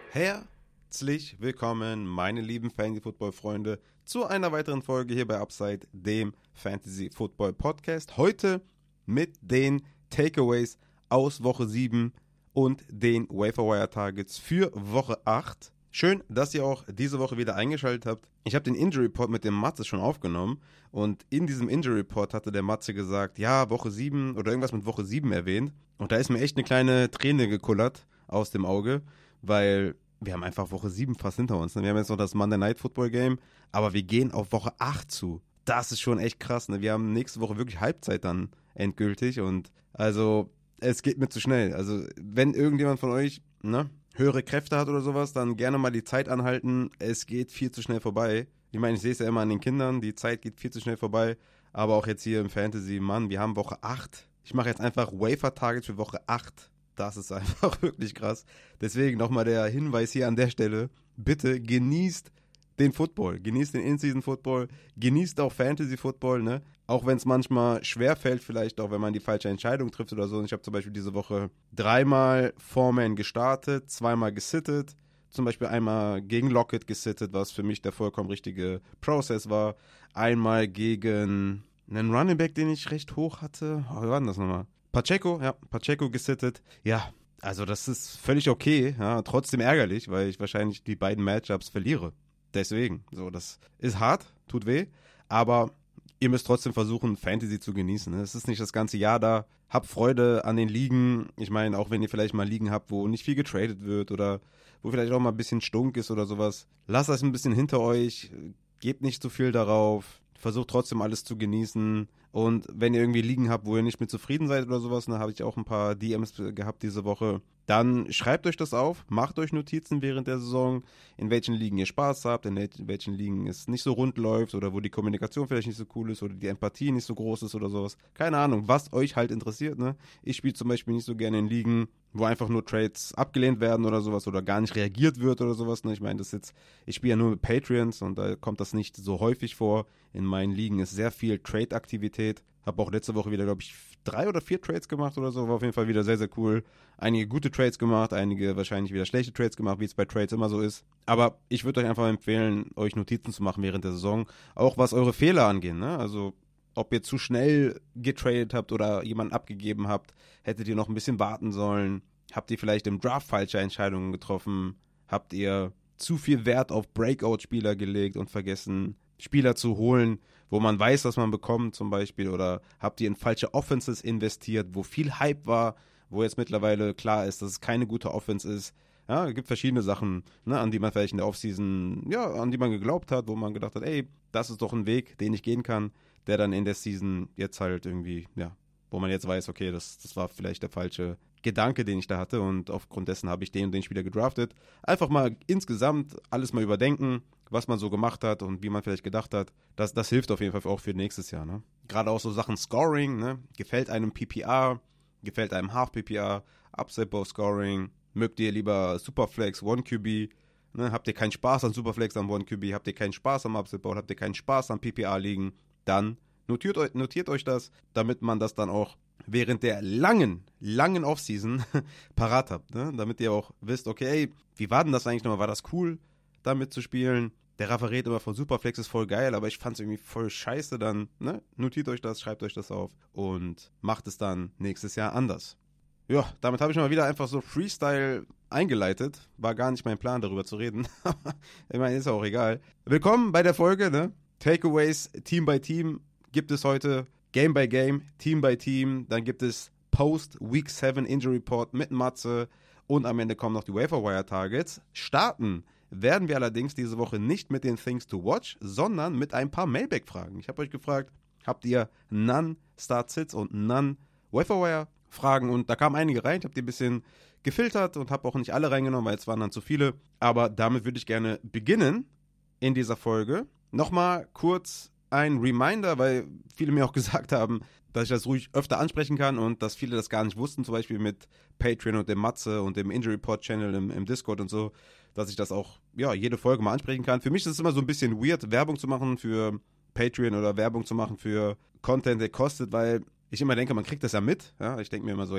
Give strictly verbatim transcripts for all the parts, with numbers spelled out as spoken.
Herzlich willkommen, meine lieben Fantasy-Football-Freunde, zu einer weiteren Folge hier bei Upside, dem Fantasy-Football-Podcast. Heute mit den Takeaways aus Woche sieben und den Waiver-Wire-Targets für Woche acht. Schön, dass ihr auch diese Woche wieder eingeschaltet habt. Ich habe den Injury Report mit dem Matze schon aufgenommen und in diesem Injury Report hatte der Matze gesagt, ja, Woche sieben oder irgendwas mit Woche sieben erwähnt. Und da ist mir echt eine kleine Träne gekullert aus dem Auge, weil wir haben einfach Woche sieben fast hinter uns. Ne? Wir haben jetzt noch das Monday Night Football Game, aber wir gehen auf Woche acht zu. Das ist schon echt krass. Ne? Wir haben nächste Woche wirklich Halbzeit dann endgültig und also es geht mir zu schnell. Also wenn irgendjemand von euch ne, höhere Kräfte hat oder sowas, dann gerne mal die Zeit anhalten. Es geht viel zu schnell vorbei. Ich meine, ich sehe es ja immer an den Kindern, die Zeit geht viel zu schnell vorbei. Aber auch jetzt hier im Fantasy, Mann, wir haben Woche acht. Ich mache jetzt einfach Waiver-Targets für Woche acht. Das ist einfach wirklich krass. Deswegen nochmal der Hinweis hier an der Stelle. Bitte genießt den Football. Genießt den In-Season-Football. Genießt auch Fantasy-Football, ne? Auch wenn es manchmal schwerfällt, vielleicht auch, wenn man die falsche Entscheidung trifft oder so. Und ich habe zum Beispiel diese Woche dreimal Foreman gestartet, zweimal gesittet. Zum Beispiel einmal gegen Lockett gesittet, was für mich der vollkommen richtige Prozess war. Einmal gegen einen Running Back, den ich recht hoch hatte. Oh, wie war denn das nochmal? Pacheco, ja, Pacheco gesittet. Ja, also das ist völlig okay, ja, trotzdem ärgerlich, weil ich wahrscheinlich die beiden Matchups verliere. Deswegen, so, das ist hart, tut weh, aber ihr müsst trotzdem versuchen, Fantasy zu genießen. Es ist nicht das ganze Jahr da. Habt Freude an den Ligen. Ich meine, auch wenn ihr vielleicht mal Ligen habt, wo nicht viel getradet wird oder wo vielleicht auch mal ein bisschen Stunk ist oder sowas. Lasst das ein bisschen hinter euch. Gebt nicht zu viel darauf. Versucht trotzdem alles zu genießen. Und wenn ihr irgendwie Ligen habt, wo ihr nicht mit zufrieden seid oder sowas, dann habe ich auch ein paar D Ms gehabt diese Woche. Dann schreibt euch das auf, macht euch Notizen während der Saison, in welchen Ligen ihr Spaß habt, in welchen Ligen es nicht so rund läuft oder wo die Kommunikation vielleicht nicht so cool ist oder die Empathie nicht so groß ist oder sowas. Keine Ahnung, was euch halt interessiert, ne? Ich spiele zum Beispiel nicht so gerne in Ligen, wo einfach nur Trades abgelehnt werden oder sowas oder gar nicht reagiert wird oder sowas. Ne? Ich meine, das ist jetzt, ich spiele ja nur mit Patreons und da kommt das nicht so häufig vor. In meinen Ligen ist sehr viel Trade-Aktivität. Habe auch letzte Woche wieder, glaube ich, drei oder vier Trades gemacht oder so. War auf jeden Fall wieder sehr, sehr cool. Einige gute Trades gemacht, einige wahrscheinlich wieder schlechte Trades gemacht, wie es bei Trades immer so ist. Aber ich würde euch einfach empfehlen, euch Notizen zu machen während der Saison. Auch was eure Fehler angeht, ne? Also ob ihr zu schnell getradet habt oder jemanden abgegeben habt, hättet ihr noch ein bisschen warten sollen. Habt ihr vielleicht im Draft falsche Entscheidungen getroffen? Habt ihr zu viel Wert auf Breakout-Spieler gelegt und vergessen, Spieler zu holen, wo man weiß, was man bekommt zum Beispiel? Oder habt ihr in falsche Offenses investiert, wo viel Hype war, wo jetzt mittlerweile klar ist, dass es keine gute Offense ist? Ja, es gibt verschiedene Sachen, ne, an die man vielleicht in der Offseason, ja, an die man geglaubt hat, wo man gedacht hat, ey, das ist doch ein Weg, den ich gehen kann, der dann in der Season jetzt halt irgendwie, ja, wo man jetzt weiß, okay, das, das war vielleicht der falsche Gedanke, den ich da hatte und aufgrund dessen habe ich den und den Spieler gedraftet. Einfach mal insgesamt alles mal überdenken, was man so gemacht hat und wie man vielleicht gedacht hat. Das, das hilft auf jeden Fall auch für nächstes Jahr. Ne? Gerade auch so Sachen Scoring, ne? Gefällt einem P P R, gefällt einem Half-P P R, Upside-Bow-Scoring, mögt ihr lieber Superflex, One-Q B, ne? Habt ihr keinen Spaß an Superflex, an One-Q B, habt ihr keinen Spaß am Upside-Bow, habt ihr keinen Spaß am P P R liegen, dann notiert euch, notiert euch das, damit man das dann auch während der langen, langen Offseason parat habt, ne? Damit ihr auch wisst, okay, ey, wie war denn das eigentlich nochmal? War das cool, damit zu spielen? Der Rafa redet immer von Superflex, ist voll geil, aber ich fand es irgendwie voll scheiße dann, ne? Notiert euch das, schreibt euch das auf und macht es dann nächstes Jahr anders. Ja, damit habe ich mal wieder einfach so Freestyle eingeleitet. War gar nicht mein Plan, darüber zu reden. Ich meine, ist auch egal. Willkommen bei der Folge, ne? Takeaways, Team by Team gibt es heute. Game by Game, Team by Team. Dann gibt es Post-Week sieben Injury Report mit Matze. Und am Ende kommen noch die Waiver-Wire-Targets. Starten werden wir allerdings diese Woche nicht mit den Things to Watch, sondern mit ein paar Mailback-Fragen. Ich habe euch gefragt, habt ihr None-Start-Sits und None-Waiver-Wire-Fragen? Und da kamen einige rein. Ich habe die ein bisschen gefiltert und habe auch nicht alle reingenommen, weil es waren dann zu viele. Aber damit würde ich gerne beginnen in dieser Folge. Nochmal kurz ein Reminder, weil viele mir auch gesagt haben, dass ich das ruhig öfter ansprechen kann und dass viele das gar nicht wussten, zum Beispiel mit Patreon und dem Matze und dem Injury Report Channel im, im Discord und so, dass ich das auch, ja, jede Folge mal ansprechen kann. Für mich ist es immer so ein bisschen weird, Werbung zu machen für Patreon oder Werbung zu machen für Content, der kostet, weil ich immer denke, man kriegt das ja mit. Ja? Ich denke mir immer so, ja,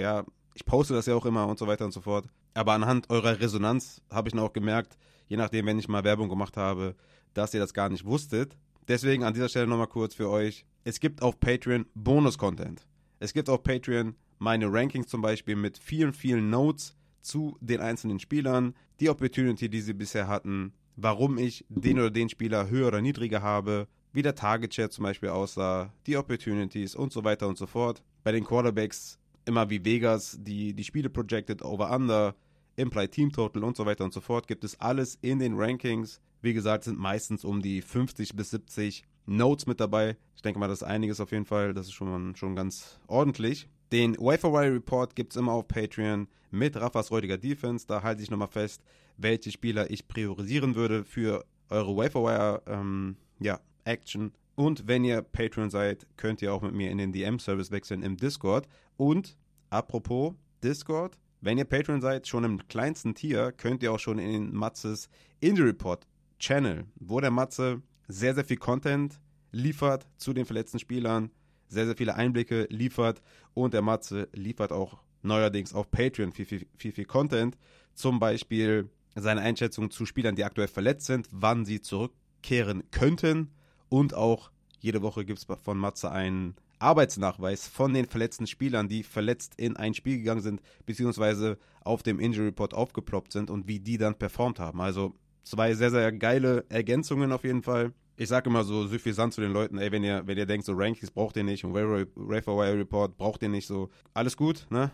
Ich poste das ja auch immer und so weiter und so fort. Aber anhand eurer Resonanz habe ich dann auch gemerkt, je nachdem, wenn ich mal Werbung gemacht habe, dass ihr das gar nicht wusstet. Deswegen an dieser Stelle nochmal kurz für euch. Es gibt auf Patreon Bonus-Content. Es gibt auf Patreon meine Rankings zum Beispiel mit vielen, vielen Notes zu den einzelnen Spielern, die Opportunity, die sie bisher hatten, warum ich den oder den Spieler höher oder niedriger habe, wie der Target-Share zum Beispiel aussah, die Opportunities und so weiter und so fort. Bei den Quarterbacks immer wie Vegas, die, die Spiele projected, over-under, Implied Team Total und so weiter und so fort, gibt es alles in den Rankings. Wie gesagt, sind meistens um die fünfzig bis siebzig Notes mit dabei. Ich denke mal, das ist einiges auf jeden Fall. Das ist schon, schon ganz ordentlich. Den Waiver-Wire Report gibt es immer auf Patreon mit Raffas räudiger Defense. Da halte ich nochmal fest, welche Spieler ich priorisieren würde für eure Waiver-Wire ähm, ja, Action. Und wenn ihr Patreon seid, könnt ihr auch mit mir in den D M-Service wechseln im Discord. Und apropos Discord, wenn ihr Patreon seid, schon im kleinsten Tier, könnt ihr auch schon in den Matzes Injury Report Channel, wo der Matze sehr, sehr viel Content liefert zu den verletzten Spielern, sehr, sehr viele Einblicke liefert und der Matze liefert auch neuerdings auf Patreon viel, viel, viel, viel Content. Zum Beispiel seine Einschätzung zu Spielern, die aktuell verletzt sind, wann sie zurückkehren könnten und auch jede Woche gibt es von Matze einen Arbeitsnachweis von den verletzten Spielern, die verletzt in ein Spiel gegangen sind, beziehungsweise auf dem Injury Report aufgeploppt sind und wie die dann performt haben. Also zwei sehr, sehr geile Ergänzungen auf jeden Fall. Ich sage immer so suffisant zu den Leuten, ey, wenn ihr, wenn ihr denkt, so Rankings braucht ihr nicht und Waiver-Wire Report braucht ihr nicht, so alles gut, ne?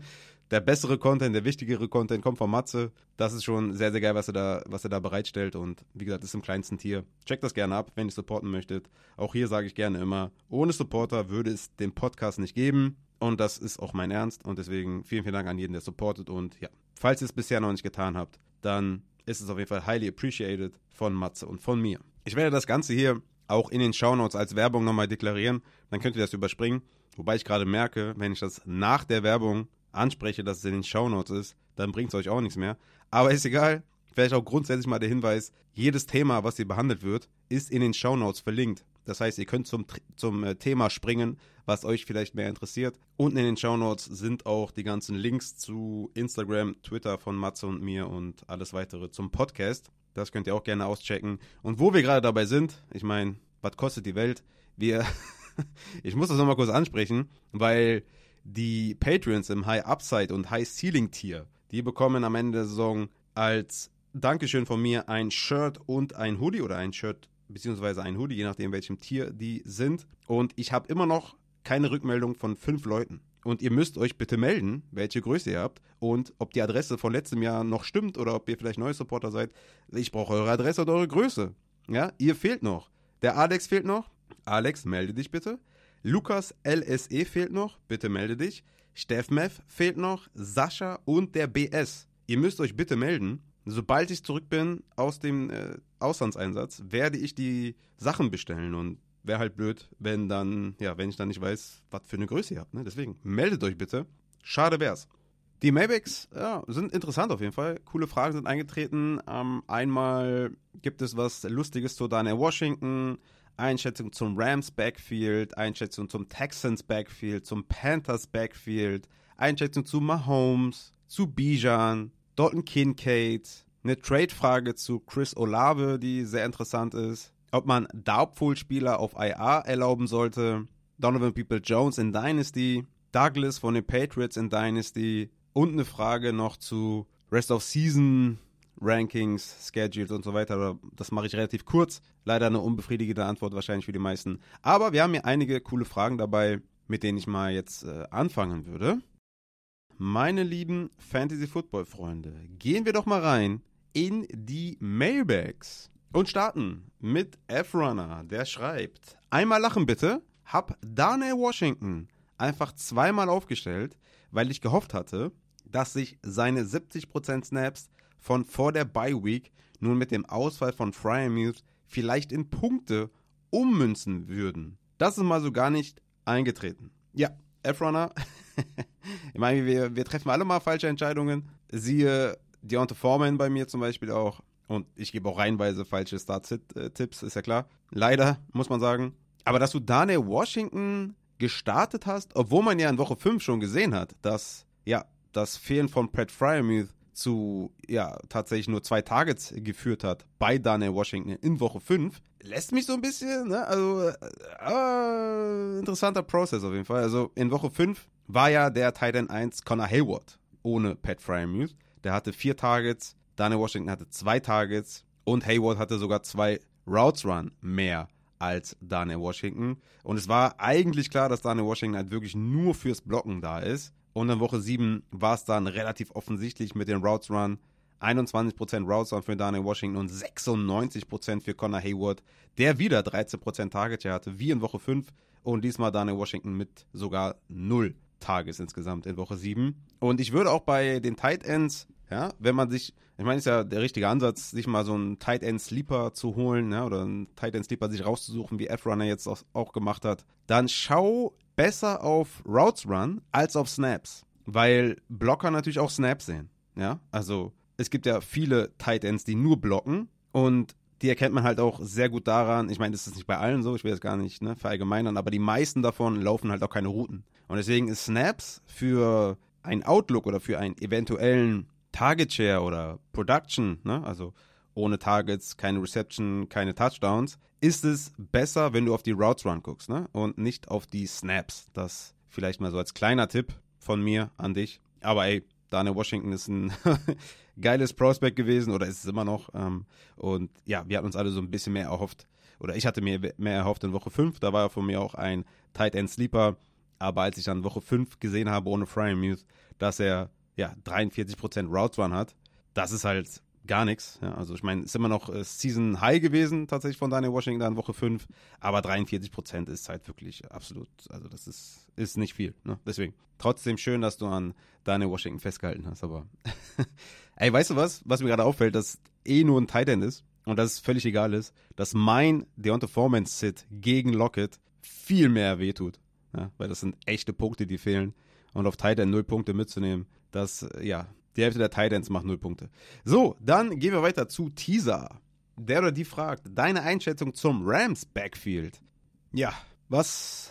Der bessere Content, der wichtigere Content kommt von Matze. Das ist schon sehr, sehr geil, was er da, was er da bereitstellt. Und wie gesagt, ist im kleinsten Tier. Checkt das gerne ab, wenn ihr supporten möchtet. Auch hier sage ich gerne immer, ohne Supporter würde es den Podcast nicht geben. Und das ist auch mein Ernst. Und deswegen vielen, vielen Dank an jeden, der supportet. Und ja, falls ihr es bisher noch nicht getan habt, dann ist es auf jeden Fall highly appreciated von Matze und von mir. Ich werde das Ganze hier auch in den Shownotes als Werbung nochmal deklarieren. Dann könnt ihr das überspringen. Wobei ich gerade merke, wenn ich das nach der Werbung anspreche, dass es in den Shownotes ist, dann bringt es euch auch nichts mehr. Aber ist egal. Vielleicht auch grundsätzlich mal der Hinweis, jedes Thema, was hier behandelt wird, ist in den Shownotes verlinkt. Das heißt, ihr könnt zum, zum äh, Thema springen, was euch vielleicht mehr interessiert. Unten in den Shownotes sind auch die ganzen Links zu Instagram, Twitter von Matze und mir und alles weitere zum Podcast. Das könnt ihr auch gerne auschecken. Und wo wir gerade dabei sind, ich meine, was kostet die Welt? Wir, ich muss das nochmal kurz ansprechen, weil die Patreons im High Upside und High Ceiling Tier, die bekommen am Ende der Saison als Dankeschön von mir ein Shirt und ein Hoodie oder ein Shirt beziehungsweise ein Hoodie, je nachdem welchem Tier die sind. Und ich habe immer noch keine Rückmeldung von fünf Leuten. Und ihr müsst euch bitte melden, welche Größe ihr habt und ob die Adresse von letztem Jahr noch stimmt oder ob ihr vielleicht neue Supporter seid. Ich brauche eure Adresse und eure Größe. Ja, ihr fehlt noch. Der Alex fehlt noch. Alex, melde dich bitte. Lukas L S E fehlt noch, bitte melde dich. Steffmev fehlt noch, Sascha und der B S. Ihr müsst euch bitte melden. Sobald ich zurück bin aus dem äh, Auslandseinsatz, werde ich die Sachen bestellen und wäre halt blöd, wenn dann, ja, wenn ich dann nicht weiß, was für eine Größe ihr habt. Ne? Deswegen meldet euch bitte. Schade wär's. Die Maybachs ja, sind interessant auf jeden Fall. Coole Fragen sind eingetreten. Ähm, einmal gibt es was Lustiges zu Daniel Washington. Einschätzung zum Rams Backfield, Einschätzung zum Texans Backfield, zum Panthers Backfield, Einschätzung zu Mahomes, zu Bijan, Dalton Kincaid, eine Trade-Frage zu Chris Olave, die sehr interessant ist, ob man Doubtful-Spieler auf I R erlauben sollte, Donovan Peoples-Jones in Dynasty, Douglas von den Patriots in Dynasty und eine Frage noch zu Rest of Season Rankings, Schedules und so weiter. Das mache ich relativ kurz. Leider eine unbefriedigende Antwort wahrscheinlich für die meisten. Aber wir haben hier einige coole Fragen dabei, mit denen ich mal jetzt äh, anfangen würde. Meine lieben Fantasy-Football-Freunde, gehen wir doch mal rein in die Mailbags und starten mit F-Runner, der schreibt: Einmal lachen bitte, hab Daniel Washington einfach zweimal aufgestellt, weil ich gehofft hatte, dass sich seine siebzig Prozent Snaps von vor der Bye-Week nun mit dem Ausfall von Freiermuth vielleicht in Punkte ummünzen würden. Das ist mal so gar nicht eingetreten. Ja, F-Runner, ich meine, wir, wir treffen alle mal falsche Entscheidungen. Siehe Deontay Foreman bei mir zum Beispiel auch. Und ich gebe auch reihenweise falsche Start-Tipps, ist ja klar. Leider, muss man sagen. Aber dass du Daniel Washington gestartet hast, obwohl man ja in Woche fünf schon gesehen hat, dass ja, das Fehlen von Pat Freiermuth zu, ja, tatsächlich nur zwei Targets geführt hat bei Daniel Washington in Woche fünf, lässt mich so ein bisschen, ne, also, äh, interessanter Prozess auf jeden Fall. Also in Woche fünf war ja der Tight End eins Connor Hayward ohne Pat Freiermuth. Der hatte vier Targets, Daniel Washington hatte zwei Targets und Hayward hatte sogar zwei Routes Run mehr als Daniel Washington. Und es war eigentlich klar, dass Daniel Washington halt wirklich nur fürs Blocken da ist. Und in Woche sieben war es dann relativ offensichtlich mit den Routes Run. einundzwanzig Prozent Routes Run für Daniel Washington und sechsundneunzig Prozent für Connor Hayward, der wieder dreizehn Prozent Target Share hatte, wie in Woche fünf. Und diesmal Daniel Washington mit sogar null Targets insgesamt in Woche sieben. Und ich würde auch bei den Tight Ends, ja, wenn man sich, ich meine, ist ja der richtige Ansatz, sich mal so einen Tight End Sleeper zu holen, ja, oder einen Tight End Sleeper sich rauszusuchen, wie F-Runner jetzt auch, auch gemacht hat, dann schau besser auf Routes Run als auf Snaps, weil Blocker natürlich auch Snaps sehen, ja, also es gibt ja viele Tight Ends, die nur blocken und die erkennt man halt auch sehr gut daran, ich meine, das ist nicht bei allen so, ich will das gar nicht ne, verallgemeinern, aber die meisten davon laufen halt auch keine Routen. Und deswegen ist Snaps für einen Outlook oder für einen eventuellen Target Share oder Production, ne, also ohne Targets, keine Reception, keine Touchdowns, ist es besser, wenn du auf die Routes Run guckst, ne, und nicht auf die Snaps. Das vielleicht mal so als kleiner Tipp von mir an dich. Aber ey, Daniel Washington ist ein geiles Prospect gewesen oder ist es immer noch. Ähm, und ja, wir hatten uns alle so ein bisschen mehr erhofft. Oder ich hatte mir mehr erhofft in Woche fünf. Da war er von mir auch ein Tight End Sleeper. Aber als ich dann Woche fünf gesehen habe ohne Freiermuth, dass er ja dreiundvierzig Prozent Routes Run hat, das ist halt gar nichts. Ja, also ich meine, es ist immer noch äh, Season High gewesen tatsächlich von Daniel Washington dann Woche fünf. Aber dreiundvierzig Prozent ist halt wirklich absolut, also das ist, ist nicht viel. Ne? Deswegen trotzdem schön, dass du an Daniel Washington festgehalten hast. Aber ey, weißt du was, was mir gerade auffällt, dass eh nur ein Tight End ist und dass es völlig egal ist, dass mein Deontay Foreman Sit gegen Lockett viel mehr wehtut. Ja, weil das sind echte Punkte, die fehlen. Und auf Tight End null Punkte mitzunehmen, das, ja, die Hälfte der Tight Ends macht null Punkte. So, dann gehen wir weiter zu Teaser. Der oder die fragt, deine Einschätzung zum Rams Backfield. Ja, was?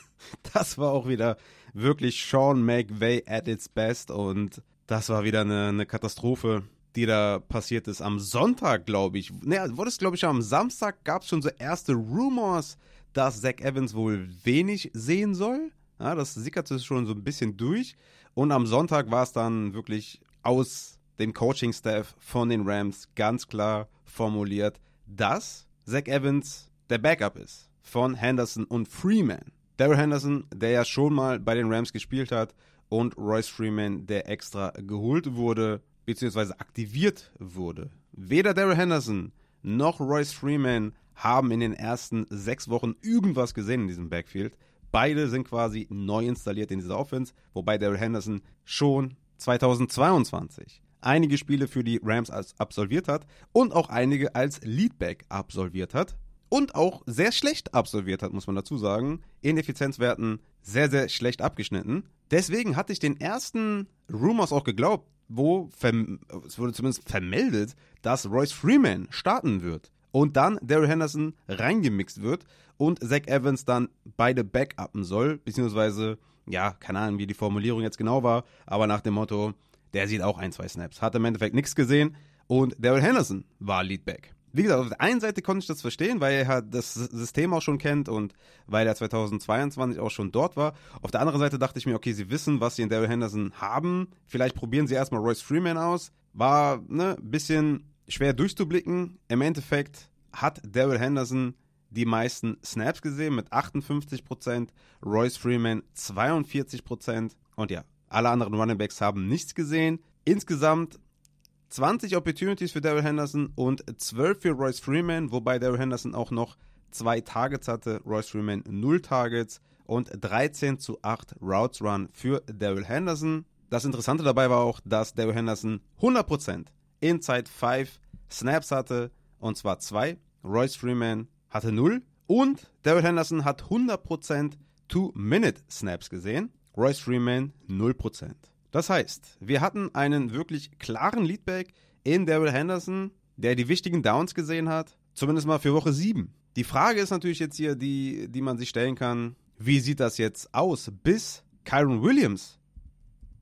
Das war auch wieder wirklich Sean McVay at its best und das war wieder eine, eine Katastrophe, die da passiert ist. Am Sonntag, glaube ich, ne, wurde es, glaube ich, am Samstag gab es schon so erste Rumors, dass Zach Evans wohl wenig sehen soll. Ja, das sickerte schon so ein bisschen durch. Und am Sonntag war es dann wirklich aus dem Coaching-Staff von den Rams ganz klar formuliert, dass Zach Evans der Backup ist von Henderson und Freeman. Darrell Henderson, der ja schon mal bei den Rams gespielt hat, und Royce Freeman, der extra geholt wurde, beziehungsweise aktiviert wurde. Weder Darrell Henderson noch Royce Freeman haben in den ersten sechs Wochen irgendwas gesehen in diesem Backfield. Beide sind quasi neu installiert in dieser Offense, wobei Darrell Henderson schon zweitausendzweiundzwanzig einige Spiele für die Rams absolviert hat und auch einige als Leadback absolviert hat und auch sehr schlecht absolviert hat, muss man dazu sagen. In Effizienzwerten sehr, sehr schlecht abgeschnitten. Deswegen hatte ich den ersten Rumors auch geglaubt, wo es wurde zumindest vermeldet, dass Royce Freeman starten wird. Und dann Darrell Henderson reingemixt wird und Zach Evans dann beide backuppen soll, beziehungsweise, ja, keine Ahnung, wie die Formulierung jetzt genau war, aber nach dem Motto, der sieht auch ein, zwei Snaps. Hat im Endeffekt nichts gesehen und Darrell Henderson war Leadback. Wie gesagt, auf der einen Seite konnte ich das verstehen, weil er das System auch schon kennt und weil er zweitausendzweiundzwanzig auch schon dort war. Auf der anderen Seite dachte ich mir, okay, sie wissen, was sie in Darrell Henderson haben. Vielleicht probieren sie erstmal Royce Freeman aus. War ne, ein bisschen schwer durchzublicken. Im Endeffekt hat Darrell Henderson die meisten Snaps gesehen mit achtundfünfzig Prozent, Royce Freeman zweiundvierzig Prozent und ja, alle anderen Runningbacks haben nichts gesehen. Insgesamt zwanzig Opportunities für Darrell Henderson und zwölf für Royce Freeman, wobei Darrell Henderson auch noch zwei Targets hatte, Royce Freeman null Targets und dreizehn zu acht Routes Run für Darrell Henderson. Das Interessante dabei war auch, dass Darrell Henderson hundert Prozent Inside fünf Snaps hatte, und zwar zwei. Royce Freeman hatte null und Darrell Henderson hat hundert Prozent Two-Minute-Snaps gesehen. Royce Freeman null Prozent. Das heißt, wir hatten einen wirklich klaren Leadback in Darrell Henderson, der die wichtigen Downs gesehen hat, zumindest mal für Woche sieben. Die Frage ist natürlich jetzt hier, die, die man sich stellen kann, wie sieht das jetzt aus, bis Kyren Williams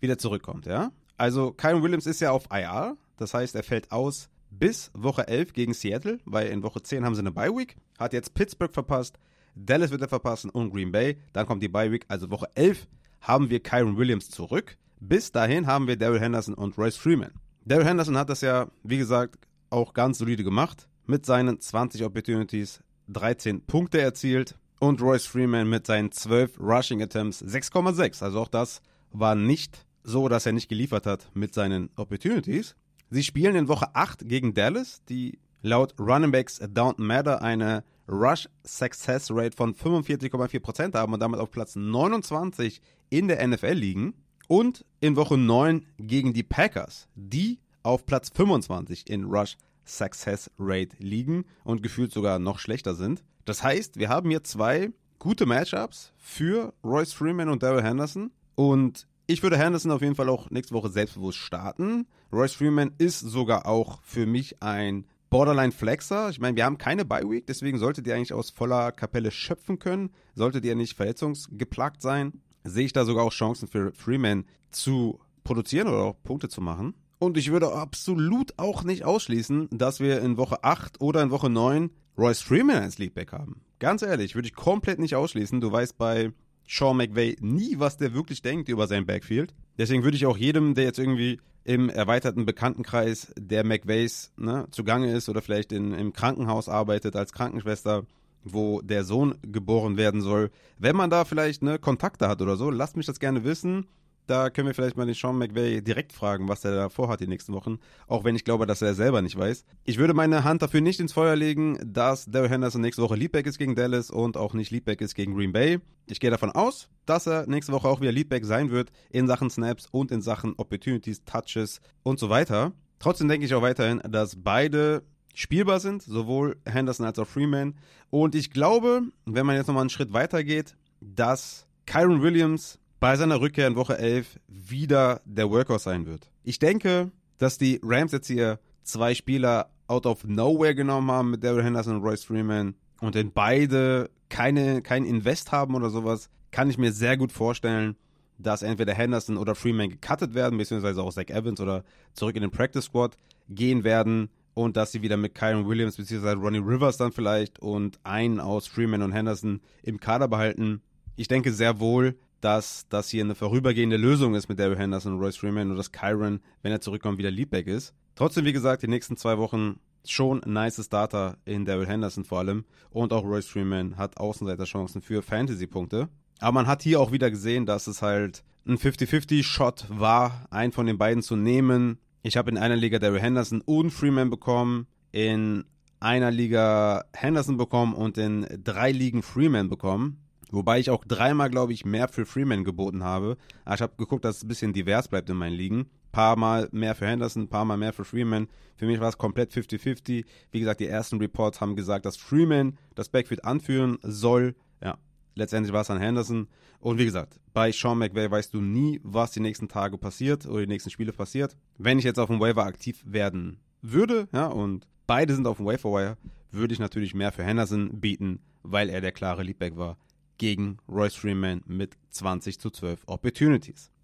wieder zurückkommt, ja. Also Kyren Williams ist ja auf I R, das heißt, er fällt aus bis Woche elf gegen Seattle, weil in Woche zehn haben sie eine Bye-Week, hat jetzt Pittsburgh verpasst, Dallas wird er verpassen und Green Bay, dann kommt die Bye-Week, also Woche elf haben wir Kyren Williams zurück. Bis dahin haben wir Darrell Henderson und Royce Freeman. Darrell Henderson hat das ja, wie gesagt, auch ganz solide gemacht, mit seinen zwanzig Opportunities dreizehn Punkte erzielt und Royce Freeman mit seinen zwölf Rushing Attempts sechs Komma sechs, also auch das war nicht so, dass er nicht geliefert hat mit seinen Opportunities. Sie spielen in Woche acht gegen Dallas, die laut Running Backs Don't Matter eine Rush Success Rate von fünfundvierzig Komma vier Prozent haben und damit auf Platz neunundzwanzig in der N F L liegen. Und in Woche neun gegen die Packers, die auf Platz fünfundzwanzig in Rush Success Rate liegen und gefühlt sogar noch schlechter sind. Das heißt, wir haben hier zwei gute Matchups für Royce Freeman und Darrell Henderson. Und ich würde Henderson auf jeden Fall auch nächste Woche selbstbewusst starten. Royce Freeman ist sogar auch für mich ein Borderline-Flexer. Ich meine, wir haben keine Bye-Week, deswegen solltet ihr eigentlich aus voller Kapelle schöpfen können. Solltet ihr nicht verletzungsgeplagt sein, sehe ich da sogar auch Chancen für Freeman zu produzieren oder auch Punkte zu machen. Und ich würde absolut auch nicht ausschließen, dass wir in Woche acht oder in Woche neun Royce Freeman als Leadback haben. Ganz ehrlich, würde ich komplett nicht ausschließen. Du weißt bei Sean McVay nie, was der wirklich denkt über sein Backfield. Deswegen würde ich auch jedem, der jetzt irgendwie im erweiterten Bekanntenkreis der McVays ne, zugange ist oder vielleicht in, im Krankenhaus arbeitet als Krankenschwester, wo der Sohn geboren werden soll, wenn man da vielleicht ne, Kontakte hat oder so, lasst mich das gerne wissen. Da können wir vielleicht mal den Sean McVay direkt fragen, was er da vorhat die nächsten Wochen, auch wenn ich glaube, dass er selber nicht weiß. Ich würde meine Hand dafür nicht ins Feuer legen, dass Darrell Henderson nächste Woche Leadback ist gegen Dallas und auch nicht Leadback ist gegen Green Bay. Ich gehe davon aus, dass er nächste Woche auch wieder Leadback sein wird in Sachen Snaps und in Sachen Opportunities, Touches und so weiter. Trotzdem denke ich auch weiterhin, dass beide spielbar sind, sowohl Henderson als auch Freeman. Und ich glaube, wenn man jetzt nochmal einen Schritt weiter geht, dass Kyren Williams bei seiner Rückkehr in Woche elf wieder der Workhorse sein wird. Ich denke, dass die Rams jetzt hier zwei Spieler out of nowhere genommen haben mit Darrell Henderson und Royce Freeman und in beide keine, kein Invest haben oder sowas, kann ich mir sehr gut vorstellen, dass entweder Henderson oder Freeman gecuttet werden, beziehungsweise auch Zach Evans oder zurück in den Practice Squad gehen werden und dass sie wieder mit Kyren Williams beziehungsweise Ronnie Rivers dann vielleicht und einen aus Freeman und Henderson im Kader behalten. Ich denke sehr wohl, dass das hier eine vorübergehende Lösung ist mit Darrell Henderson und Royce Freeman und dass Kyren, wenn er zurückkommt, wieder Leadback ist. Trotzdem, wie gesagt, die nächsten zwei Wochen schon nice Starter in Darrell Henderson vor allem und auch Royce Freeman hat Außenseiterchancen für Fantasy-Punkte. Aber man hat hier auch wieder gesehen, dass es halt ein fünfzig fünfzig Shot war, einen von den beiden zu nehmen. Ich habe in einer Liga Darrell Henderson und Freeman bekommen, in einer Liga Henderson bekommen und in drei Ligen Freeman bekommen. Wobei ich auch dreimal, glaube ich, mehr für Freeman geboten habe. Aber ich habe geguckt, dass es ein bisschen divers bleibt in meinen Ligen. Paar Mal mehr für Henderson, paar Mal mehr für Freeman. Für mich war es komplett fünfzig fünfzig. Wie gesagt, die ersten Reports haben gesagt, dass Freeman das Backfield anführen soll. Ja, letztendlich war es dann Henderson. Und wie gesagt, bei Sean McVay weißt du nie, was die nächsten Tage passiert oder die nächsten Spiele passiert. Wenn ich jetzt auf dem Waiver aktiv werden würde, ja, und beide sind auf dem Waiver-Wire, würde ich natürlich mehr für Henderson bieten, weil er der klare Leadback war gegen Royce Freeman mit zwanzig zu zwölf Opportunities.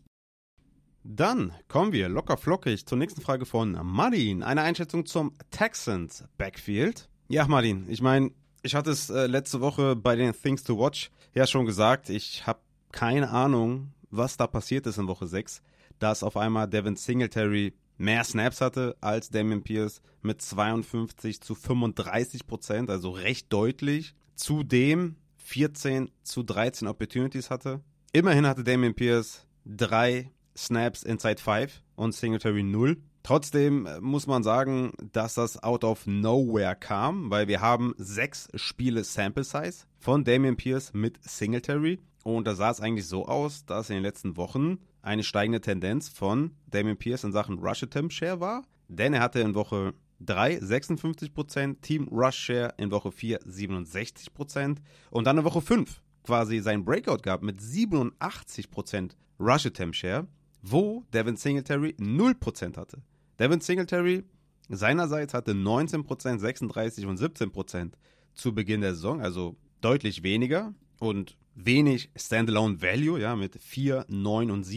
Dann kommen wir locker flockig zur nächsten Frage von Martin. Eine Einschätzung zum Texans Backfield. Ja, Martin, ich meine, ich hatte es äh, letzte Woche bei den Things to Watch ja schon gesagt. Ich habe keine Ahnung, was da passiert ist in Woche sechs, dass auf einmal Devin Singletary mehr Snaps hatte als Dameon Pierce mit zweiundfünfzig zu fünfunddreißig Prozent, also recht deutlich. Zudem vierzehn zu dreizehn Opportunities hatte. Immerhin hatte Dameon Pierce drei Snaps inside fünf und Singletary null. Trotzdem muss man sagen, dass das out of nowhere kam, weil wir haben sechs Spiele Sample Size von Dameon Pierce mit Singletary und da sah es eigentlich so aus, dass in den letzten Wochen eine steigende Tendenz von Dameon Pierce in Sachen Rush Attempt Share war, denn er hatte in Woche drei sechsundfünfzig Prozent, Team Rush Share in Woche vier siebenundsechzig Prozent und dann in Woche fünf quasi sein Breakout gab mit siebenundachtzig Prozent Rush Attempt Share, wo Devin Singletary null Prozent hatte. Devin Singletary seinerseits hatte neunzehn Prozent, sechsunddreißig und siebzehn Prozent zu Beginn der Saison, also deutlich weniger und wenig Standalone Value, ja, mit vier, neun und sieben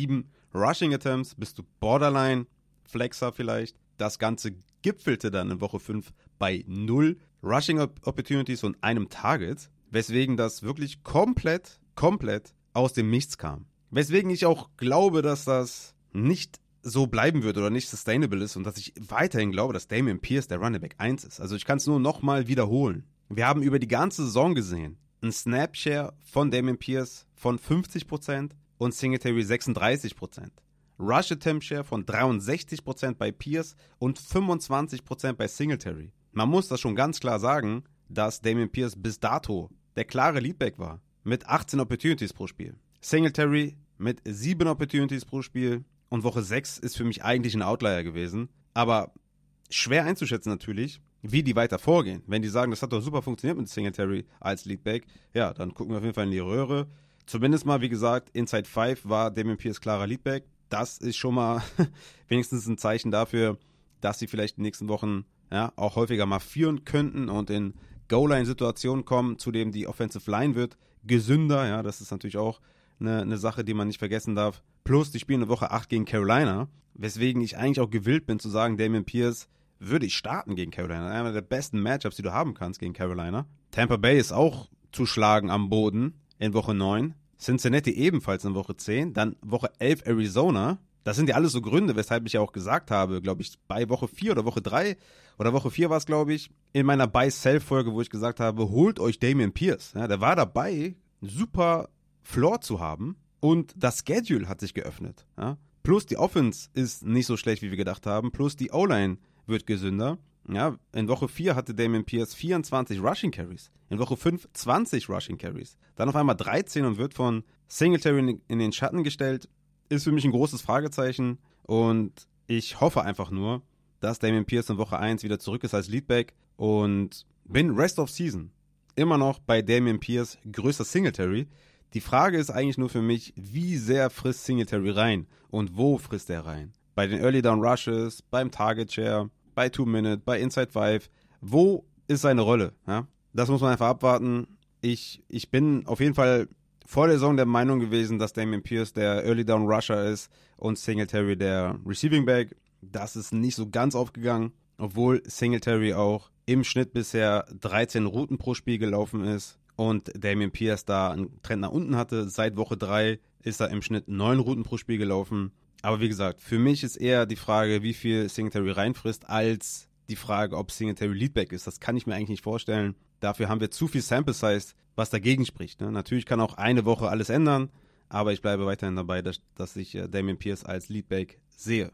Rushing Attempts bist du Borderline Flexer vielleicht. Das Ganze gipfelte dann in Woche fünf bei null Rushing Opportunities und einem Target, weswegen das wirklich komplett, komplett aus dem Nichts kam. Weswegen ich auch glaube, dass das nicht so bleiben wird oder nicht sustainable ist und dass ich weiterhin glaube, dass Dameon Pierce der Running Back eins ist. Also ich kann es nur nochmal wiederholen. Wir haben über die ganze Saison gesehen einen Snap-Share von Dameon Pierce von fünfzig Prozent und Singletary sechsunddreißig Prozent. Rush-Attempt-Share von dreiundsechzig Prozent bei Pierce und fünfundzwanzig Prozent bei Singletary. Man muss das schon ganz klar sagen, dass Dameon Pierce bis dato der klare Leadback war, mit achtzehn Opportunities pro Spiel. Singletary mit sieben Opportunities pro Spiel und Woche sechs ist für mich eigentlich ein Outlier gewesen, aber schwer einzuschätzen natürlich, wie die weiter vorgehen. Wenn die sagen, das hat doch super funktioniert mit Singletary als Leadback, ja, dann gucken wir auf jeden Fall in die Röhre. Zumindest mal, wie gesagt, Inside fünf war Dameon Pierce klarer Leadback. Das ist schon mal wenigstens ein Zeichen dafür, dass sie vielleicht in den nächsten Wochen ja, auch häufiger mal führen könnten und in Goal-Line-Situationen kommen, zudem die Offensive Line wird gesünder. Ja, das ist natürlich auch eine, eine Sache, die man nicht vergessen darf. Plus, die spielen in Woche acht gegen Carolina, weswegen ich eigentlich auch gewillt bin zu sagen, Dameon Pierce würde ich starten gegen Carolina. Einer der besten Matchups, die du haben kannst gegen Carolina. Tampa Bay ist auch zu schlagen am Boden in Woche neun. Cincinnati ebenfalls in Woche zehn. Dann Woche elf Arizona. Das sind ja alles so Gründe, weshalb ich ja auch gesagt habe, glaube ich, bei Woche vier oder Woche drei oder Woche vier war es, glaube ich, in meiner Buy-Sell-Folge, wo ich gesagt habe, holt euch Dameon Pierce. Ja, der war dabei, super Floor zu haben und das Schedule hat sich geöffnet. Ja. Plus die Offense ist nicht so schlecht, wie wir gedacht haben. Plus die O-Line wird gesünder. Ja, in Woche vier hatte Dameon Pierce vierundzwanzig Rushing Carries. In Woche fünf zwanzig Rushing Carries. Dann auf einmal dreizehn und wird von Singletary in den Schatten gestellt. Ist für mich ein großes Fragezeichen. Und ich hoffe einfach nur, dass Dameon Pierce in Woche eins wieder zurück ist als Leadback. Und bin Rest of Season immer noch bei Dameon Pierce größter Singletary. Die Frage ist eigentlich nur für mich, wie sehr frisst Singletary rein? Und wo frisst er rein? Bei den Early Down Rushes, beim Target Share, bei Two Minute, bei Inside Five. Wo ist seine Rolle? Ja? Das muss man einfach abwarten. Ich, ich bin auf jeden Fall vor der Saison der Meinung gewesen, dass Dameon Pierce der Early Down Rusher ist und Singletary der Receiving Back. Das ist nicht so ganz aufgegangen, obwohl Singletary auch im Schnitt bisher dreizehn Routen pro Spiel gelaufen ist und Dameon Pierce da einen Trend nach unten hatte. Seit Woche drei ist er im Schnitt neun Routen pro Spiel gelaufen. Aber wie gesagt, für mich ist eher die Frage, wie viel Singletary reinfrisst, als die Frage, ob Singletary Leadback ist. Das kann ich mir eigentlich nicht vorstellen. Dafür haben wir zu viel Sample Size, was dagegen spricht. Ne? Natürlich kann auch eine Woche alles ändern, aber ich bleibe weiterhin dabei, dass, dass ich äh, Dameon Pierce als Leadback sehe.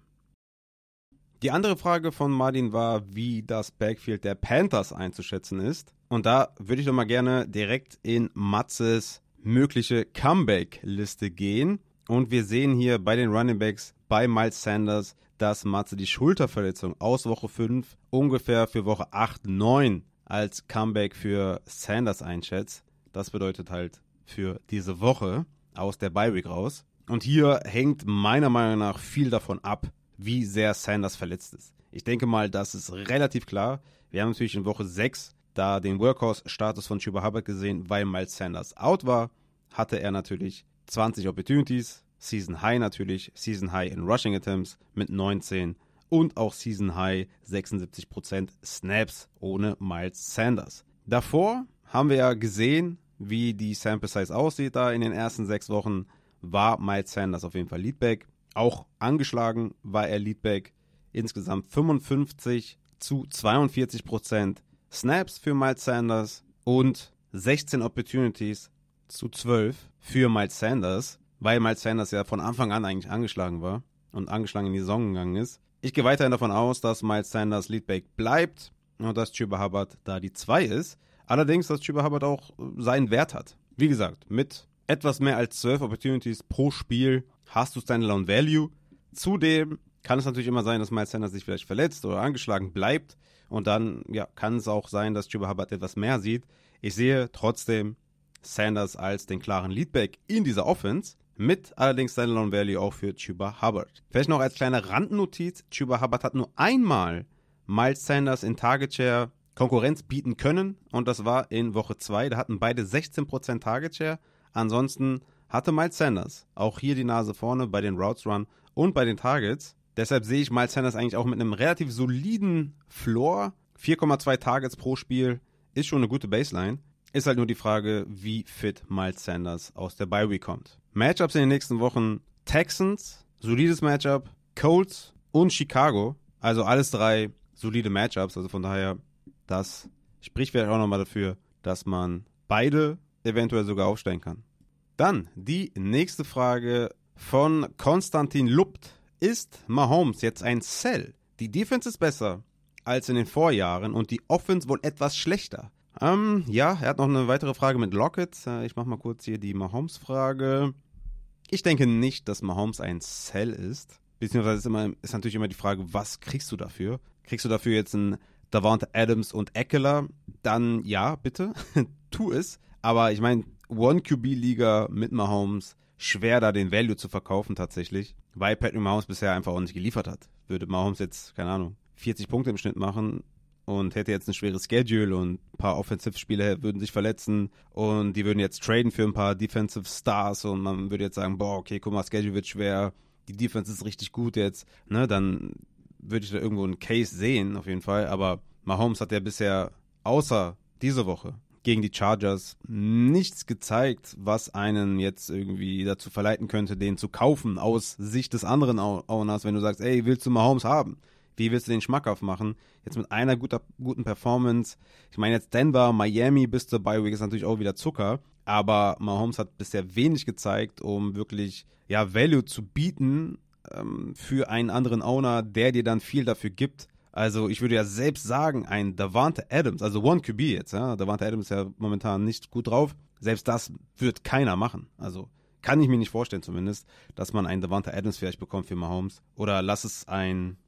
Die andere Frage von Martin war, wie das Backfield der Panthers einzuschätzen ist. Und da würde ich doch mal gerne direkt in Matzes mögliche Comeback-Liste gehen. Und wir sehen hier bei den Running Backs bei Miles Sanders, dass Matze die Schulterverletzung aus Woche fünf ungefähr für Woche acht, neun als Comeback für Sanders einschätzt. Das bedeutet halt für diese Woche aus der Bye Week raus. Und hier hängt meiner Meinung nach viel davon ab, wie sehr Sanders verletzt ist. Ich denke mal, das ist relativ klar. Wir haben natürlich in Woche sechs da den Workhorse-Status von Chuba Hubbard gesehen, weil Miles Sanders out war, hatte er natürlich zwanzig Opportunities, Season High natürlich, Season High in Rushing Attempts mit neunzehn und auch Season High sechsundsiebzig Prozent Snaps ohne Miles Sanders. Davor haben wir ja gesehen, wie die Sample Size aussieht da in den ersten sechs Wochen, war Miles Sanders auf jeden Fall Leadback. Auch angeschlagen war er Leadback. Insgesamt fünfundfünfzig zu zweiundvierzig Prozent Snaps für Miles Sanders und sechzehn Opportunities zu zwölf für Miles Sanders, weil Miles Sanders ja von Anfang an eigentlich angeschlagen war und angeschlagen in die Saison gegangen ist. Ich gehe weiterhin davon aus, dass Miles Sanders Leadback bleibt und dass Chuba Hubbard da die zwei ist. Allerdings, dass Chuba Hubbard auch seinen Wert hat. Wie gesagt, mit etwas mehr als zwölf Opportunities pro Spiel hast du Standalone Value. Zudem kann es natürlich immer sein, dass Miles Sanders sich vielleicht verletzt oder angeschlagen bleibt und dann ja, kann es auch sein, dass Chuba Hubbard etwas mehr sieht. Ich sehe trotzdem Sanders als den klaren Leadback in dieser Offense, mit allerdings Standalone Value auch für Chuba Hubbard. Vielleicht noch als kleine Randnotiz, Chuba Hubbard hat nur einmal Miles Sanders in Target Share Konkurrenz bieten können und das war in Woche zwei, da hatten beide sechzehn Prozent Target Share, ansonsten hatte Miles Sanders auch hier die Nase vorne bei den Routes Run und bei den Targets. Deshalb sehe ich Miles Sanders eigentlich auch mit einem relativ soliden Floor. vier Komma zwei Targets pro Spiel ist schon eine gute Baseline. Ist halt nur die Frage, wie fit Miles Sanders aus der Bye Week kommt. Matchups in den nächsten Wochen: Texans, solides Matchup, Colts und Chicago. Also alles drei solide Matchups. Also von daher, das spricht vielleicht auch nochmal dafür, dass man beide eventuell sogar aufstellen kann. Dann die nächste Frage von Konstantin Lupt. Ist Mahomes jetzt ein Sell? Die Defense ist besser als in den Vorjahren und die Offense wohl etwas schlechter. Ähm, ja, er hat noch eine weitere Frage mit Lockett. Ich mache mal kurz hier die Mahomes-Frage. Ich denke nicht, dass Mahomes ein Sell ist. Beziehungsweise ist, immer, ist natürlich immer die Frage, was kriegst du dafür? Kriegst du dafür jetzt einen Davante Adams und Eckler? Dann ja, bitte, tu es. Aber ich meine, One-Q B-Liga mit Mahomes, schwer da den Value zu verkaufen tatsächlich, weil Patrick Mahomes bisher einfach auch nicht geliefert hat. Würde Mahomes jetzt, keine Ahnung, vierzig Punkte im Schnitt machen und hätte jetzt ein schweres Schedule und ein paar Offensive-Spieler würden sich verletzen und die würden jetzt traden für ein paar Defensive Stars und man würde jetzt sagen, boah, okay, guck mal, Schedule wird schwer, die Defense ist richtig gut jetzt, ne, dann würde ich da irgendwo einen Case sehen, auf jeden Fall, aber Mahomes hat ja bisher außer diese Woche gegen die Chargers nichts gezeigt, was einen jetzt irgendwie dazu verleiten könnte, den zu kaufen aus Sicht des anderen Owners, wenn du sagst, ey, willst du Mahomes haben? Wie willst du den schmackhaft machen? Jetzt mit einer guter, guten Performance. Ich meine jetzt Denver, Miami bis zur Bye Week ist natürlich auch wieder Zucker, aber Mahomes hat bisher wenig gezeigt, um wirklich ja, Value zu bieten ähm, für einen anderen Owner, der dir dann viel dafür gibt. Also ich würde ja selbst sagen, ein Davante Adams, also One-Q B jetzt, ja, Davante Adams ist ja momentan nicht gut drauf, selbst das wird keiner machen. Also kann ich mir nicht vorstellen zumindest, dass man einen Davante Adams vielleicht bekommt für Mahomes. Oder lass es ein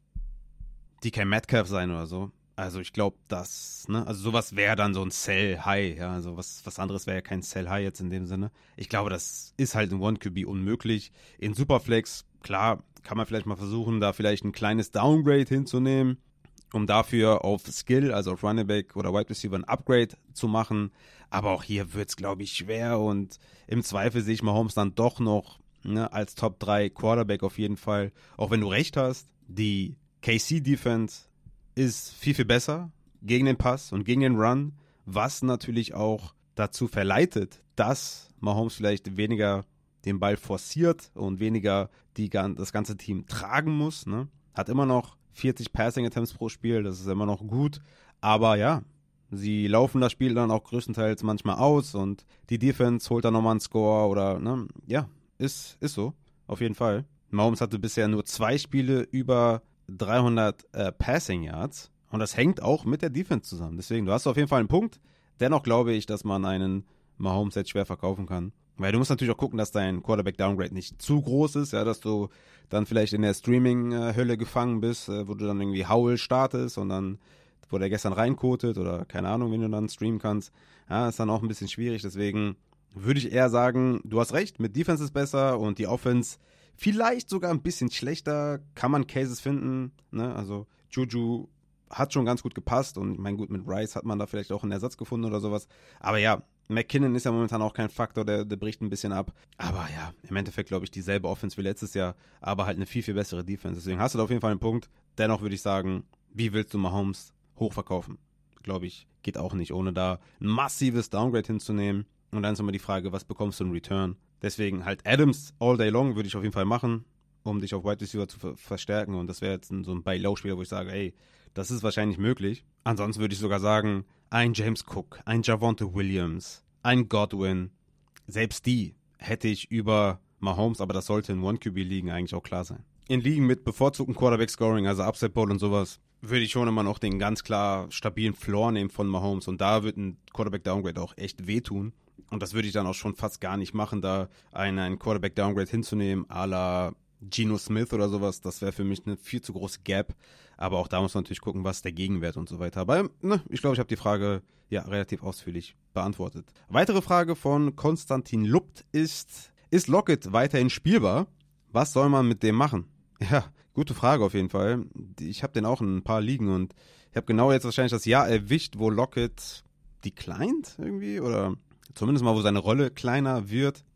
D K Metcalf sein oder so. Also ich glaube, das, ne, also sowas wäre dann so ein Sell High, ja, also was, was anderes wäre ja kein Sell High jetzt in dem Sinne. Ich glaube, das ist halt in One-Q B unmöglich. In Superflex, klar, kann man vielleicht mal versuchen, da vielleicht ein kleines Downgrade hinzunehmen, um dafür auf Skill, also auf Running Back oder Wide Receiver ein Upgrade zu machen. Aber auch hier wird es, glaube ich, schwer und im Zweifel sehe ich Mahomes dann doch noch, ne, als Top drei Quarterback auf jeden Fall. Auch wenn du recht hast, die K C-Defense ist viel, viel besser gegen den Pass und gegen den Run, was natürlich auch dazu verleitet, dass Mahomes vielleicht weniger den Ball forciert und weniger die, das ganze Team tragen muss. Ne? Hat immer noch vierzig Passing Attempts pro Spiel, das ist immer noch gut, aber ja, sie laufen das Spiel dann auch größtenteils manchmal aus und die Defense holt dann nochmal einen Score oder, ne, ja, ist, ist so, auf jeden Fall. Mahomes hatte bisher nur zwei Spiele über dreihundert äh, Passing Yards und das hängt auch mit der Defense zusammen, deswegen, du hast auf jeden Fall einen Punkt, dennoch glaube ich, dass man einen Mahomes jetzt schwer verkaufen kann. Weil du musst natürlich auch gucken, dass dein Quarterback-Downgrade nicht zu groß ist, ja, dass du dann vielleicht in der Streaming-Hölle gefangen bist, wo du dann irgendwie Howl startest und dann, wo der gestern reinkotet oder keine Ahnung, wenn du dann streamen kannst. Ja, ist dann auch ein bisschen schwierig, deswegen würde ich eher sagen, du hast recht, mit Defense ist besser und die Offense vielleicht sogar ein bisschen schlechter, kann man Cases finden, ne, also Juju hat schon ganz gut gepasst und ich meine, gut, mit Rice hat man da vielleicht auch einen Ersatz gefunden oder sowas, aber ja, McKinnon ist ja momentan auch kein Faktor, der, der bricht ein bisschen ab. Aber ja, im Endeffekt glaube ich dieselbe Offense wie letztes Jahr, aber halt eine viel, viel bessere Defense. Deswegen hast du da auf jeden Fall einen Punkt. Dennoch würde ich sagen, wie willst du Mahomes hochverkaufen? Glaube ich, geht auch nicht, ohne da ein massives Downgrade hinzunehmen. Und dann ist immer die Frage, was bekommst du in Return? Deswegen halt Adams all day long würde ich auf jeden Fall machen, um dich auf Wide Receiver zu ver- verstärken. Und das wäre jetzt ein, so ein Buy-Low-Spieler, wo ich sage, ey, das ist wahrscheinlich möglich. Ansonsten würde ich sogar sagen, ein James Cook, ein Javonte Williams, ein Godwin, selbst die hätte ich über Mahomes, aber das sollte in One-Q B-Ligen eigentlich auch klar sein. In Ligen mit bevorzugten Quarterback-Scoring, also Upside Bowl und sowas, würde ich schon immer noch den ganz klar stabilen Floor nehmen von Mahomes und da wird ein Quarterback-Downgrade auch echt wehtun. Und das würde ich dann auch schon fast gar nicht machen, da einen, einen Quarterback-Downgrade hinzunehmen, à la Geno Smith oder sowas, das wäre für mich eine viel zu große Gap. Aber auch da muss man natürlich gucken, was der Gegenwert und so weiter. Aber ne, ich glaube, ich habe die Frage ja relativ ausführlich beantwortet. Weitere Frage von Konstantin Lupt ist, ist Lockett weiterhin spielbar? Was soll man mit dem machen? Ja, gute Frage auf jeden Fall. Ich habe den auch in ein paar Ligen und ich habe genau jetzt wahrscheinlich das Jahr erwischt, wo Lockett declined irgendwie oder zumindest mal, wo seine Rolle kleiner wird.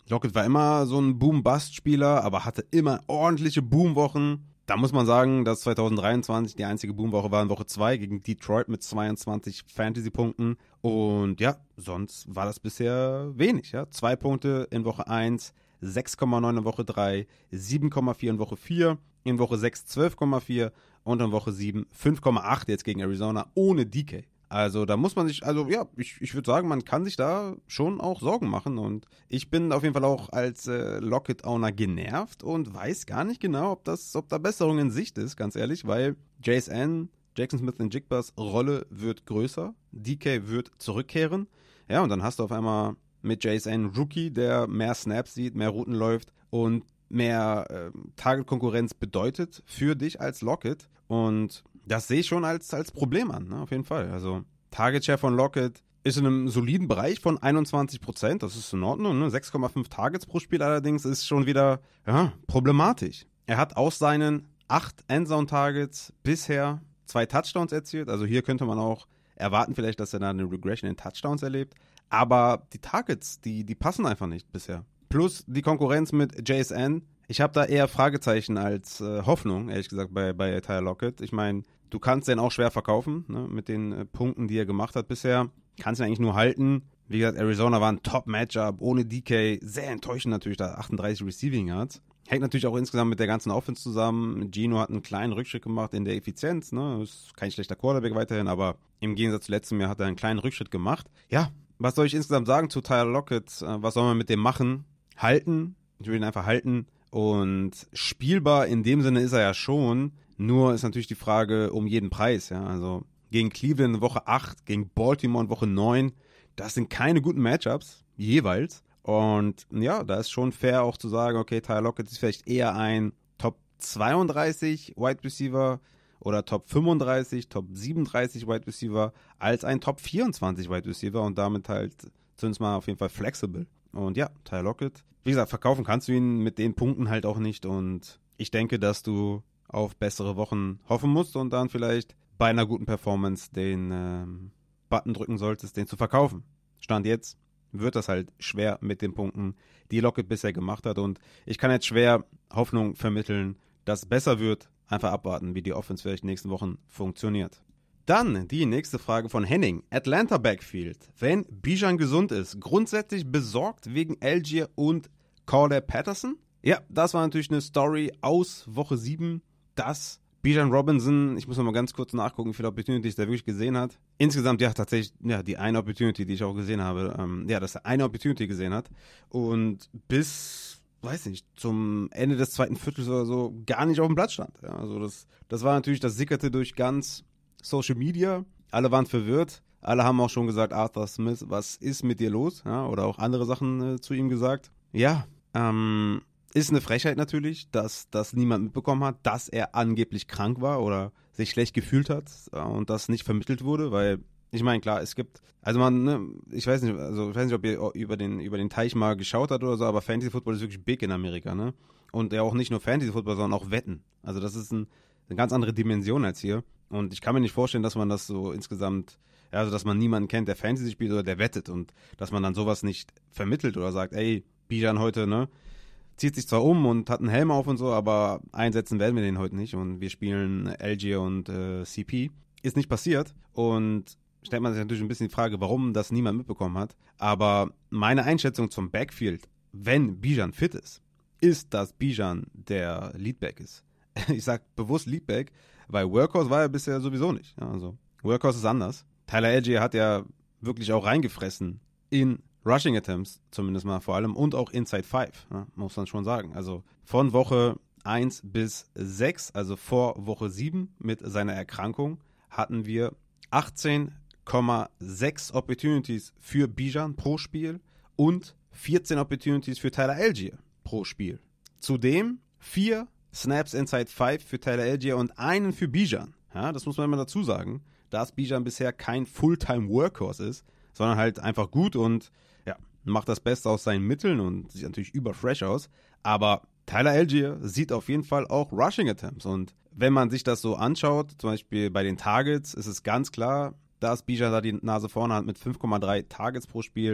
Lockett war immer so ein Boom-Bust-Spieler, aber hatte immer ordentliche Boom-Wochen. Da muss man sagen, dass zwanzig dreiundzwanzig die einzige Boom-Woche war in Woche zwei gegen Detroit mit zweiundzwanzig Fantasy-Punkten. Und ja, sonst war das bisher wenig. Ja? Zwei Punkte in Woche eins, sechs Komma neun in Woche drei, sieben Komma vier in Woche vier, in Woche sechs zwölf Komma vier und in Woche sieben fünf Komma acht jetzt gegen Arizona ohne D K. Also da muss man sich, also ja, ich, ich würde sagen, man kann sich da schon auch Sorgen machen. Und ich bin auf jeden Fall auch als äh, Lockett-Owner genervt und weiß gar nicht genau, ob das, ob da Besserung in Sicht ist, ganz ehrlich, weil J S N, Jackson Smith-Njigbas Rolle wird größer, D K wird zurückkehren. Ja, und dann hast du auf einmal mit J S N Rookie, der mehr Snaps sieht, mehr Routen läuft und mehr äh, Target-Konkurrenz bedeutet für dich als Lockett. Und das sehe ich schon als, als Problem an, ne? Auf jeden Fall. Also Target-Share von Lockett ist in einem soliden Bereich von einundzwanzig Prozent. Das ist in Ordnung, ne? sechs Komma fünf Targets pro Spiel allerdings ist schon wieder ja, problematisch. Er hat aus seinen acht Endzone-Targets bisher zwei Touchdowns erzielt. Also hier könnte man auch erwarten vielleicht, dass er da eine Regression in Touchdowns erlebt. Aber die Targets, die, die passen einfach nicht bisher. Plus die Konkurrenz mit J S N. Ich habe da eher Fragezeichen als äh, Hoffnung, ehrlich gesagt, bei, bei Tyler Lockett. Ich meine, du kannst den auch schwer verkaufen, ne, mit den äh, Punkten, die er gemacht hat bisher. Kannst ihn eigentlich nur halten. Wie gesagt, Arizona war ein Top-Matchup, ohne D K. Sehr enttäuschend natürlich, da achtunddreißig Receiving Yards. Hängt natürlich auch insgesamt mit der ganzen Offense zusammen. Gino hat einen kleinen Rückschritt gemacht in der Effizienz. Ne? Ist kein schlechter Quarterback weiterhin, aber im Gegensatz zu letztem Jahr hat er einen kleinen Rückschritt gemacht. Ja, was soll ich insgesamt sagen zu Tyler Lockett? Äh, was soll man mit dem machen? Halten. Ich will ihn einfach halten. Und spielbar in dem Sinne ist er ja schon, nur ist natürlich die Frage um jeden Preis. Ja? Also gegen Cleveland in Woche acht, gegen Baltimore in Woche neun, das sind keine guten Matchups, jeweils. Und ja, da ist schon fair auch zu sagen, okay, Tyler Lockett ist vielleicht eher ein Top zweiunddreißig Wide Receiver oder Top fünfunddreißig, Top siebenunddreißig Wide Receiver als ein Top vierundzwanzig Wide Receiver und damit halt zumindest mal auf jeden Fall flexibel. Und ja, Tyler Lockett, wie gesagt, verkaufen kannst du ihn mit den Punkten halt auch nicht. Und ich denke, dass du auf bessere Wochen hoffen musst und dann vielleicht bei einer guten Performance den ähm, Button drücken solltest, den zu verkaufen. Stand jetzt wird das halt schwer mit den Punkten, die Lockett bisher gemacht hat. Und ich kann jetzt schwer Hoffnung vermitteln, dass es besser wird. Einfach abwarten, wie die Offense vielleicht in den nächsten Wochen funktioniert. Dann die nächste Frage von Henning. Atlanta Backfield. Wenn Bijan gesund ist, grundsätzlich besorgt wegen Algier und Cordarrelle Patterson? Ja, das war natürlich eine Story aus Woche sieben, dass Bijan Robinson, ich muss noch mal ganz kurz nachgucken, wie viele Opportunities der wirklich gesehen hat. Insgesamt, ja, tatsächlich, ja, die eine Opportunity, die ich auch gesehen habe, ähm, ja, dass er eine Opportunity gesehen hat und bis, weiß nicht, zum Ende des zweiten Viertels oder so gar nicht auf dem Platz stand. Ja, also das, das war natürlich, das sickerte durch ganz Social Media, alle waren verwirrt, alle haben auch schon gesagt, Arthur Smith, was ist mit dir los? Ja, oder auch andere Sachen äh, zu ihm gesagt. Ja, ähm, ist eine Frechheit natürlich, dass das niemand mitbekommen hat, dass er angeblich krank war oder sich schlecht gefühlt hat äh, und das nicht vermittelt wurde, weil, ich meine, klar, es gibt, also man, ne, ich weiß nicht, also ich weiß nicht, ob ihr über den, über den Teich mal geschaut habt oder so, aber Fantasy Football ist wirklich big in Amerika, ne? Und ja auch nicht nur Fantasy Football, sondern auch Wetten. Also das ist ein, eine ganz andere Dimension als hier. Und ich kann mir nicht vorstellen, dass man das so insgesamt, ja, also dass man niemanden kennt, der Fantasy spielt oder der wettet und dass man dann sowas nicht vermittelt oder sagt, ey, Bijan heute, ne, zieht sich zwar um und hat einen Helm auf und so, aber einsetzen werden wir den heute nicht und wir spielen Algier und äh, C P. Ist nicht passiert und stellt man sich natürlich ein bisschen die Frage, warum das niemand mitbekommen hat. Aber meine Einschätzung zum Backfield, wenn Bijan fit ist, ist, dass Bijan der Leadback ist. Ich sag bewusst Leadback, weil Workhorse war er bisher sowieso nicht. Ja, also Workhorse ist anders. Tyler Algier hat ja wirklich auch reingefressen in Rushing Attempts, zumindest mal vor allem, und auch Inside fünf, ja, muss man schon sagen. Also von Woche eins bis sechs, also vor Woche sieben mit seiner Erkrankung, hatten wir achtzehn Komma sechs Opportunities für Bijan pro Spiel und vierzehn Opportunities für Tyler Algier pro Spiel. Zudem vier Snaps Inside fünf für Tyler Algier und einen für Bijan. Ja, das muss man immer dazu sagen, dass Bijan bisher kein Fulltime-Workhorse ist, sondern halt einfach gut und ja, macht das Beste aus seinen Mitteln und sieht natürlich überfresh aus. Aber Tyler Algier sieht auf jeden Fall auch Rushing Attempts. Und wenn man sich das so anschaut, zum Beispiel bei den Targets, ist es ganz klar, dass Bijan da die Nase vorne hat mit fünf Komma drei Targets pro Spiel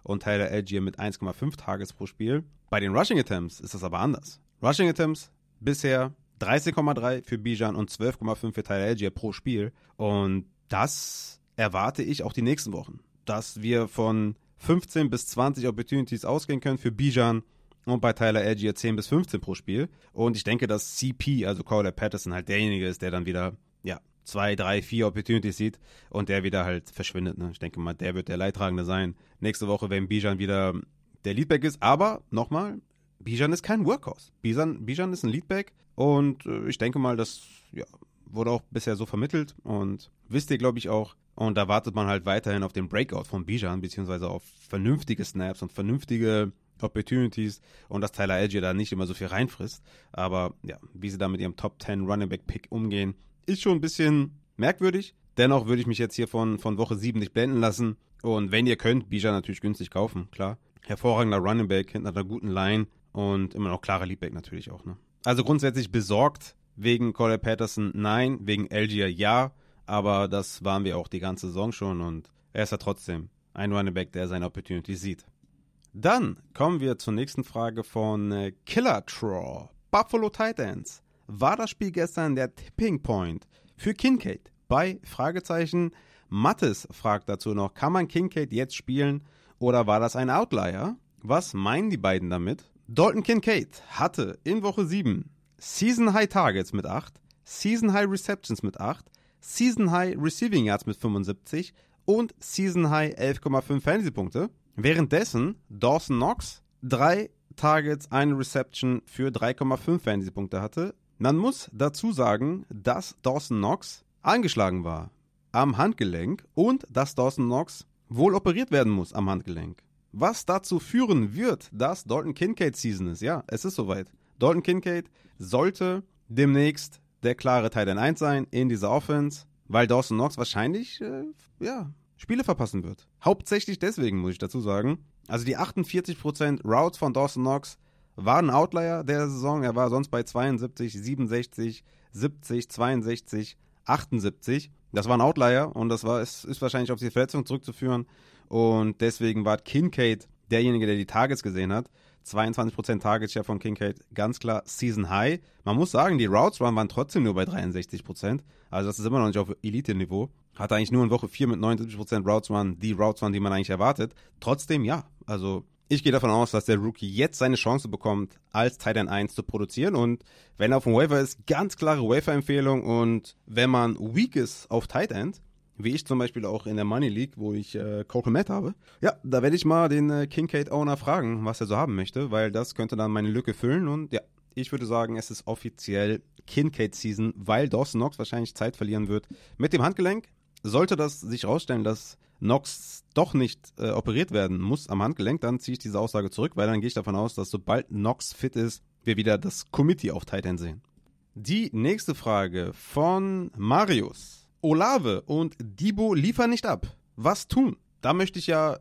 und Tyler Algier mit eins Komma fünf Targets pro Spiel. Bei den Rushing Attempts ist das aber anders. Rushing Attempts bisher dreizehn Komma drei für Bijan und zwölf Komma fünf für Tyler Algier pro Spiel. Und das erwarte ich auch die nächsten Wochen. Dass wir von fünfzehn bis zwanzig Opportunities ausgehen können für Bijan und bei Tyler Algier zehn bis fünfzehn pro Spiel. Und ich denke, dass C P, also Cordell Patterson, halt derjenige ist, der dann wieder, ja, zwei, drei, vier Opportunities sieht und der wieder halt verschwindet. Ne? Ich denke mal, der wird der Leidtragende sein. Nächste Woche, wenn Bijan wieder der Leadback ist. Aber, nochmal, Bijan ist kein Workhorse. Bijan, Bijan ist ein Leadback und äh, ich denke mal, das ja, wurde auch bisher so vermittelt und wisst ihr, glaube ich, auch. Und da wartet man halt weiterhin auf den Breakout von Bijan, beziehungsweise auf vernünftige Snaps und vernünftige Opportunities und dass Tyler Algier da nicht immer so viel reinfrisst. Aber ja, wie sie da mit ihrem Top zehn Running Back Pick umgehen, ist schon ein bisschen merkwürdig. Dennoch würde ich mich jetzt hier von, von Woche sieben nicht blenden lassen. Und wenn ihr könnt, Bijan natürlich günstig kaufen, klar. Hervorragender Running Back hinter einer guten Line und immer noch klarer Leadback natürlich auch. Ne? Also grundsätzlich besorgt wegen Cordell Patterson, nein. Wegen Algier, ja. Aber das waren wir auch die ganze Saison schon und er ist ja trotzdem ein Running Back, der seine Opportunity sieht. Dann kommen wir zur nächsten Frage von äh, Killer Traw. Buffalo Titans. War das Spiel gestern der Tipping Point für Kincaid? Bei Fragezeichen. Mattes fragt dazu noch, kann man Kincaid jetzt spielen oder war das ein Outlier? Was meinen die beiden damit? Dalton Kincaid hatte in Woche sieben Season High Targets mit acht, Season High Receptions mit acht, Season High Receiving Yards mit fünfundsiebzig und Season High elf Komma fünf Fantasy-Punkte. Währenddessen Dawson Knox drei Targets, eine Reception für drei Komma fünf Fantasy-Punkte hatte. Man muss dazu sagen, dass Dawson Knox angeschlagen war am Handgelenk und dass Dawson Knox wohl operiert werden muss am Handgelenk. Was dazu führen wird, dass Dalton Kincaid Season ist. Ja, es ist soweit. Dalton Kincaid sollte demnächst der klare Tight End eins sein in dieser Offense, weil Dawson Knox wahrscheinlich, äh, ja, Spiele verpassen wird. Hauptsächlich deswegen, muss ich dazu sagen. Also die achtundvierzig Prozent Routes von Dawson Knox waren ein Outlier der Saison. Er war sonst bei zweiundsiebzig, siebenundsechzig, siebzig, zweiundsechzig, achtundsiebzig. Das war ein Outlier und das war, ist, ist wahrscheinlich auf die Verletzung zurückzuführen. Und deswegen war Kincaid derjenige, der die Targets gesehen hat. zweiundzwanzig Prozent Target Share von Kincaid, ganz klar Season High. Man muss sagen, die Routes Run waren trotzdem nur bei dreiundsechzig Prozent. Also das ist immer noch nicht auf Elite-Niveau. Hatte eigentlich nur in Woche vier mit neunundsiebzig Prozent Routes Run die Routes Run, die man eigentlich erwartet. Trotzdem, ja, also ich gehe davon aus, dass der Rookie jetzt seine Chance bekommt, als Tight End eins zu produzieren. Und wenn er auf dem Waiver ist, ganz klare Waiver-Empfehlung. Und wenn man weak ist auf Tight End, wie ich zum Beispiel auch in der Money League, wo ich äh, Cole Kmet habe, ja, da werde ich mal den äh, Kincaid-Owner fragen, was er so haben möchte, weil das könnte dann meine Lücke füllen. Und ja, ich würde sagen, es ist offiziell Kincaid-Season, weil Dawson Knox wahrscheinlich Zeit verlieren wird mit dem Handgelenk. Sollte das sich rausstellen, dass Knox doch nicht äh, operiert werden muss am Handgelenk, dann ziehe ich diese Aussage zurück, weil dann gehe ich davon aus, dass sobald Knox fit ist, wir wieder das Committee auf Tight End sehen. Die nächste Frage von Marius. Olave und Debo liefern nicht ab. Was tun? Da möchte ich ja,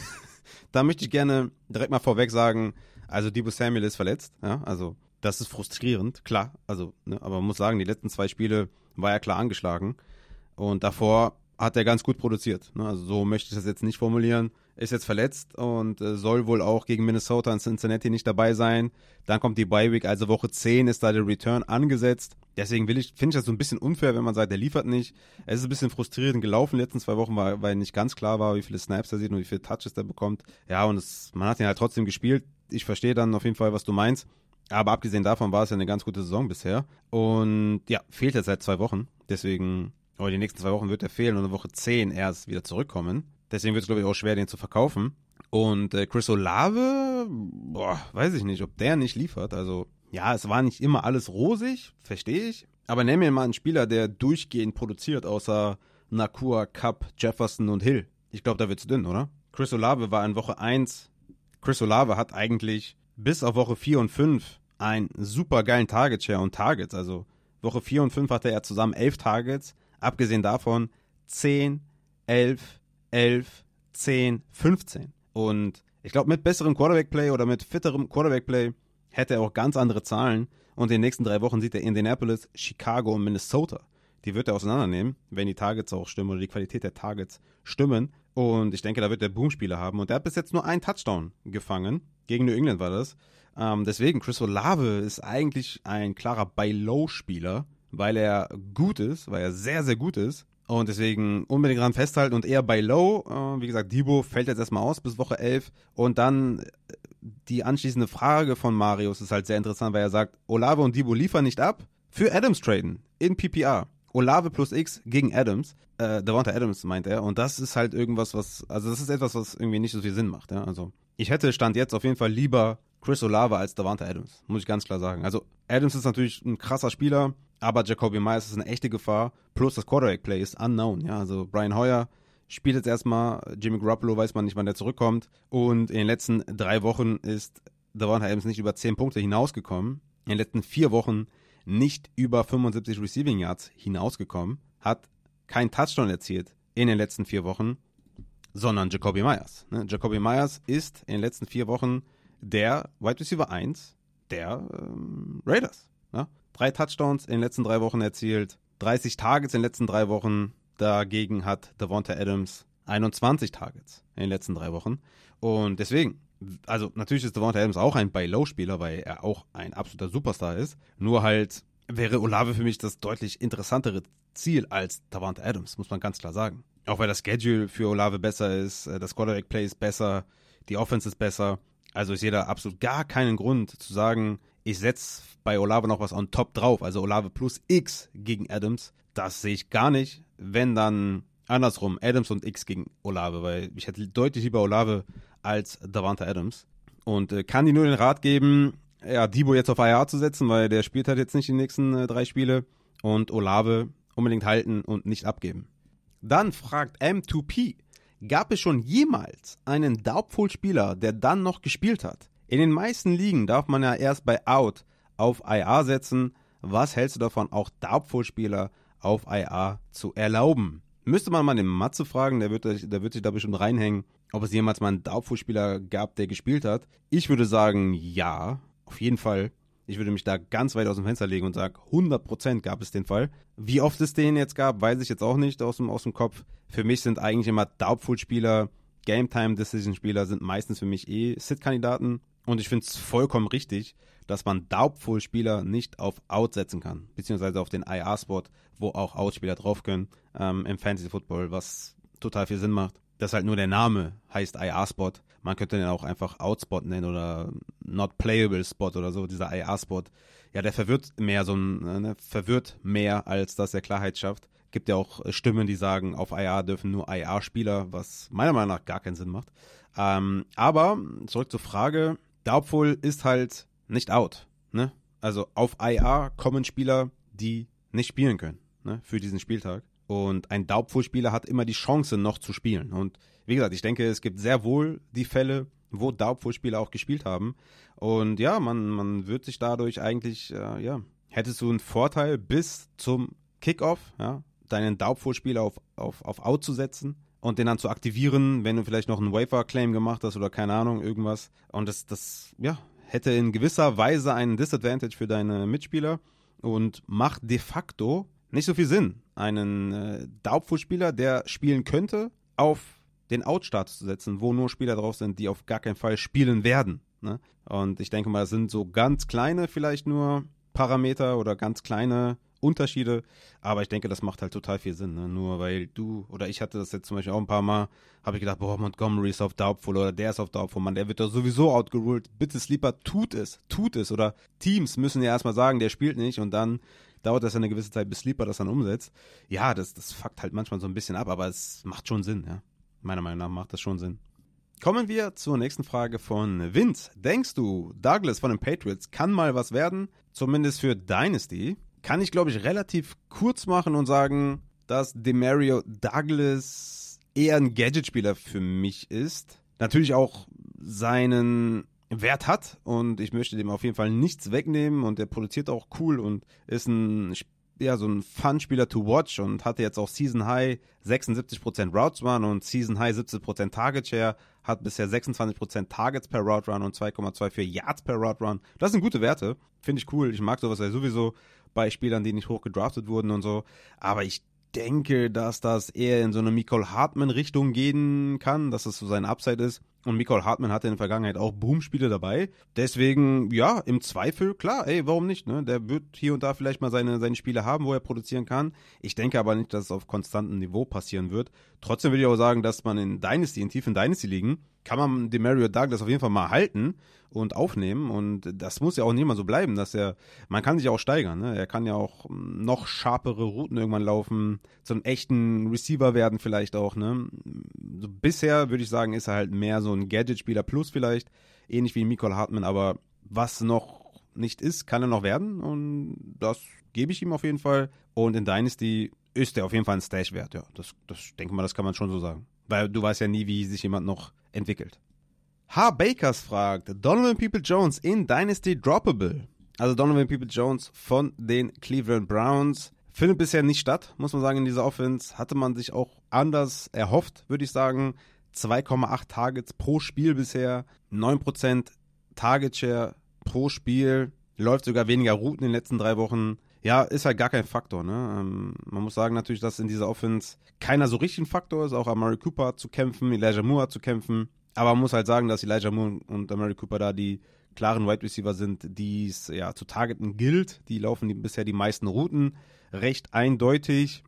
da möchte ich gerne direkt mal vorweg sagen, also Debo Samuel ist verletzt, ja, also das ist frustrierend, klar, also, ne, aber man muss sagen, die letzten zwei Spiele war er klar angeschlagen und davor hat er ganz gut produziert, ne, also so möchte ich das jetzt nicht formulieren, ist jetzt verletzt und äh, soll wohl auch gegen Minnesota und Cincinnati nicht dabei sein, dann kommt die Bye Week, also Woche zehn ist da der Return angesetzt. Deswegen will ich, finde ich das so ein bisschen unfair, wenn man sagt, der liefert nicht. Es ist ein bisschen frustrierend gelaufen in den letzten zwei Wochen, weil, weil nicht ganz klar war, wie viele Snaps er sieht und wie viele Touches er bekommt. Ja, und es, man hat ihn halt trotzdem gespielt. Ich verstehe dann auf jeden Fall, was du meinst. Aber abgesehen davon war es ja eine ganz gute Saison bisher. Und ja, fehlt jetzt seit zwei Wochen. Deswegen, oder die nächsten zwei Wochen wird er fehlen und in Woche zehn erst wieder zurückkommen. Deswegen wird es, glaube ich, auch schwer, den zu verkaufen. Und äh, Chris Olave, boah, weiß ich nicht, ob der nicht liefert. Also ja, es war nicht immer alles rosig, verstehe ich. Aber nenn mir mal einen Spieler, der durchgehend produziert, außer Nakua, Cup, Jefferson und Hill. Ich glaube, da wird's dünn, oder? Chris Olave war in Woche eins. Chris Olave hat eigentlich bis auf Woche vier und fünf einen super geilen Target-Share und Targets. Also Woche vier und fünf hatte er zusammen elf Targets. Abgesehen davon zehn, elf, elf, zehn, fünfzehn. Und ich glaube, mit besserem Quarterback-Play oder mit fitterem Quarterback-Play hätte er auch ganz andere Zahlen. Und in den nächsten drei Wochen sieht er Indianapolis, Chicago und Minnesota. Die wird er auseinandernehmen, wenn die Targets auch stimmen oder die Qualität der Targets stimmen. Und ich denke, da wird der Boom-Spieler haben. Und der hat bis jetzt nur einen Touchdown gefangen. Gegen New England war das. Ähm, deswegen, Chris Olave ist eigentlich ein klarer Buy-Low-Spieler, weil er gut ist, weil er sehr, sehr gut ist. Und deswegen unbedingt dran festhalten und eher Buy-Low. Äh, wie gesagt, Debo fällt jetzt erstmal aus bis Woche elf. Und dann die anschließende Frage von Marius ist halt sehr interessant, weil er sagt, Olave und Debo liefern nicht ab. Für Adams traden in P P R. Olave plus X gegen Adams. Äh, Davante Adams meint er. Und das ist halt irgendwas, was, also das ist etwas, was irgendwie nicht so viel Sinn macht. Ja? Also ich hätte Stand jetzt auf jeden Fall lieber Chris Olave als Davante Adams. Muss ich ganz klar sagen. Also Adams ist natürlich ein krasser Spieler, aber Jacoby Myers ist eine echte Gefahr. Plus das Quarterback-Play ist unknown. Ja? Also Brian Hoyer spielt jetzt erstmal. Jimmy Garoppolo weiß man nicht, wann der zurückkommt. Und in den letzten drei Wochen ist Davante Adams nicht über zehn Punkte hinausgekommen. In den letzten vier Wochen nicht über fünfundsiebzig Receiving Yards hinausgekommen, hat keinen Touchdown erzielt in den letzten vier Wochen, sondern Jacoby Myers. Ne? Jacoby Myers ist in den letzten vier Wochen der Wide Receiver eins der ähm, Raiders. Ne? Drei Touchdowns in den letzten drei Wochen erzielt, dreißig Targets in den letzten drei Wochen. Dagegen hat Davante Adams einundzwanzig Targets in den letzten drei Wochen. Und deswegen, also natürlich ist Davante Adams auch ein Buy-Low-Spieler, weil er auch ein absoluter Superstar ist. Nur halt wäre Olave für mich das deutlich interessantere Ziel als Davante Adams, muss man ganz klar sagen. Auch weil das Schedule für Olave besser ist, das Quarterback-Play ist besser, die Offense ist besser. Also ich sehe da absolut gar keinen Grund zu sagen, ich setze bei Olave noch was on top drauf. Also Olave plus X gegen Adams, das sehe ich gar nicht. Wenn dann andersrum, Adams und X gegen Olave, weil ich hätte deutlich lieber Olave als Davante Adams. Und äh, kann die nur den Rat geben, ja, Debo jetzt auf I R zu setzen, weil der spielt halt jetzt nicht die nächsten äh, drei Spiele. Und Olave unbedingt halten und nicht abgeben. Dann fragt M zwei P, gab es schon jemals einen Doubtful-Spieler, der dann noch gespielt hat? In den meisten Ligen darf man ja erst bei Out auf I R setzen. Was hältst du davon, auch Doubtful-Spieler auf I R zu erlauben? Müsste man mal den Matze fragen, der wird, der wird sich da bestimmt reinhängen, ob es jemals mal einen Doubtful-Spieler gab, der gespielt hat. Ich würde sagen, ja, auf jeden Fall. Ich würde mich da ganz weit aus dem Fenster legen und sagen, hundert Prozent gab es den Fall. Wie oft es den jetzt gab, weiß ich jetzt auch nicht aus dem, aus dem Kopf. Für mich sind eigentlich immer Doubtful-Spieler, Game-Time-Decision-Spieler sind meistens für mich eh Sit-Kandidaten. Und ich finde es vollkommen richtig, dass man Doubtful-Spieler nicht auf Out setzen kann. Beziehungsweise auf den I R-Spot, wo auch Out-Spieler drauf können ähm, im Fantasy-Football, was total viel Sinn macht. Dass halt nur der Name heißt I R-Spot. Man könnte den auch einfach Out-Spot nennen oder Not-Playable-Spot oder so, dieser I R-Spot. Ja, der verwirrt mehr so ein, ne, verwirrt mehr, als dass er Klarheit schafft. Gibt ja auch Stimmen, die sagen, auf I R dürfen nur I R-Spieler, was meiner Meinung nach gar keinen Sinn macht. Ähm, aber zurück zur Frage, Doubtful ist halt nicht out. Ne? Also auf I R kommen Spieler, die nicht spielen können, ne, für diesen Spieltag. Und ein Doubtful-Spieler hat immer die Chance, noch zu spielen. Und wie gesagt, ich denke, es gibt sehr wohl die Fälle, wo Doubtful-Spieler auch gespielt haben. Und ja, man, man wird sich dadurch eigentlich, äh, ja, hättest du einen Vorteil bis zum Kickoff, ja, deinen Doubtful-Spieler auf, auf, auf Out zu setzen und den dann zu aktivieren, wenn du vielleicht noch einen Waiver-Claim gemacht hast oder keine Ahnung, irgendwas. Und das, das, ja, hätte in gewisser Weise einen Disadvantage für deine Mitspieler und macht de facto nicht so viel Sinn, einen äh, Doubtful-Spieler, der spielen könnte, auf den Out-Status zu setzen, wo nur Spieler drauf sind, die auf gar keinen Fall spielen werden. Ne? Und ich denke mal, das sind so ganz kleine vielleicht nur Parameter oder ganz kleine Unterschiede, aber ich denke, das macht halt total viel Sinn. Ne? Nur weil du, oder ich hatte das jetzt zum Beispiel auch ein paar Mal, habe ich gedacht, boah, Montgomery ist auf Doubtful oder der ist auf Doubtful, Mann, der wird doch sowieso outgeruled. Bitte, Sleeper, tut es, tut es. Oder Teams müssen ja erstmal sagen, der spielt nicht und dann dauert das ja eine gewisse Zeit, bis Sleeper das dann umsetzt. Ja, das, das fuckt halt manchmal so ein bisschen ab, aber es macht schon Sinn, ja. Meiner Meinung nach macht das schon Sinn. Kommen wir zur nächsten Frage von Vince. Denkst du, Douglas von den Patriots kann mal was werden? Zumindest für Dynasty? Kann ich, glaube ich, relativ kurz machen und sagen, dass Demario Douglas eher ein Gadget-Spieler für mich ist. Natürlich auch seinen Wert hat und ich möchte dem auf jeden Fall nichts wegnehmen und der produziert auch cool und ist ein, ja, so ein Fun-Spieler to watch und hatte jetzt auch Season High sechsundsiebzig Prozent Routes Run und Season High siebzig Prozent Target Share, hat bisher sechsundzwanzig Prozent Targets per Route Run und zwei Komma vierundzwanzig Yards per Route Run. Das sind gute Werte, finde ich cool. Ich mag sowas ja sowieso bei Spielern, die nicht hoch gedraftet wurden und so, aber ich denke, dass das eher in so eine Mecole Hardman-Richtung gehen kann, dass das so sein Upside ist. Und Mecole Hardman hatte in der Vergangenheit auch Boom-Spiele dabei. Deswegen, ja, im Zweifel, klar, ey, warum nicht, ne? Der wird hier und da vielleicht mal seine, seine Spiele haben, wo er produzieren kann. Ich denke aber nicht, dass es auf konstantem Niveau passieren wird. Trotzdem würde ich auch sagen, dass man in Dynasty, in tiefen Dynasty-Ligen, kann man Demario Douglas auf jeden Fall mal halten und aufnehmen. Und das muss ja auch nicht mal so bleiben, dass er, man kann sich auch steigern, ne? Er kann ja auch noch sharpere Routen irgendwann laufen, zu einem echten Receiver werden vielleicht auch, ne? So bisher würde ich sagen, ist er halt mehr so ein Gadget-Spieler plus vielleicht, ähnlich wie Mecole Hardman, aber was noch nicht ist, kann er noch werden und das gebe ich ihm auf jeden Fall. Und in Dynasty ist er auf jeden Fall ein Stash wert, ja. Das, das denke mal, das kann man schon so sagen. Weil du weißt ja nie, wie sich jemand noch entwickelt. H. Bakers fragt, Donovan Peoples-Jones in Dynasty droppable? Also Donovan Peoples-Jones von den Cleveland Browns findet bisher nicht statt, muss man sagen, in dieser Offense. Hatte man sich auch anders erhofft, würde ich sagen. zwei Komma acht Targets pro Spiel bisher, neun Prozent Target Share pro Spiel, läuft sogar weniger Routen in den letzten drei Wochen. Ja, ist halt gar kein Faktor, ne? Ähm, man muss sagen natürlich, dass in dieser Offense keiner so richtig ein Faktor ist. Auch Amari Cooper hat zu kämpfen, Elijah Moore hat zu kämpfen. Aber man muss halt sagen, dass Elijah Moore und Amari Cooper da die klaren Wide Receiver sind, die es ja zu targeten gilt. Die laufen die, bisher die meisten Routen recht eindeutig.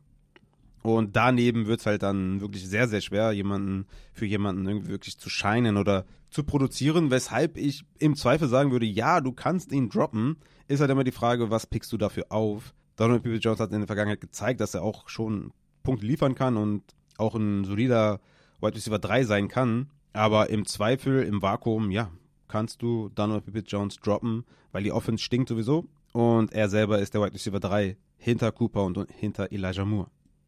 Und daneben wird es halt dann wirklich sehr, sehr schwer, jemanden für jemanden irgendwie wirklich zu scheinen oder zu produzieren, weshalb ich im Zweifel sagen würde, ja, du kannst ihn droppen. Ist halt immer die Frage, was pickst du dafür auf? Donovan Peoples-Jones hat in der Vergangenheit gezeigt, dass er auch schon Punkte liefern kann und auch ein solider Wide Receiver drei sein kann. Aber im Zweifel, im Vakuum, ja, kannst du Donovan Peoples-Jones droppen, weil die Offense stinkt sowieso und er selber ist der Wide Receiver drei hinter Cooper und hinter Elijah Moore.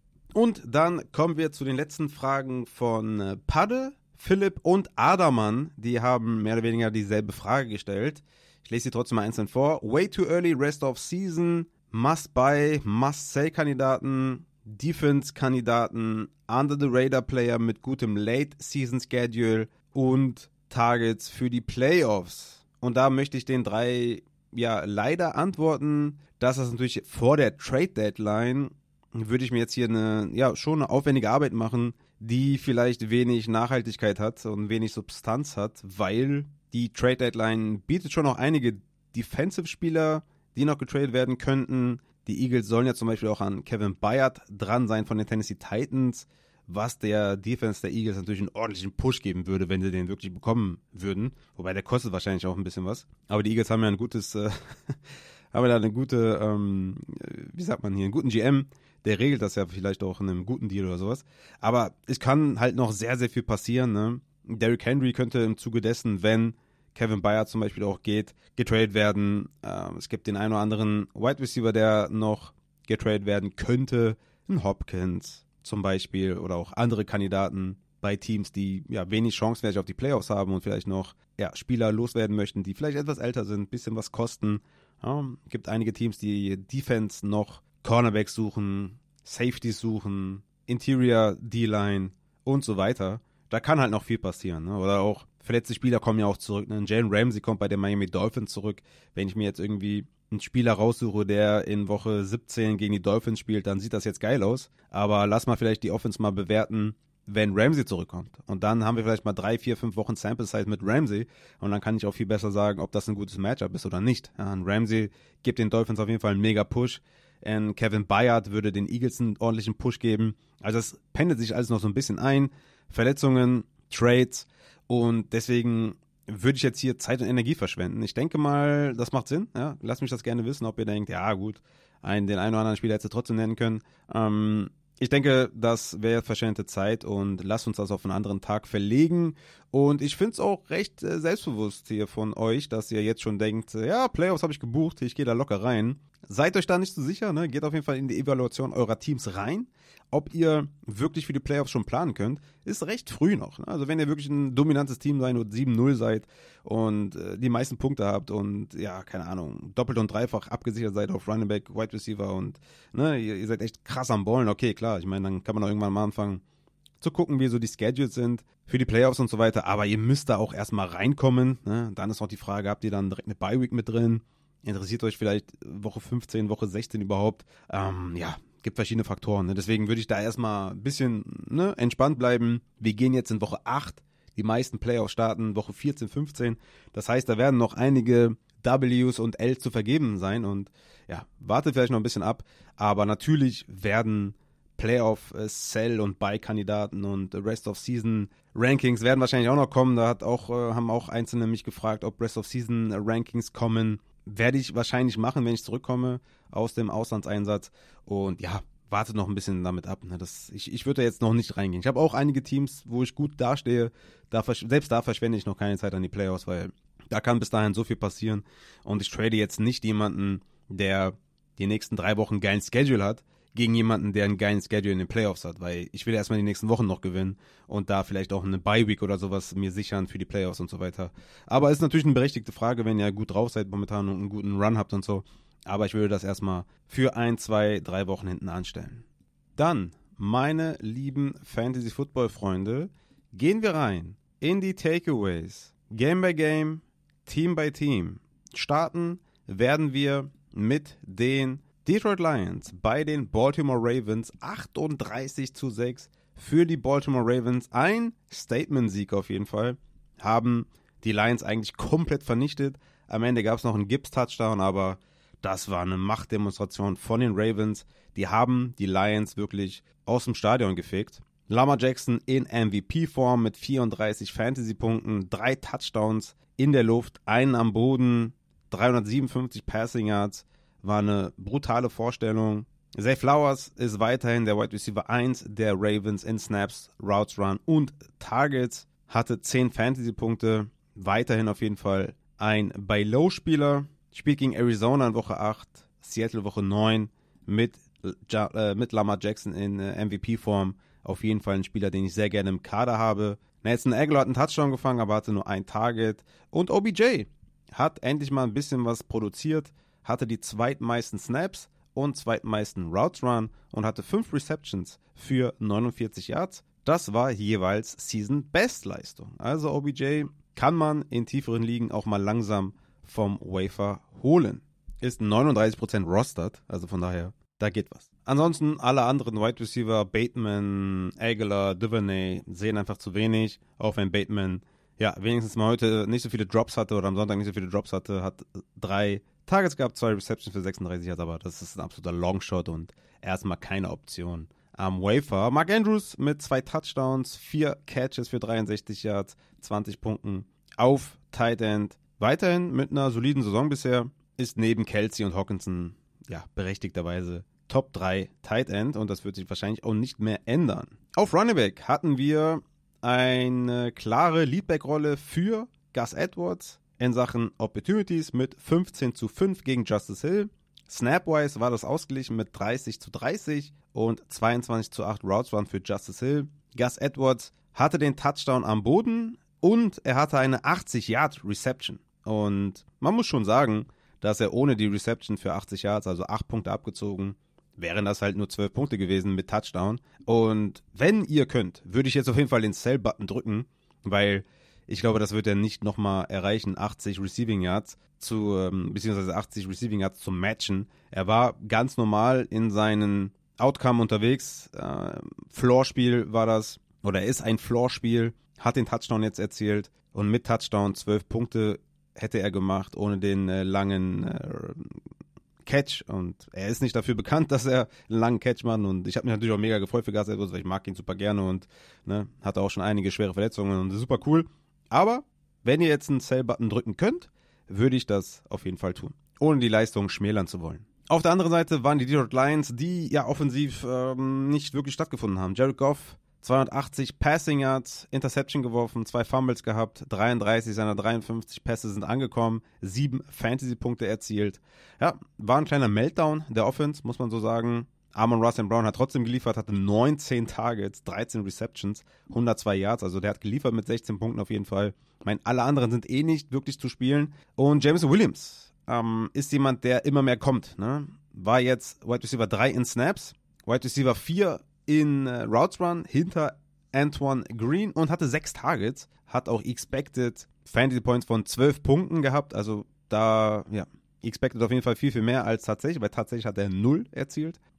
Und dann kommen wir zu den letzten Fragen von Padde, Philipp und Adaman. Die haben mehr oder weniger dieselbe Frage gestellt. Ich lese sie trotzdem mal einzeln vor. Way too early, rest of season, must-buy, must-sell-Kandidaten, Defense-Kandidaten, under-the-radar-Player mit gutem Late-Season-Schedule und Targets für die Playoffs. Und da möchte ich den drei ja leider antworten, dass das natürlich vor der Trade-Deadline würde ich mir jetzt hier eine, ja, schon eine aufwendige Arbeit machen, die vielleicht wenig Nachhaltigkeit hat und wenig Substanz hat, weil die Trade-Deadline bietet schon noch einige Defensive-Spieler, die noch getradet werden könnten. Die Eagles sollen ja zum Beispiel auch an Kevin Byard dran sein von den Tennessee Titans, was der Defense der Eagles natürlich einen ordentlichen Push geben würde, wenn sie den wirklich bekommen würden. Wobei der kostet wahrscheinlich auch ein bisschen was. Aber die Eagles haben ja ein gutes, äh, haben ja da eine gute, ähm, wie sagt man hier, einen guten G M, der regelt das ja vielleicht auch in einem guten Deal oder sowas. Aber es kann halt noch sehr, sehr viel passieren, ne? Derrick Henry könnte im Zuge dessen, wenn Kevin Byard zum Beispiel auch geht, getradet werden. Ähm, es gibt den einen oder anderen Wide Receiver, der noch getradet werden könnte. Ein Hopkins zum Beispiel oder auch andere Kandidaten bei Teams, die ja wenig chancenmäßig auf die Playoffs haben und vielleicht noch ja, Spieler loswerden möchten, die vielleicht etwas älter sind, ein bisschen was kosten. Ja, gibt einige Teams, die Defense noch Cornerbacks suchen, Safeties suchen, Interior D-Line und so weiter. Da kann halt noch viel passieren, ne? Oder auch verletzte Spieler kommen ja auch zurück. Ne? Jalen Ramsey kommt bei den Miami Dolphins zurück. Wenn ich mir jetzt irgendwie einen Spieler raussuche, der in Woche siebzehn gegen die Dolphins spielt, dann sieht das jetzt geil aus. Aber lass mal vielleicht die Offense mal bewerten, wenn Ramsey zurückkommt. Und dann haben wir vielleicht mal drei, vier, fünf Wochen Sample Size mit Ramsey. Und dann kann ich auch viel besser sagen, ob das ein gutes Matchup ist oder nicht. Ja, und Ramsey gibt den Dolphins auf jeden Fall einen mega Push. Und Kevin Byard würde den Eagles einen ordentlichen Push geben. Also es pendelt sich alles noch so ein bisschen ein. Verletzungen, Trades. Und deswegen würde ich jetzt hier Zeit und Energie verschwenden. Ich denke mal, das macht Sinn. Ja? Lasst mich das gerne wissen, ob ihr denkt, ja gut, einen, den einen oder anderen Spieler hätte trotzdem nennen können. Ähm, ich denke, das wäre verschwendete Zeit und lasst uns das auf einen anderen Tag verlegen. Und ich finde es auch recht äh, selbstbewusst hier von euch, dass ihr jetzt schon denkt, äh, ja, Playoffs habe ich gebucht, ich gehe da locker rein. Seid euch da nicht so sicher, ne? Geht auf jeden Fall in die Evaluation eurer Teams rein. Ob ihr wirklich für die Playoffs schon planen könnt, ist recht früh noch. Ne? Also wenn ihr wirklich ein dominantes Team seid und sieben null seid und äh, die meisten Punkte habt und ja, keine Ahnung, doppelt und dreifach abgesichert seid auf Running Back, Wide Receiver und ne, ihr, ihr seid echt krass am Ballen, okay, klar, ich meine, dann kann man auch irgendwann mal anfangen zu gucken, wie so die Schedules sind für die Playoffs und so weiter, aber ihr müsst da auch erstmal reinkommen. Ne? Dann ist noch die Frage, habt ihr dann direkt eine Bye-Week mit drin? Interessiert euch vielleicht Woche fünfzehn, Woche sechzehn überhaupt? Ähm, ja, gibt verschiedene Faktoren. Ne? Deswegen würde ich da erstmal ein bisschen ne, entspannt bleiben. Wir gehen jetzt in Woche acht. Die meisten Playoffs starten Woche vierzehn, fünfzehn. Das heißt, da werden noch einige Ws und Ls zu vergeben sein. Und ja, wartet vielleicht noch ein bisschen ab. Aber natürlich werden Playoff, äh, Sell- und Buy-Kandidaten und Rest-of-Season-Rankings werden wahrscheinlich auch noch kommen. Da hat auch, äh, haben auch Einzelne mich gefragt, ob Rest-of-Season-Rankings kommen. Werde ich wahrscheinlich machen, wenn ich zurückkomme aus dem Auslandseinsatz. Und ja, wartet noch ein bisschen damit ab. Ne? Das, ich, ich würde da jetzt noch nicht reingehen. Ich habe auch einige Teams, wo ich gut dastehe. Da, selbst da verschwende ich noch keine Zeit an die Playoffs, weil da kann bis dahin so viel passieren. Und ich trade jetzt nicht jemanden, der die nächsten drei Wochen einen geilen Schedule hat, gegen jemanden, der einen geilen Schedule in den Playoffs hat, weil ich will erstmal die nächsten Wochen noch gewinnen und da vielleicht auch eine Bye-Week oder sowas mir sichern für die Playoffs und so weiter. Aber es ist natürlich eine berechtigte Frage, wenn ihr gut drauf seid momentan und einen guten Run habt und so. Aber ich würde das erstmal für ein, zwei, drei Wochen hinten anstellen. Dann, meine lieben Fantasy-Football-Freunde, gehen wir rein in die Takeaways. Game by Game, Team by Team. Starten werden wir mit den Detroit Lions bei den Baltimore Ravens. achtunddreißig zu sechs für die Baltimore Ravens. Ein Statement-Sieg auf jeden Fall. Haben die Lions eigentlich komplett vernichtet. Am Ende gab es noch einen Gibbs-Touchdown, aber das war eine Machtdemonstration von den Ravens. Die haben die Lions wirklich aus dem Stadion gefegt. Lamar Jackson in M V P-Form mit vierunddreißig Fantasy-Punkten, drei Touchdowns in der Luft, einen am Boden, dreihundertsiebenundfünfzig Passing Yards. War eine brutale Vorstellung. Zay Flowers ist weiterhin der Wide Receiver eins der Ravens in Snaps, Routes Run und Targets. Hatte zehn Fantasy-Punkte. Weiterhin auf jeden Fall ein Buy-Low-Spieler. Spielt gegen Arizona in Woche acht, Seattle Woche neun mit, ja, äh, mit Lamar Jackson in äh, M V P-Form. Auf jeden Fall ein Spieler, den ich sehr gerne im Kader habe. Nelson Aguilar hat einen Touchdown gefangen, aber hatte nur ein Target. Und O B J hat endlich mal ein bisschen was produziert. Hatte die zweitmeisten Snaps und zweitmeisten Routes Run und hatte fünf Receptions für neunundvierzig Yards. Das war jeweils Season-Bestleistung. Also O B J kann man in tieferen Ligen auch mal langsam vom Wafer holen. Ist neununddreißig Prozent rostered, also von daher, da geht was. Ansonsten alle anderen Wide Receiver, Bateman, Aguilar, Duvernay, sehen einfach zu wenig. Auch wenn Bateman ja wenigstens mal heute nicht so viele Drops hatte oder am Sonntag nicht so viele Drops hatte, hat drei Targets gehabt, zwei Receptions für sechsunddreißig Yards, aber das ist ein absoluter Longshot und erstmal keine Option am Wafer. Mark Andrews mit zwei Touchdowns, vier Catches für dreiundsechzig Yards, zwanzig Punkten auf Tight End. Weiterhin mit einer soliden Saison bisher, ist neben Kelsey und Hockenson ja berechtigterweise Top drei Tight End und das wird sich wahrscheinlich auch nicht mehr ändern. Auf Running Back hatten wir eine klare Leadback-Rolle für Gus Edwards in Sachen Opportunities mit fünfzehn zu fünf gegen Justice Hill. Snapwise war das ausgeglichen mit dreißig zu dreißig und zweiundzwanzig zu acht Routes Run für Justice Hill. Gus Edwards hatte den Touchdown am Boden und er hatte eine achtzig Yard Reception. Und man muss schon sagen, dass er ohne die Reception für achtzig Yards, also acht Punkte abgezogen, wären das halt nur zwölf Punkte gewesen mit Touchdown. Und wenn ihr könnt, würde ich jetzt auf jeden Fall den Sell-Button drücken, weil ich glaube, das wird er nicht nochmal erreichen, achtzig Receiving Yards zu, ähm, beziehungsweise achtzig Receiving Yards zu matchen. Er war ganz normal in seinen Outcome unterwegs. Äh, Floor-Spiel war das, oder er ist ein Floor-Spiel, hat den Touchdown jetzt erzielt und mit Touchdown zwölf Punkte hätte er gemacht, ohne den äh, langen äh, Catch. Und er ist nicht dafür bekannt, dass er einen langen Catch macht. Und ich habe mich natürlich auch mega gefreut für Gus Edwards, weil ich mag ihn super gerne und ne, hatte auch schon einige schwere Verletzungen und super cool. Aber wenn ihr jetzt einen Sell-Button drücken könnt, würde ich das auf jeden Fall tun, ohne die Leistung schmälern zu wollen. Auf der anderen Seite waren die Detroit Lions, die ja offensiv ähm, nicht wirklich stattgefunden haben. Jared Goff, zweihundertachtzig Passing Yards, Interception geworfen, zwei Fumbles gehabt, dreiunddreißig seiner dreiundfünfzig Pässe sind angekommen, sieben Fantasy-Punkte erzielt. Ja, war ein kleiner Meltdown der Offense, muss man so sagen. Amon-Ra Saint Brown hat trotzdem geliefert, hatte neunzehn Targets, dreizehn Receptions, hundertzwei Yards, also der hat geliefert mit sechzehn Punkten auf jeden Fall. Ich meine, alle anderen sind eh nicht wirklich zu spielen. Und Jameson Williams ähm, ist jemand, der immer mehr kommt. Ne? War jetzt Wide Receiver drei in Snaps, Wide Receiver vier in äh, Routes Run hinter Antoine Green und hatte sechs Targets, hat auch Expected Fantasy Points von zwölf Punkten gehabt, also da, ja, Expected auf jeden Fall viel, viel mehr als tatsächlich, weil tatsächlich hat er null erzielt.